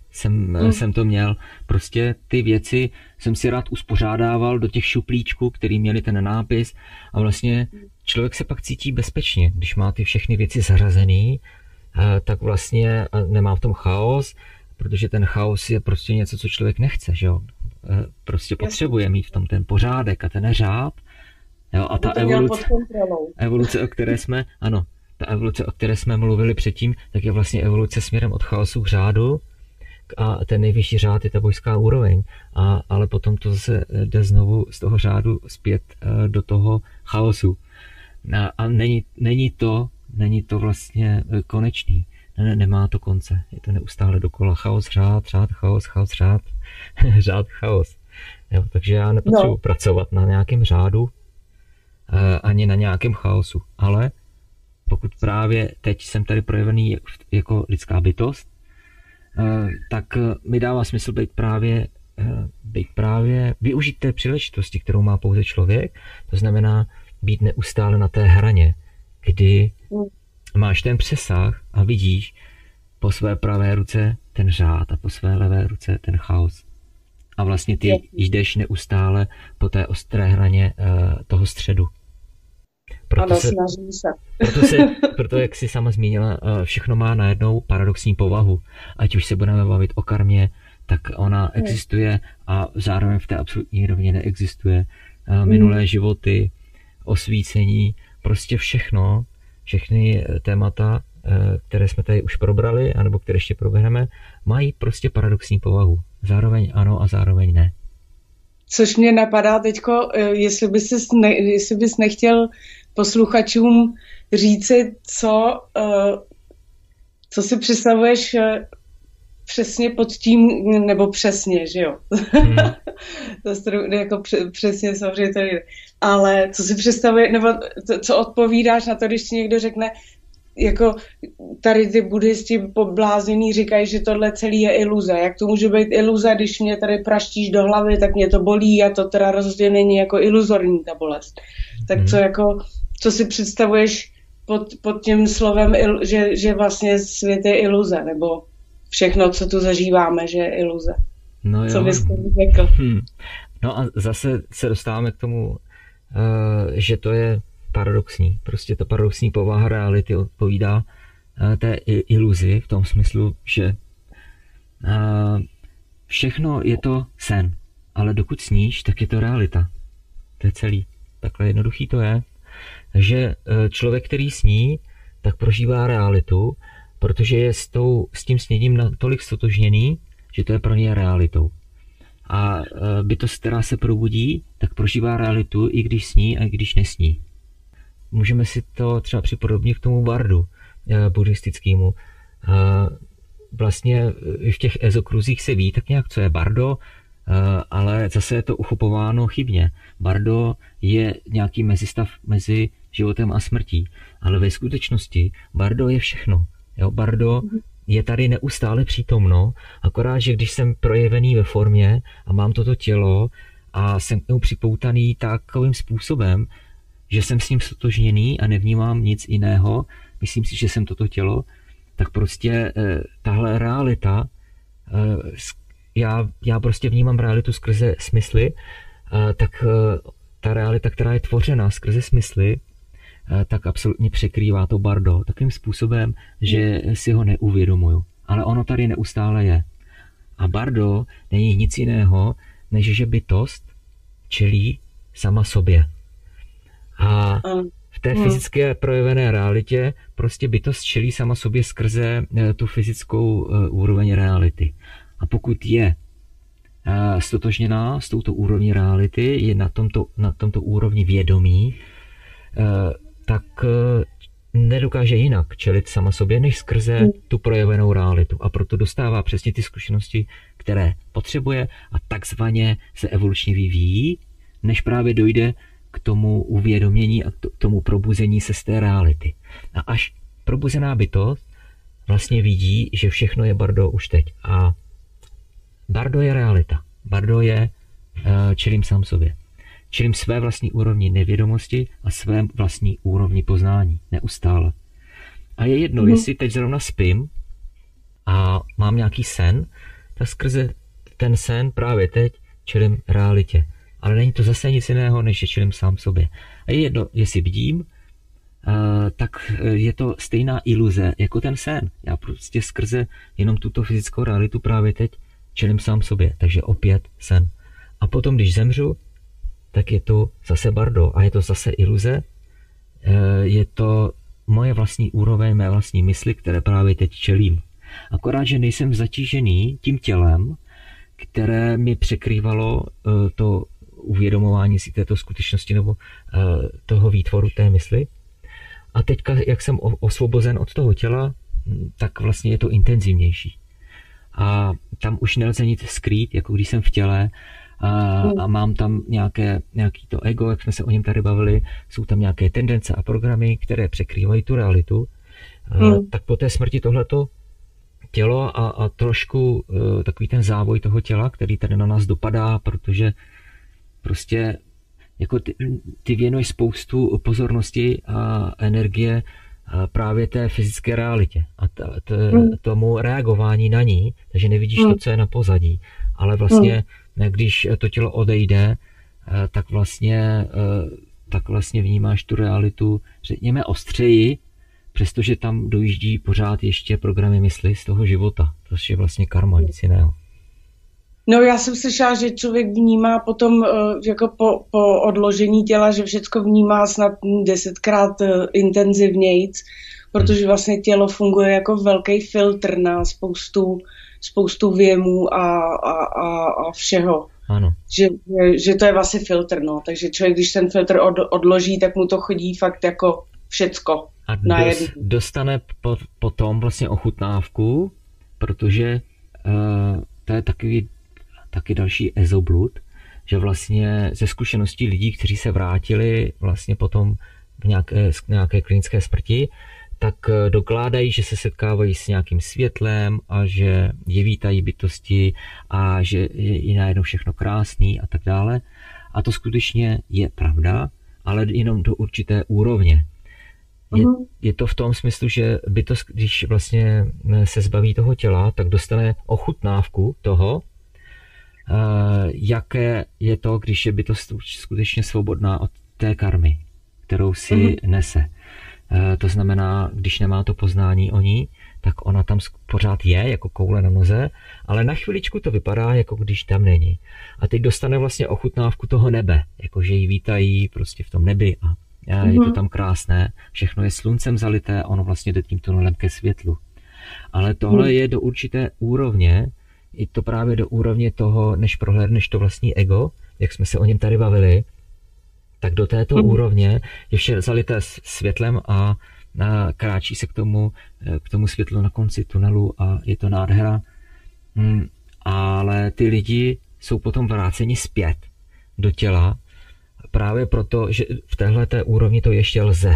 jsem, mm. jsem to měl. Prostě ty věci jsem si rád uspořádával do těch šuplíčků, který měli ten nápis a vlastně člověk se pak cítí bezpečně, když má ty všechny věci zařazený, tak vlastně nemá v tom chaos, protože ten chaos je prostě něco, co člověk nechce, že jo. Prostě potřebuje mít v tom ten pořádek a ten řád. Jo, a ta evoluce, evoluce, o které jsme, ano, ta evoluce, o které jsme mluvili předtím, tak je vlastně evoluce směrem od chaosu k řádu a ten nejvyšší řád je ta bojská úroveň, a, ale potom to zase jde znovu z toho řádu zpět do toho chaosu. A, a není, není, to, není to vlastně konečný, ne, nemá to konce, je to neustále dokola chaos, řád, řád, chaos, chaos, řád, řád, chaos. Jo, takže já nepotřebuji no. pracovat na nějakém řádu, ani na nějakém chaosu, ale pokud právě teď jsem tady projevený jako lidská bytost, tak mi dává smysl být právě, být právě využít té příležitosti, kterou má pouze člověk, to znamená být neustále na té hraně, kdy máš ten přesah a vidíš po své pravé ruce ten řád a po své levé ruce ten chaos. A vlastně ty jdeš neustále po té ostré hraně toho středu. Proto, ano, se, se. proto, se, proto, jak jsi sama zmínila, všechno má najednou paradoxní povahu. Ať už se budeme bavit o karmě, tak ona existuje a zároveň v té absolutní rovně neexistuje. Minulé životy, osvícení, prostě všechno, všechny témata, které jsme tady už probrali, anebo které ještě probereme, mají prostě paradoxní povahu. Zároveň ano a zároveň ne. Což mě napadá teďko, jestli bys, ne, jestli bys nechtěl posluchačům říci, co, co si představuješ přesně pod tím, nebo přesně, že jo? Hmm. to jako přesně samozřejmě to jde. Ale co si představuješ, nebo to, co odpovídáš na to, když ti někdo řekne, jako tady ty buddhisti pobláznění říkají, že tohle celý je iluze. Jak to může být iluze, když mě tady praštíš do hlavy, tak mě to bolí a to teda rozhodně není jako iluzorní ta bolest. Tak co jako, co si představuješ pod, pod tím slovem, že, že vlastně svět je iluze, nebo všechno, co tu zažíváme, že je iluze. No jo. Co bys to řekl? Hmm. No a zase se dostáváme k tomu, uh, že to je paradoxní. Prostě ta paradoxní povaha reality odpovídá uh, té iluzi v tom smyslu, že uh, všechno je to sen, ale dokud sníš, tak je to realita. To je celý. Takhle jednoduchý to je. Takže uh, člověk, který sní, tak prožívá realitu, protože je s, tou, s tím sněním natolik stotožněný, že to je pro něj realitou. A uh, bytost, která se probudí, tak prožívá realitu, i když sní a i když nesní. Můžeme si to třeba připodobnit k tomu bardu eh, buddhistickému. Eh, vlastně v těch ezokruzích se ví tak nějak, co je bardo, eh, ale zase je to uchopováno chybně. Bardo je nějaký mezistav mezi životem a smrtí, ale ve skutečnosti bardo je všechno. Jo? Bardo je tady neustále přítomno, akorát, že když jsem projevený ve formě a mám toto tělo a jsem k němu připoutaný takovým způsobem, že jsem s ním stotožněný a nevnímám nic jiného, myslím si, že jsem toto tělo, tak prostě eh, tahle realita, eh, já, já prostě vnímám realitu skrze smysly, eh, tak eh, ta realita, která je tvořena skrze smysly, eh, tak absolutně překrývá to bardo takým způsobem, že si ho neuvědomuju. Ale ono tady neustále je. A bardo není nic jiného, než že bytost čelí sama sobě. A v té fyzické projevené realitě prostě bytost čelí sama sobě skrze tu fyzickou úroveň reality. A pokud je stotožněná s touto úrovní reality, je na tomto, na tomto úrovni vědomí, tak nedokáže jinak čelit sama sobě, než skrze tu projevenou realitu. A proto dostává přesně ty zkušenosti, které potřebuje a takzvaně se evolučně vyvíjí, než právě dojde k tomu uvědomění a k tomu probuzení se z té reality. A až probuzená bytost vlastně vidí, že všechno je bardo už teď. A bardo je realita. Bardo je uh, čelím sám sobě. Čelím své vlastní úrovni nevědomosti a své vlastní úrovni poznání. Neustále. A je jedno, mm. jestli teď zrovna spím a mám nějaký sen, tak skrze ten sen právě teď čelím realitě. Ale není to zase nic jiného, než že čelím sám sobě. A je jedno, jestli vidím, tak je to stejná iluze jako ten sen. Já prostě skrze jenom tuto fyzickou realitu právě teď čelím sám sobě. Takže opět sen. A potom, když zemřu, tak je to zase bardo a je to zase iluze. Je to moje vlastní úroveň, mé vlastní mysli, které právě teď čelím. Akorát, že nejsem zatížený tím tělem, které mi překrývalo to uvědomování si této skutečnosti nebo toho výtvoru té mysli. A teďka, jak jsem osvobozen od toho těla, tak vlastně je to intenzivnější. A tam už nelze nic skrýt, jako když jsem v těle a, a mám tam nějaké, nějaký to ego, jak jsme se o něm tady bavili, jsou tam nějaké tendence a programy, které překrývají tu realitu. Mm. A, tak po té smrti tohleto tělo a, a trošku uh, takový ten závoj toho těla, který tady na nás dopadá, protože prostě jako ty, ty věnuješ spoustu pozornosti a energie a právě té fyzické realitě a t, t, mm. tomu reagování na ní, takže nevidíš mm. to, co je na pozadí. Ale vlastně, mm. když to tělo odejde, tak vlastně, tak vlastně vnímáš tu realitu, řekněme, ostřeji, přestože tam dojíždí pořád ještě programy mysli z toho života. To je vlastně karma, nic jiného. No já jsem slyšela, že člověk vnímá potom jako po, po odložení těla, že všecko vnímá snad desetkrát intenzivnějc, protože vlastně tělo funguje jako velký filtr na spoustu, spoustu věmů a, a, a, a všeho. Ano. Že, že to je vlastně filtr, no. Takže člověk, když ten filtr od, odloží, tak mu to chodí fakt jako všecko. A dos, dostane po, potom vlastně ochutnávku, protože uh, to je takový taky další ezoblud, že vlastně ze zkušeností lidí, kteří se vrátili vlastně potom v nějaké, nějaké klinické smrti, tak dokládají, že se setkávají s nějakým světlem a že je vítají bytosti a že je najednou všechno krásný a tak dále. A to skutečně je pravda, ale jenom do určité úrovně. Je, je to v tom smyslu, že bytost, když vlastně se zbaví toho těla, tak dostane ochutnávku toho, Uh, jaké je to, když je bytost skutečně svobodná od té karmy, kterou si mm-hmm. nese. Uh, to znamená, když nemá to poznání o ní, tak ona tam pořád je, jako koule na noze, ale na chviličku to vypadá, jako když tam není. A teď dostane vlastně ochutnávku toho nebe, jakože ji vítají prostě v tom nebi a mm-hmm. je to tam krásné, všechno je sluncem zalité, ono vlastně jde tím tunelem ke světlu. Ale tohle mm. je do určité úrovně, je to právě do úrovně toho, než prohlédneš to vlastní ego, jak jsme se o něm tady bavili, tak do této mm. úrovně je vše zalité světlem a, a kráčí se k tomu, k tomu světlu na konci tunelu a je to nádhera. Mm, ale ty lidi jsou potom vráceni zpět do těla právě proto, že v téhleté úrovni to ještě lze.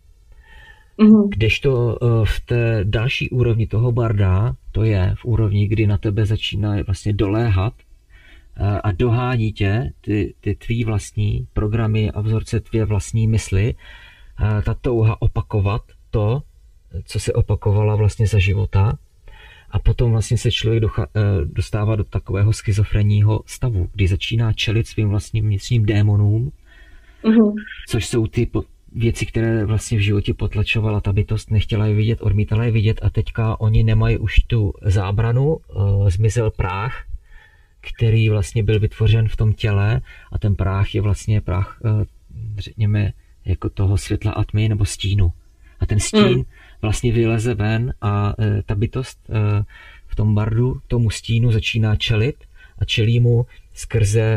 Mm. Kdežto v té další úrovni toho barda, to je v úrovni, kdy na tebe začíná vlastně doléhat a dohání tě ty, ty tvý vlastní programy a vzorce tvě vlastní mysli, ta touha opakovat to, co se opakovala vlastně za života, a potom vlastně se člověk docha, dostává do takového schizofrenního stavu, kdy začíná čelit svým vlastním vnitřním démonům, mm. což jsou ty věci, které vlastně v životě potlačovala ta bytost, nechtěla je vidět, odmítala je vidět a teďka oni nemají už tu zábranu, uh, zmizel práh, který vlastně byl vytvořen v tom těle a ten práh je vlastně práh, uh, řekněme, jako toho světla a tmy nebo stínu. A ten stín mm. vlastně vyleze ven a uh, ta bytost uh, v tom bardu tomu stínu začíná čelit a čelí mu skrze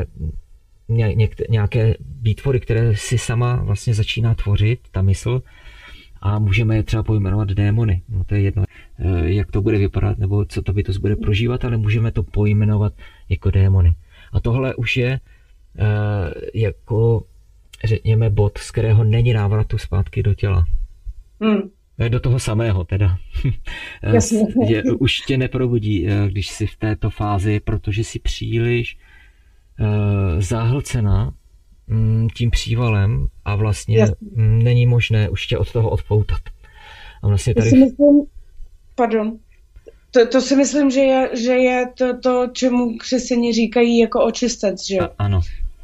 nějaké výtvory, které si sama vlastně začíná tvořit, ta mysl, a můžeme je třeba pojmenovat démony. No to je jedno, jak to bude vypadat, nebo co ta bytost bude prožívat, ale můžeme to pojmenovat jako démony. A tohle už je jako, řekněme, bod, z kterého není návratu zpátky do těla. Hmm. Do toho samého teda. je, už tě neprobudí, když jsi v této fázi, protože jsi příliš zahlcena tím přívalem a vlastně Jasně. není možné už tě od toho odpoutat. A vlastně tady... Myslím, pardon. To, to si myslím, že je, že je to, to, čemu křesťané říkají jako očistec, že jo? Ano.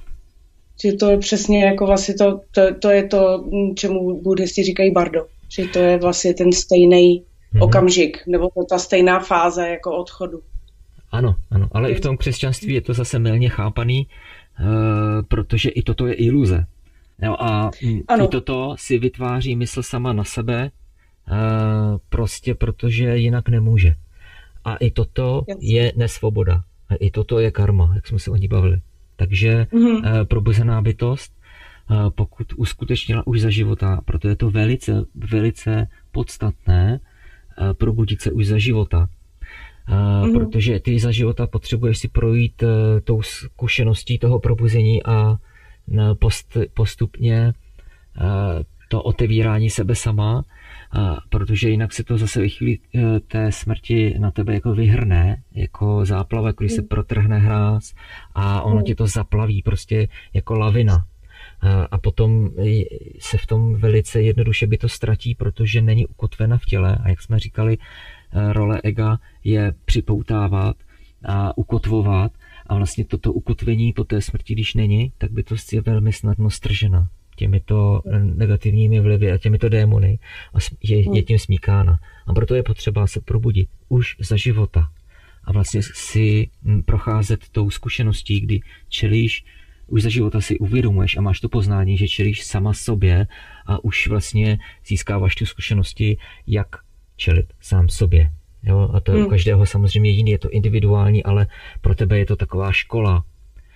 Že to je přesně jako vlastně to, to, to je to, čemu buddhisti říkají bardo. Že to je vlastně ten stejný mm-hmm. okamžik, nebo to ta stejná fáze jako odchodu. Ano, ano, ale i v tom křesťanství je to zase mylně chápaný, uh, protože i toto je iluze. Jo, a ano. I toto si vytváří mysl sama na sebe, uh, prostě protože jinak nemůže. A i toto Jasně. je nesvoboda. A i toto je karma, jak jsme se o ní bavili. Takže mm-hmm. uh, probuzená bytost, uh, pokud uskutečnila už za života, proto je to velice, velice podstatné uh, probudit se už za života. Uh, mm-hmm. Protože ty za života potřebuješ si projít uh, tou zkušeností toho probuzení a uh, post, postupně uh, to otevírání sebe sama, uh, protože jinak se to zase ve chvíli uh, té smrti na tebe jako vyhrne, jako záplava, když mm. se protrhne hráz a ono mm. ti to zaplaví prostě jako lavina. Uh, a potom se v tom velice jednoduše by to ztratí, protože není ukotvena v těle a jak jsme říkali, role ega je připoutávat a ukotvovat a vlastně toto ukotvení po té smrti, když není, tak by to je velmi snadno stržena těmito negativními vlivy a těmito démony a je, je tím smíkána. A proto je potřeba se probudit už za života a vlastně si procházet tou zkušeností, kdy čelíš, už za života si uvědomuješ a máš to poznání, že čelíš sama sobě a už vlastně získáváš tu zkušenosti, jak čelit sám sobě. Jo? A to je hmm. u každého samozřejmě jiný, je to individuální, ale pro tebe je to taková škola.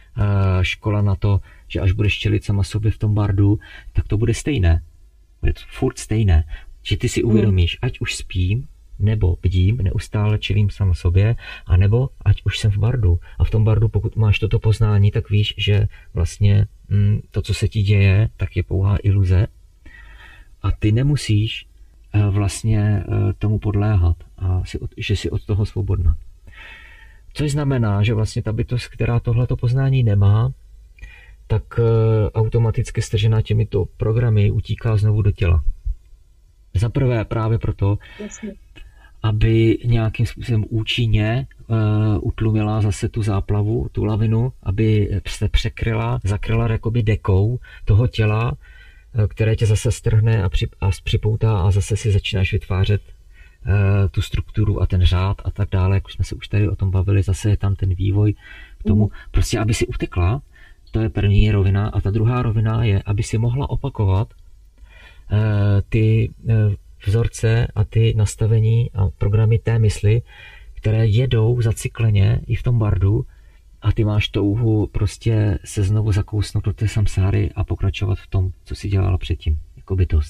Uh, škola na to, že až budeš čelit sama sobě v tom bardu, tak to bude stejné. Bude to furt stejné. Že ty si uvědomíš, ať už spím, nebo bdím, neustále čelím sama sobě, a nebo ať už jsem v bardu. A v tom bardu, pokud máš toto poznání, tak víš, že vlastně mm, to, co se ti děje, tak je pouhá iluze. A ty nemusíš vlastně tomu podléhat a si od, že si od toho svobodná. Což znamená, že vlastně ta bytost, která tohleto poznání nemá, tak automaticky stržená těmito programy utíká znovu do těla. Za prvé právě proto, Jasně. aby nějakým způsobem účinně uh, utlumila zase tu záplavu, tu lavinu, aby se překryla, zakryla jakoby dekou toho těla, které tě zase strhne a, při, a připoutá a zase si začínáš vytvářet uh, tu strukturu a ten řád a tak dále, jak jsme se už tady o tom bavili, zase je tam ten vývoj k tomu, mm. prostě aby si utekla, to je první rovina a ta druhá rovina je, aby si mohla opakovat uh, ty uh, vzorce a ty nastavení a programy té mysli, které jedou zacykleně i v tom bardu, a ty máš touhu prostě se znovu zakousnout do té samsáry a pokračovat v tom, co jsi dělala předtím, jako bytost.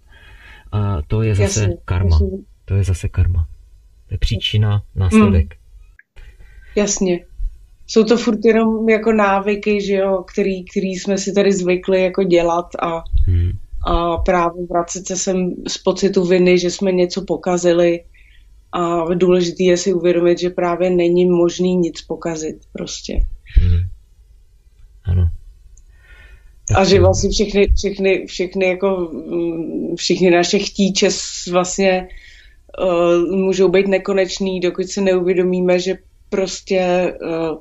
A to je zase jasně, karma. Jasně. To je zase karma. To je příčina, následek. Mm. Jasně. Jsou to furt jenom jako návyky, že jo, který, který jsme si tady zvykli jako dělat a, hmm. a právě vracet se sem z pocitu viny, že jsme něco pokazili. A důležité je si uvědomit, že právě není možný nic pokazit prostě. Hmm. Ano. Tak a že vlastně všechny, všechny, všechny jako všichni naše chtíče vlastně uh, můžou být nekonečný, dokud se neuvědomíme, že prostě uh,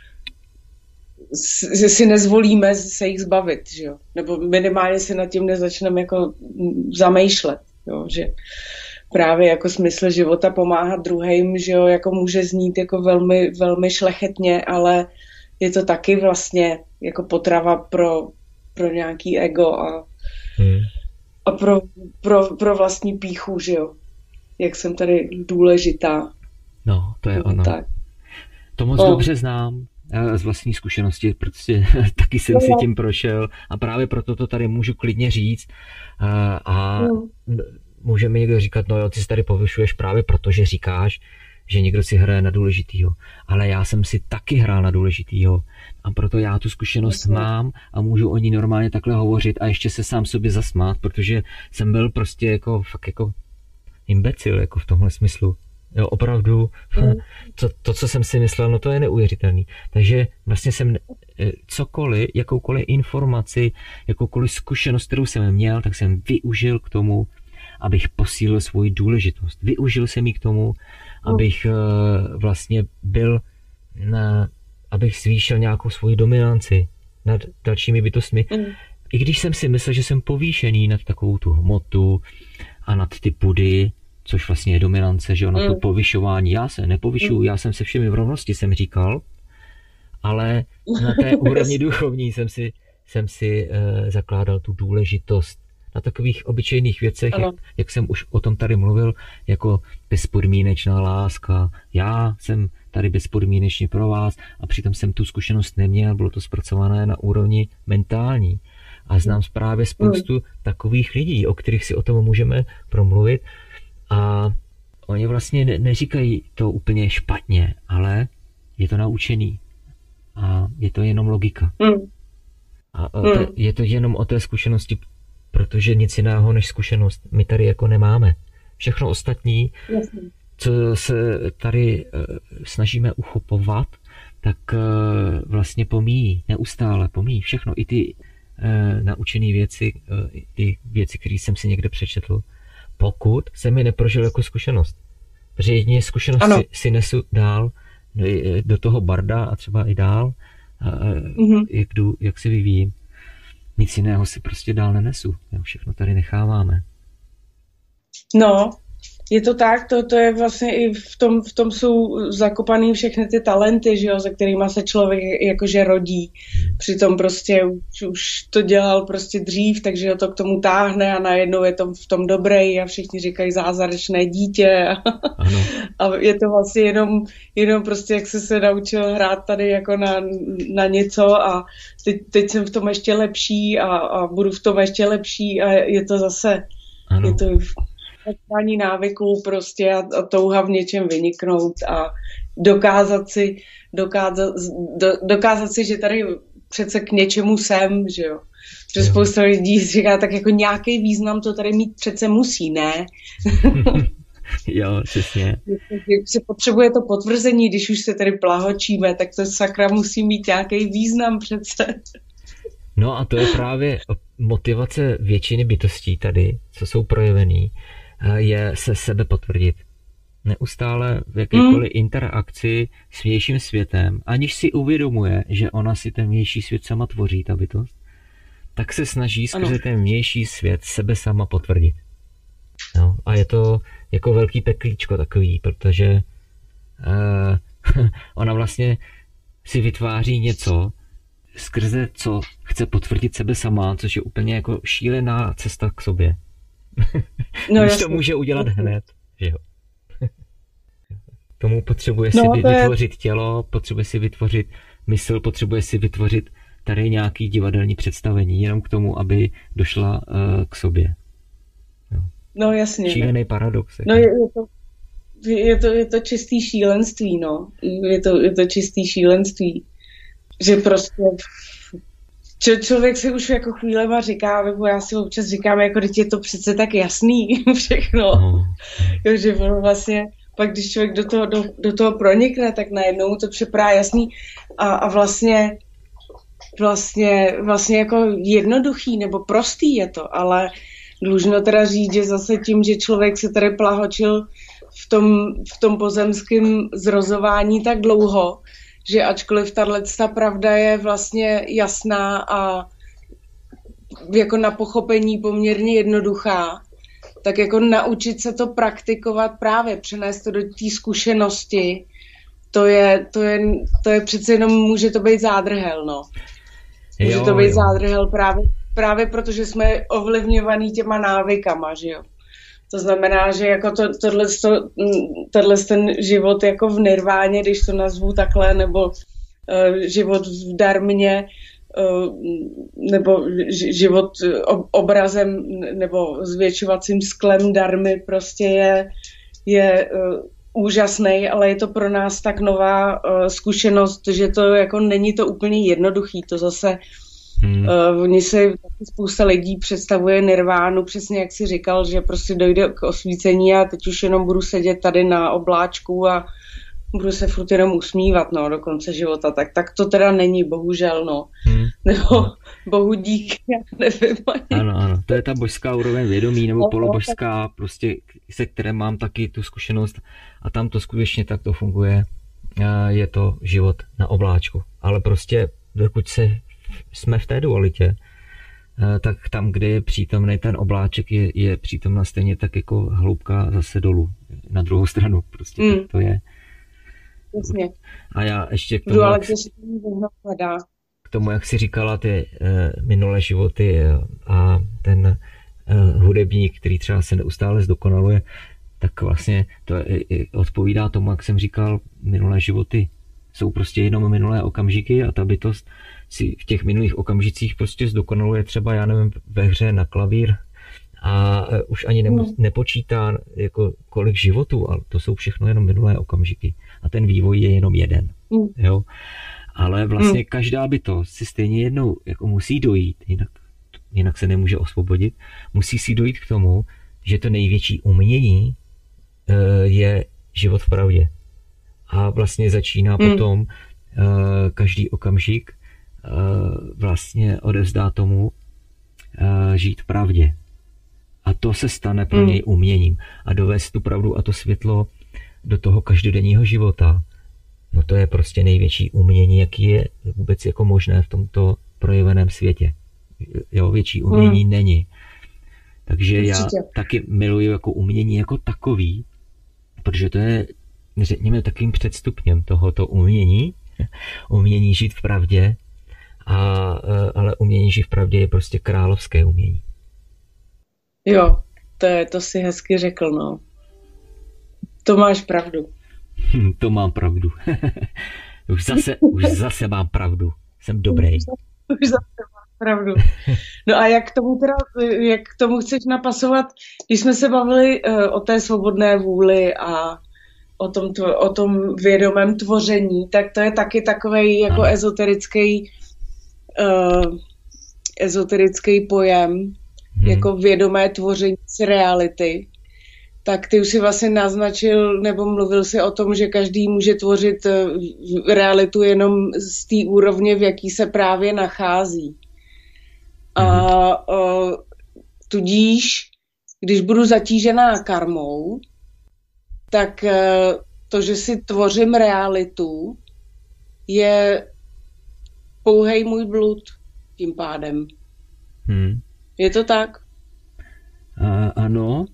že si nezvolíme se jich zbavit, že jo? Nebo minimálně se nad tím nezačneme jako zamýšlet, jo? Že právě jako smysl života pomáhat druhým, že jo, jako může znít jako velmi, velmi šlechetně, ale je to taky vlastně jako potrava pro, pro nějaký ego a, hmm. a pro, pro, pro vlastní pýchu, že jo. Jak jsem tady důležitá. No, to je ono. Tak. To moc o. dobře znám z vlastní zkušenosti, protože taky jsem no. si tím prošel a právě proto to tady můžu klidně říct a, a no. může mi někdo říkat, no jo, ty si tady povyšuješ právě proto, že říkáš, že někdo si hraje na důležitýho. Ale já jsem si taky hrál na důležitýho. A proto já tu zkušenost Myslím. mám a můžu o ní normálně takhle hovořit a ještě se sám sobě zasmát, protože jsem byl prostě jako fakt jako imbecil jako v tomhle smyslu. Jo, opravdu, mm. to, to, co jsem si myslel, no to je neuvěřitelný. Takže vlastně jsem cokoliv, jakoukoliv informaci, jakoukoliv zkušenost, kterou jsem měl, tak jsem využil k tomu, abych posílil svoji důležitost. Využil jsem ji k tomu, abych vlastně byl, na, abych zvýšil nějakou svoji dominanci nad dalšími bytostmi. Mm. I když jsem si myslel, že jsem povýšený nad takovou tu hmotu a nad ty pudy, což vlastně je dominance, že jo, na to povyšování. Já se nepovyšuju, já jsem se všemi v rovnosti, jsem říkal, ale na té úrovni duchovní jsem si, jsem si uh, zakládal tu důležitost na takových obyčejných věcech, jak, jak jsem už o tom tady mluvil, jako bezpodmínečná láska. Já jsem tady bezpodmínečně pro vás a přitom jsem tu zkušenost neměl, bylo to zpracované na úrovni mentální. A znám právě spoustu mm. takových lidí, o kterých si o tom můžeme promluvit a oni vlastně ne- neříkají to úplně špatně, ale je to naučený a je to jenom logika. Mm. A, a te- je to jenom o té zkušenosti, protože nic jiného než zkušenost my tady jako nemáme. Všechno ostatní, Jasně. co se tady uh, snažíme uchopovat, tak uh, vlastně pomíjí, neustále pomíjí všechno, i ty uh, naučené věci, uh, i věci, které jsem si někde přečetl, pokud jsem je neprožil jako zkušenost. Protože jedině zkušenost si, si nesu dál do, do toho barda a třeba i dál, uh, mm-hmm. jak, jdu, jak se vyvíjím. Nic jiného si prostě dál nenesu. Všechno tady necháváme. No, je to tak, to, to je vlastně i v tom, v tom jsou zakopaný všechny ty talenty, že jo, za kterýma se člověk jakože rodí. Přitom prostě už, už to dělal prostě dřív, takže ho to k tomu táhne a najednou je to v tom dobrý a všichni říkají zázračné dítě. Ano. A je to vlastně jenom, jenom prostě, jak se se naučil hrát tady jako na, na něco a teď, teď jsem v tom ještě lepší a, a budu v tom ještě lepší a je to zase, ano. je toání návyků prostě a, a touha v něčem vyniknout a dokázat si, dokázat, do, dokázat si, že tady přece k něčemu jsem, že jo. Že jo. Spousta lidí říká, tak jako nějaký význam to tady mít přece musí, ne? Jo, přesně. Když se potřebuje to potvrzení, když už se tady plahočíme, tak to sakra musí mít nějaký význam přece. No a to je právě motivace většiny bytostí tady, co jsou projevený, je se sebe potvrdit. Neustále v jakékoliv mm. interakci s vnějším světem, aniž si uvědomuje, že ona si ten vnější svět sama tvoří, ta bytost, tak se snaží skrze ano. ten vnější svět sebe sama potvrdit. No, a je to jako velký peklíčko takový, protože uh, ona vlastně si vytváří něco, skrze co chce potvrdit sebe sama, což je úplně jako šílená cesta k sobě. No, Když to může udělat hned, že jo. Tomu potřebuje si no, vytvořit je... tělo, potřebuje si vytvořit mysl, potřebuje si vytvořit tady nějaký divadelní představení, jenom k tomu, aby došla uh, k sobě. Jo. No jasně. Šílený paradox. No je, je, to, je, to, je to čistý šílenství, no. Je to, je to čistý šílenství. Že prostě č- člověk si už jako chvílema říká, nebo já si občas říkám, jako teď je to přece tak jasný všechno. No. Jo, že vlastně pak když člověk do toho, do, do toho pronikne, tak najednou mu to připadá jasný a, a vlastně vlastně, vlastně jako jednoduchý nebo prostý je to, ale dlužno teda říct, že zase tím, že člověk se tady plahočil v tom, v tom pozemském zrozování tak dlouho, že ačkoliv tato pravda je vlastně jasná a jako na pochopení poměrně jednoduchá, tak jako naučit se to praktikovat právě, přenést to do té zkušenosti, to je, to je, to je přece jenom, může to být zádrhel, no. Může jo, to být jo. zádrhel právě, právě protože jsme ovlivňovaný těma návykama, že jo. To znamená, že jako to, tohle, to, tohle ten život jako v nirváně, když to nazvu takhle, nebo uh, život v darmě, uh, nebo ž, život ob, obrazem nebo zvětšovacím sklem darmy prostě je, je uh, úžasný, ale je to pro nás tak nová uh, zkušenost, že to jako není to úplně jednoduchý, to zase Hmm. Uh, oni si spousta lidí představuje nirvánu, přesně jak si říkal, že prostě dojde k osvícení a teď už jenom budu sedět tady na obláčku a budu se furt jenom usmívat, no, do konce života, tak, tak to teda není, bohužel, no. Hmm. Nebo bohu dík, já nevím. Ani. Ano, ano, to je ta božská úroveň vědomí, nebo polobožská, prostě, se které mám taky tu zkušenost a tam to skutečně tak to funguje. Je to život na obláčku, ale prostě dokud se, jsme v té dualitě, tak tam, kde je přítomný ten obláček, je, je přítomná stejně tak jako hloubka zase dolů, na druhou stranu, prostě mm. tak to je. Jasně. A já ještě k tomu, jak, k tomu, jak jsi říkala ty eh, minulé životy a ten eh, hudebník, který třeba se neustále zdokonaluje, tak vlastně to je, je, odpovídá tomu, jak jsem říkal, minulé životy jsou prostě jenom minulé okamžiky a ta bytost si v těch minulých okamžicích prostě zdokonaluje třeba, já nevím, ve hře na klavír a už ani ne, nepočítá jako kolik životů, ale to jsou všechno jenom minulé okamžiky a ten vývoj je jenom jeden, jo. Ale vlastně každá bytost si stejně jednou jako musí dojít, jinak, jinak se nemůže osvobodit, musí si dojít k tomu, že to největší umění je život v pravdě. A vlastně začíná hmm. potom uh, každý okamžik uh, vlastně odevzdá tomu uh, žít v pravdě. A to se stane pro hmm. něj uměním. A dovést tu pravdu a to světlo do toho každodenního života, no to je prostě největší umění, jaký je vůbec jako možné v tomto projeveném světě. Jo, větší umění hmm. není. Takže já taky miluji jako umění jako takový, protože to je, řekněme, takovým předstupněm tohoto umění, umění žít v pravdě, a, ale umění žít v pravdě je prostě královské umění. Jo, to, je, to si hezky řekl, no. To máš pravdu. Hm, to mám pravdu. už, zase, už zase mám pravdu. Jsem dobrý. Už zase mám pravdu. No a jak k tomu teda, jak k tomu chceš napasovat, když jsme se bavili uh, o té svobodné vůli a o tom, tvo, o tom vědomém tvoření, tak to je taky takovej jako ano. ezoterický uh, ezoterický pojem, hmm. jako vědomé tvoření z reality. Tak ty už si vlastně naznačil, nebo mluvil si o tom, že každý může tvořit realitu jenom z té úrovně, v jaký se právě nachází. A uh, tudíž, když budu zatížená karmou, tak uh, to, že si tvořím realitu, je pouhej můj blud tím pádem. Hmm. Je to tak? A, ano.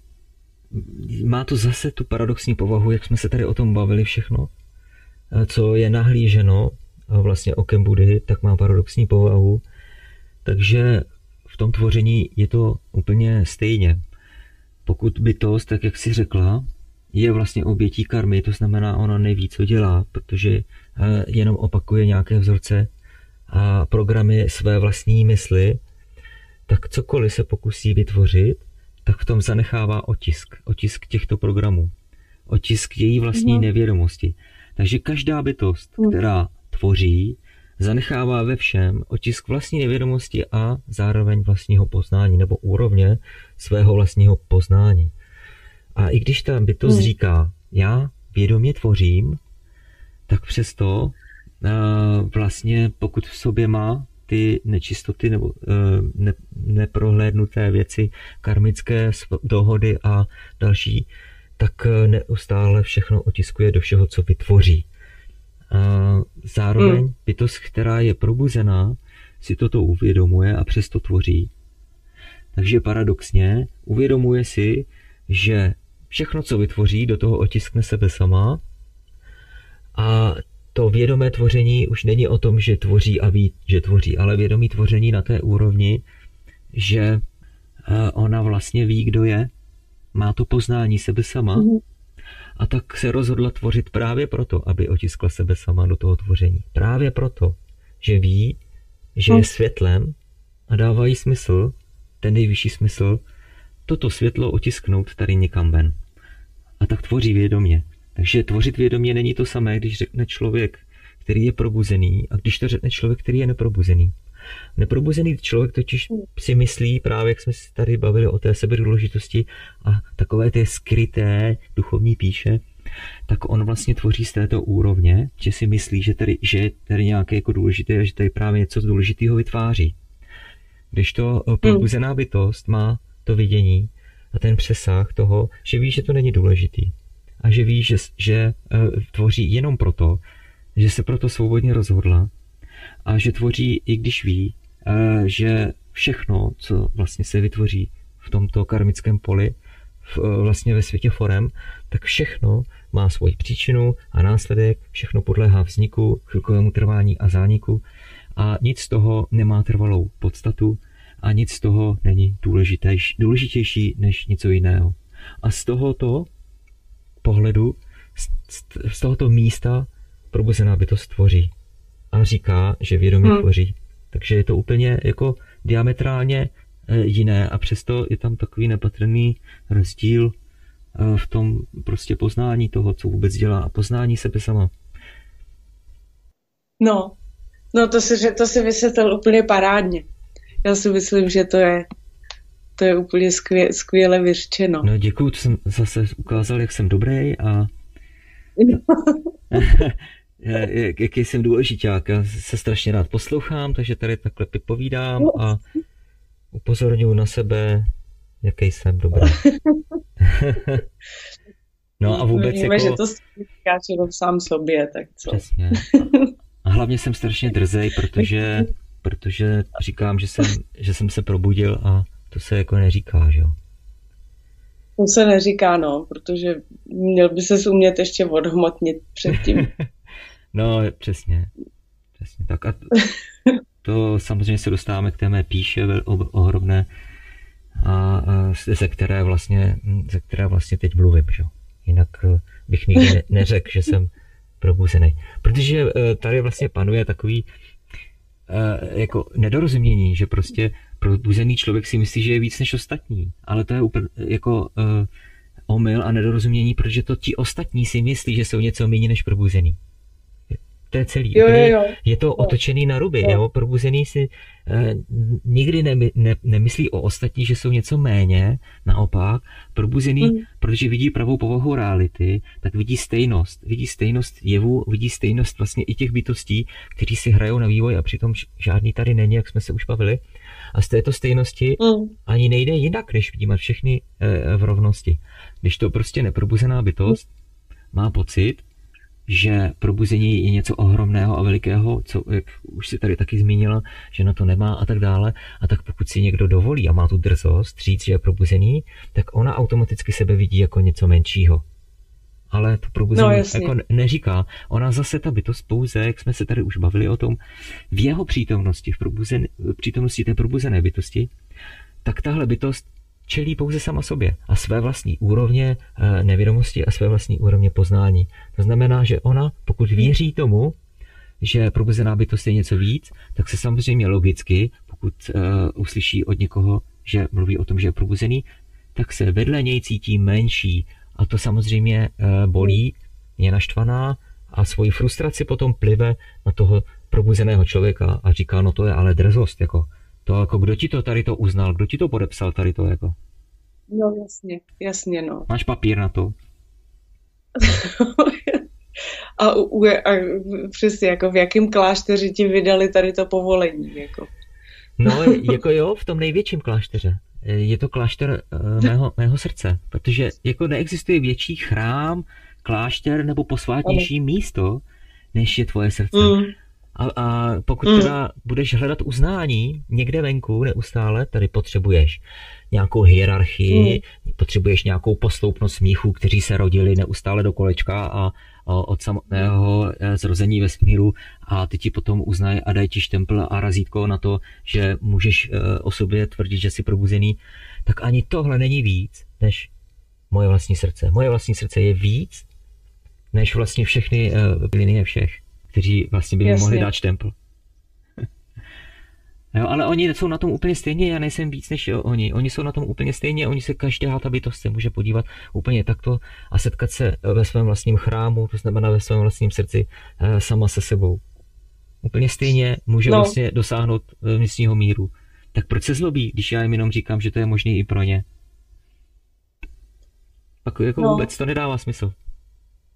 Má to zase tu paradoxní povahu, jak jsme se tady o tom bavili všechno, co je nahlíženo vlastně okem Budhy, tak má paradoxní povahu. Takže v tom tvoření je to úplně stejně. Pokud bytost, tak jak jsi řekla, je vlastně obětí karmy, to znamená, ona neví, co dělá, protože jenom opakuje nějaké vzorce a programy své vlastní mysli, tak cokoliv se pokusí vytvořit, tak v tom zanechává otisk. Otisk těchto programů. Otisk její vlastní no. nevědomosti. Takže každá bytost, no. která tvoří, zanechává ve všem otisk vlastní nevědomosti a zároveň vlastního poznání, nebo úrovně svého vlastního poznání. A i když ta bytost no. říká, já vědomě tvořím, tak přesto uh, vlastně pokud v sobě má ty nečistoty nebo uh, ne, neprohlédnuté věci, karmické dohody a další, tak neustále všechno otiskuje do všeho, co vytvoří. Uh, zároveň mm. bytost, která je probuzená, si toto uvědomuje a přesto tvoří. Takže paradoxně uvědomuje si, že všechno, co vytvoří, do toho otiskne sebe sama a to vědomé tvoření už není o tom, že tvoří a ví, že tvoří, ale vědomí tvoření na té úrovni, že ona vlastně ví, kdo je, má to poznání sebe sama a tak se rozhodla tvořit právě proto, aby otiskla sebe sama do toho tvoření. Právě proto, že ví, že je světlem a dává jí smysl, ten nejvyšší smysl, toto světlo otisknout tady někam ven. A tak tvoří vědomě. Takže tvořit vědomě není to samé, když řekne člověk, který je probuzený, a když to řekne člověk, který je neprobuzený. Neprobuzený člověk totiž si myslí, právě jak jsme si tady bavili o té sebedůležitosti a takové té skryté duchovní píše, tak on vlastně tvoří z této úrovně, že si myslí, že tady, že je tady nějaké jako důležité a že tady právě něco důležitého vytváří. Když to probuzená bytost má to vidění a ten přesah toho, že ví, že to není důležitý a že ví, že, že uh, tvoří jenom proto, že se proto svobodně rozhodla a že tvoří, i když ví, uh, že všechno, co vlastně se vytvoří v tomto karmickém poli, v, uh, vlastně ve světě forem, tak všechno má svoji příčinu a následek, všechno podléhá vzniku, chvilkovému trvání a zániku a nic z toho nemá trvalou podstatu a nic z toho není důležitější, důležitější než něco jiného. A z tohoto pohledu, z, z tohoto místa probuzená bytost tvoří. A říká, že vědomě hmm. tvoří. Takže je to úplně jako diametrálně jiné a přesto je tam takový nepatrný rozdíl v tom prostě poznání toho, co vůbec dělá a poznání sebe sama. No, no to si, to si vysvětlil úplně parádně. Já si myslím, že to je, to je úplně skvě, skvěle vyřčeno. No děkuju, to jsem zase ukázal, jak jsem dobrý a jaký jsem důležiták. Já se strašně rád poslouchám, takže tady takhle povídám a upozorňuji na sebe, jaký jsem dobrý. No a vůbec Víme, jako... že to říkáš jenom sám sobě, tak co? Přesně. A hlavně jsem strašně drzej, protože, protože říkám, že jsem, že jsem se probudil a to se jako neříká, že jo? To se neříká, no, protože měl by ses umět ještě odhmotnit předtím. No, přesně. Přesně tak. A to, to samozřejmě se dostáváme k té mé píše ohromné, a, a ze které vlastně, ze které vlastně teď mluvím, že? Jinak bych nikdy ne, neřekl, že jsem probuzený. Protože tady vlastně panuje takový jako nedorozumění, že prostě probuzený člověk si myslí, že je víc než ostatní, ale to je úplně jako uh, omyl a nedorozumění, protože to ti ostatní si myslí, že jsou něco méně než probuzený. To je celý. Jo, jo, jo. Je to otočený na ruby. Jo. Jo? Probuzený si eh, nikdy ne, ne, nemyslí o ostatní, že jsou něco méně. Naopak, probuzený, mm. protože vidí pravou povahu reality, tak vidí stejnost. Vidí stejnost jevu, vidí stejnost vlastně i těch bytostí, kteří si hrajou na vývoj a přitom žádný tady není, jak jsme se už bavili. A z této stejnosti mm. ani nejde jinak, než vnímat všechny eh, v rovnosti. Když to prostě neprobuzená bytost mm. má pocit, že probuzení je něco ohromného a velikého, co, jak už si tady taky zmínila, že na to nemá a tak dále. A tak pokud si někdo dovolí a má tu drzost říct, že je probuzený, tak ona automaticky sebe vidí jako něco menšího. Ale to probuzení no, jako neříká. Ona zase ta bytost pouze, jak jsme se tady už bavili o tom, v jeho přítomnosti, v probuzen, přítomnosti té probuzené bytosti, tak tahle bytost čelí pouze sama sobě a své vlastní úrovně nevědomosti a své vlastní úrovně poznání. To znamená, že ona, pokud věří tomu, že probuzená bytost je něco víc, tak se samozřejmě logicky, pokud uh, uslyší od někoho, že mluví o tom, že je probuzený, tak se vedle něj cítí menší a to samozřejmě uh, bolí, je naštvaná a svoji frustraci potom plive na toho probuzeného člověka a říká, no to je ale drzost, jako to jako, kdo ti to tady to uznal, kdo ti to podepsal tady to jako? No jasně, jasně no. Máš papír na to? a, u, a přesně, jako v jakém klášteře ti vydali tady to povolení, jako? No, jako jo, v tom největším klášteře. Je to klášter uh, mého, mého srdce, protože jako neexistuje větší chrám, klášter nebo posvátnější ano. místo, než je tvoje srdce. Mm. A, a pokud mm. teda budeš hledat uznání někde venku neustále, tady potřebuješ nějakou hierarchii, mm. potřebuješ nějakou posloupnost smíchů, kteří se rodili neustále do kolečka a, a od samotného zrození vesmíru a ty ti potom uznají a dají ti štempel a razítko na to, že můžeš uh, o sobě tvrdit, že jsi probuzený, tak ani tohle není víc, než moje vlastní srdce. Moje vlastní srdce je víc, než vlastně všechny uh, linie všech, kteří vlastně by mi mohli dát štempl. Jo, ale oni jsou na tom úplně stejně, já nejsem víc než oni. Oni jsou na tom úplně stejně, oni se každá ta bytost se může podívat úplně takto a setkat se ve svém vlastním chrámu, to znamená ve svém vlastním srdci sama se sebou. Úplně stejně může no. vlastně dosáhnout vnitřního míru. Tak proč se zlobí, když já jim jenom říkám, že to je možné i pro ně? Pak jako no. vůbec to nedává smysl.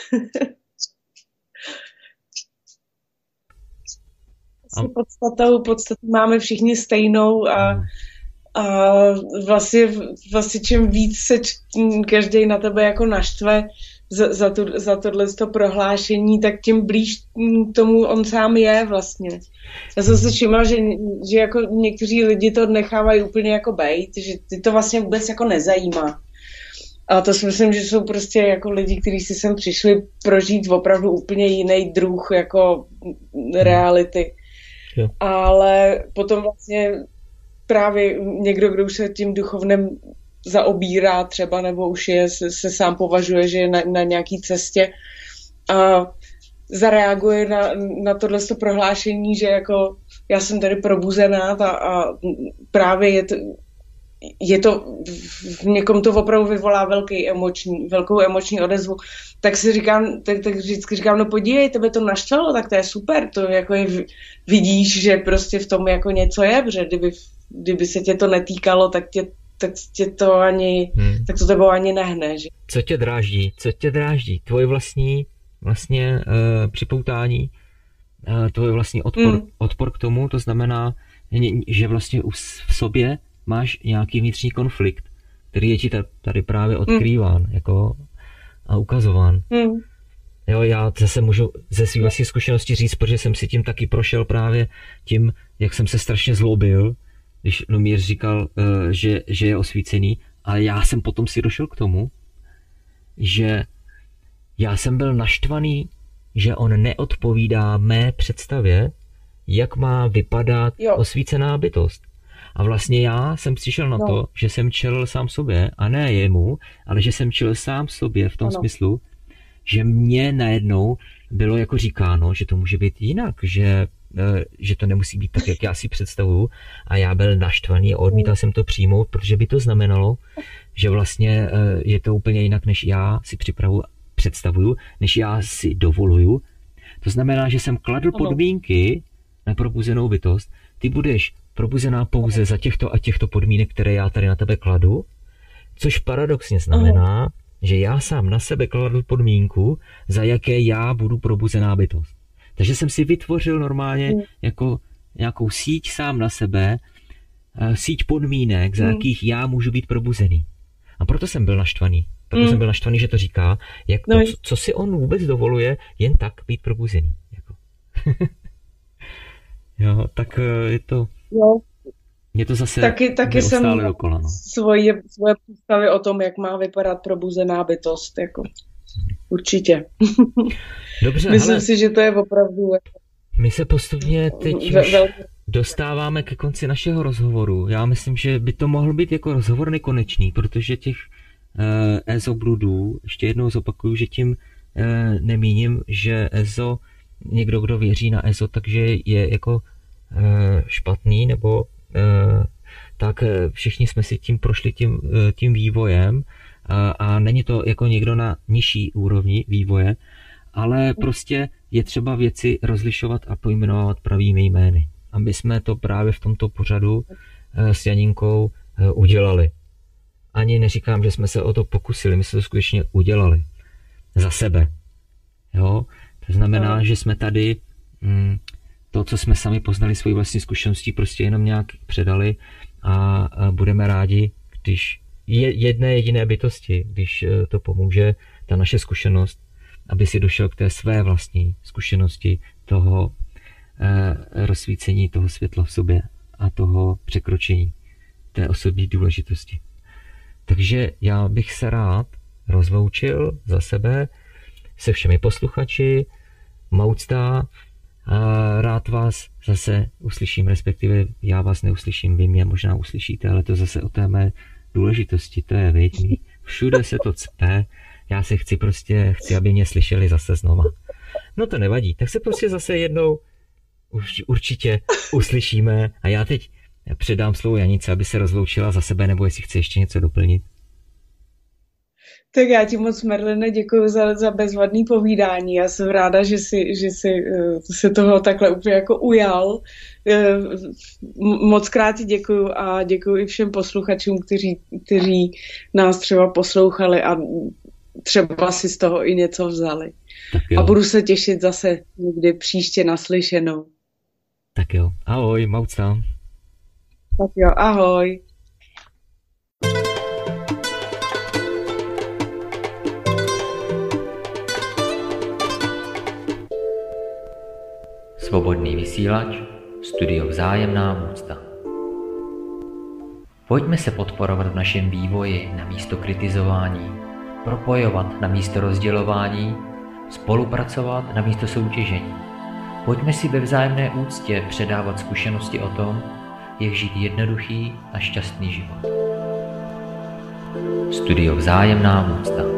Asi podstatou, podstatu máme všichni stejnou a, a vlastně, vlastně čím víc se každý na tebe jako naštve za, za, tu, za tohleto prohlášení, tak tím blíž tomu on sám je vlastně. Já jsem si všimla, že, že jako někteří lidi to nechávají úplně jako bejt, že ty to vlastně vůbec jako nezajímá. A to si myslím, že jsou prostě jako lidi, kteří si sem přišli prožít opravdu úplně jiný druh jako reality. Jo. Ale potom vlastně právě někdo, kdo už se tím duchovnem zaobírá třeba, nebo už je, se, se sám považuje, že je na, na nějaký cestě a zareaguje na, na tohleto prohlášení, že jako já jsem tady probuzená a, a právě je to, je to, v někom to opravdu vyvolá velký emoční, velkou emoční odezvu, tak si říkám, tak, tak vždycky říkám, no podívej, tebe to naštvalo, tak to je super, to jako je, vidíš, že prostě v tom jako něco je, protože kdyby, kdyby se tě to netýkalo, tak tě, tak tě to ani, hmm. tak to tebou ani nehne, že? Co tě dráždí? Co tě dráždí? Tvoje vlastní vlastně uh, připoutání, uh, tvoj vlastní odpor, hmm. odpor k tomu, to znamená, že vlastně v sobě máš nějaký vnitřní konflikt, který je ti tady právě odkrýván mm. jako, a ukazován. Mm. Jo, já zase můžu ze svých vlastní zkušenosti říct, protože jsem si tím taky prošel právě tím, jak jsem se strašně zlobil, když Lumír říkal, uh, že, že je osvícený, ale já jsem potom si došel k tomu, že já jsem byl naštvaný, že on neodpovídá mé představě, jak má vypadat jo. osvícená bytost. A vlastně já jsem přišel na no. to, že jsem čelil sám sobě, a ne jemu, ale že jsem čelil sám sobě v tom ano. smyslu, že mě najednou bylo jako říkáno, že to může být jinak, že, že to nemusí být tak, jak já si představuju, a já byl naštvaný a odmítal jsem to přijmout, protože by to znamenalo, že vlastně je to úplně jinak, než já si připravu, představuju, než já si dovoluju. To znamená, že jsem kladl podmínky na probuzenou bytost, ty budeš probuzená pouze za těchto a těchto podmínek, které já tady na tebe kladu, což paradoxně znamená, uh. že já sám na sebe kladu podmínku, za jaké já budu probuzená bytost. Takže jsem si vytvořil normálně uh. jako nějakou síť sám na sebe, síť podmínek, za uh. jakých já můžu být probuzený. A proto jsem byl naštvaný. Proto uh. jsem byl naštvaný, že to říká, jak to, co, co si on vůbec dovoluje, jen tak být probuzený. Jako. Jo, tak je to... Jo. Je to zase taky, taky jsem dokola, no. svoje, svoje představy o tom, jak má vypadat probuzená bytost. Jako. Určitě. Dobře, Myslím ale si, že to je opravdu... My se postupně teď ve, už vel... dostáváme ke konci našeho rozhovoru. Já myslím, že by to mohl být jako rozhovor nekonečný, protože těch uh, EZO bludů, ještě jednou zopakuju, že tím uh, nemíním, že EZO, někdo, kdo věří na EZO, takže je jako špatný, nebo tak všichni jsme si tím prošli tím, tím vývojem a, a není to jako někdo na nižší úrovni vývoje, ale prostě je třeba věci rozlišovat a pojmenovat pravými jmény. A my jsme to právě v tomto pořadu s Janinkou udělali. Ani neříkám, že jsme se o to pokusili, my jsme to skutečně udělali. Za sebe. Jo? To znamená, že jsme tady mm, to, co jsme sami poznali svoji vlastní zkušeností, prostě jenom nějak předali a, a budeme rádi, když je jedné jediné bytosti, když to pomůže, ta naše zkušenost, aby si došel k té své vlastní zkušenosti toho eh, rozsvícení, toho světla v sobě a toho překročení té osobní důležitosti. Takže já bych se rád rozloučil za sebe se všemi posluchači, mouctá, a rád vás zase uslyším, respektive já vás neuslyším, vy mě možná uslyšíte, ale to zase o té mé důležitosti, to je, viď, všude se to cpe, já se chci prostě, chci, aby mě slyšeli zase znova. No to nevadí, tak se prostě zase jednou už určitě uslyšíme a já teď předám slovo Janice, aby se rozloučila za sebe, nebo jestli chce ještě něco doplnit. Tak já ti moc, Merline, děkuji za, za bezvadný povídání. Já jsem ráda, že jsi, že jsi uh, se toho takhle úplně jako ujal. Uh, moc krát ti děkuji a děkuji i všem posluchačům, kteří, kteří nás třeba poslouchali a třeba si z toho i něco vzali. Tak jo. A budu se těšit zase někdy příště naslyšenou. Tak jo, ahoj, mauca. Tak jo, ahoj. Svobodný vysílač, studio Vzájemná úcta. Pojďme se podporovat v našem vývoji na místo kritizování, propojovat na místo rozdělování, spolupracovat na místo soutěžení. Pojďme si ve vzájemné úctě předávat zkušenosti o tom, jak žít jednoduchý a šťastný život. Studio Vzájemná úcta.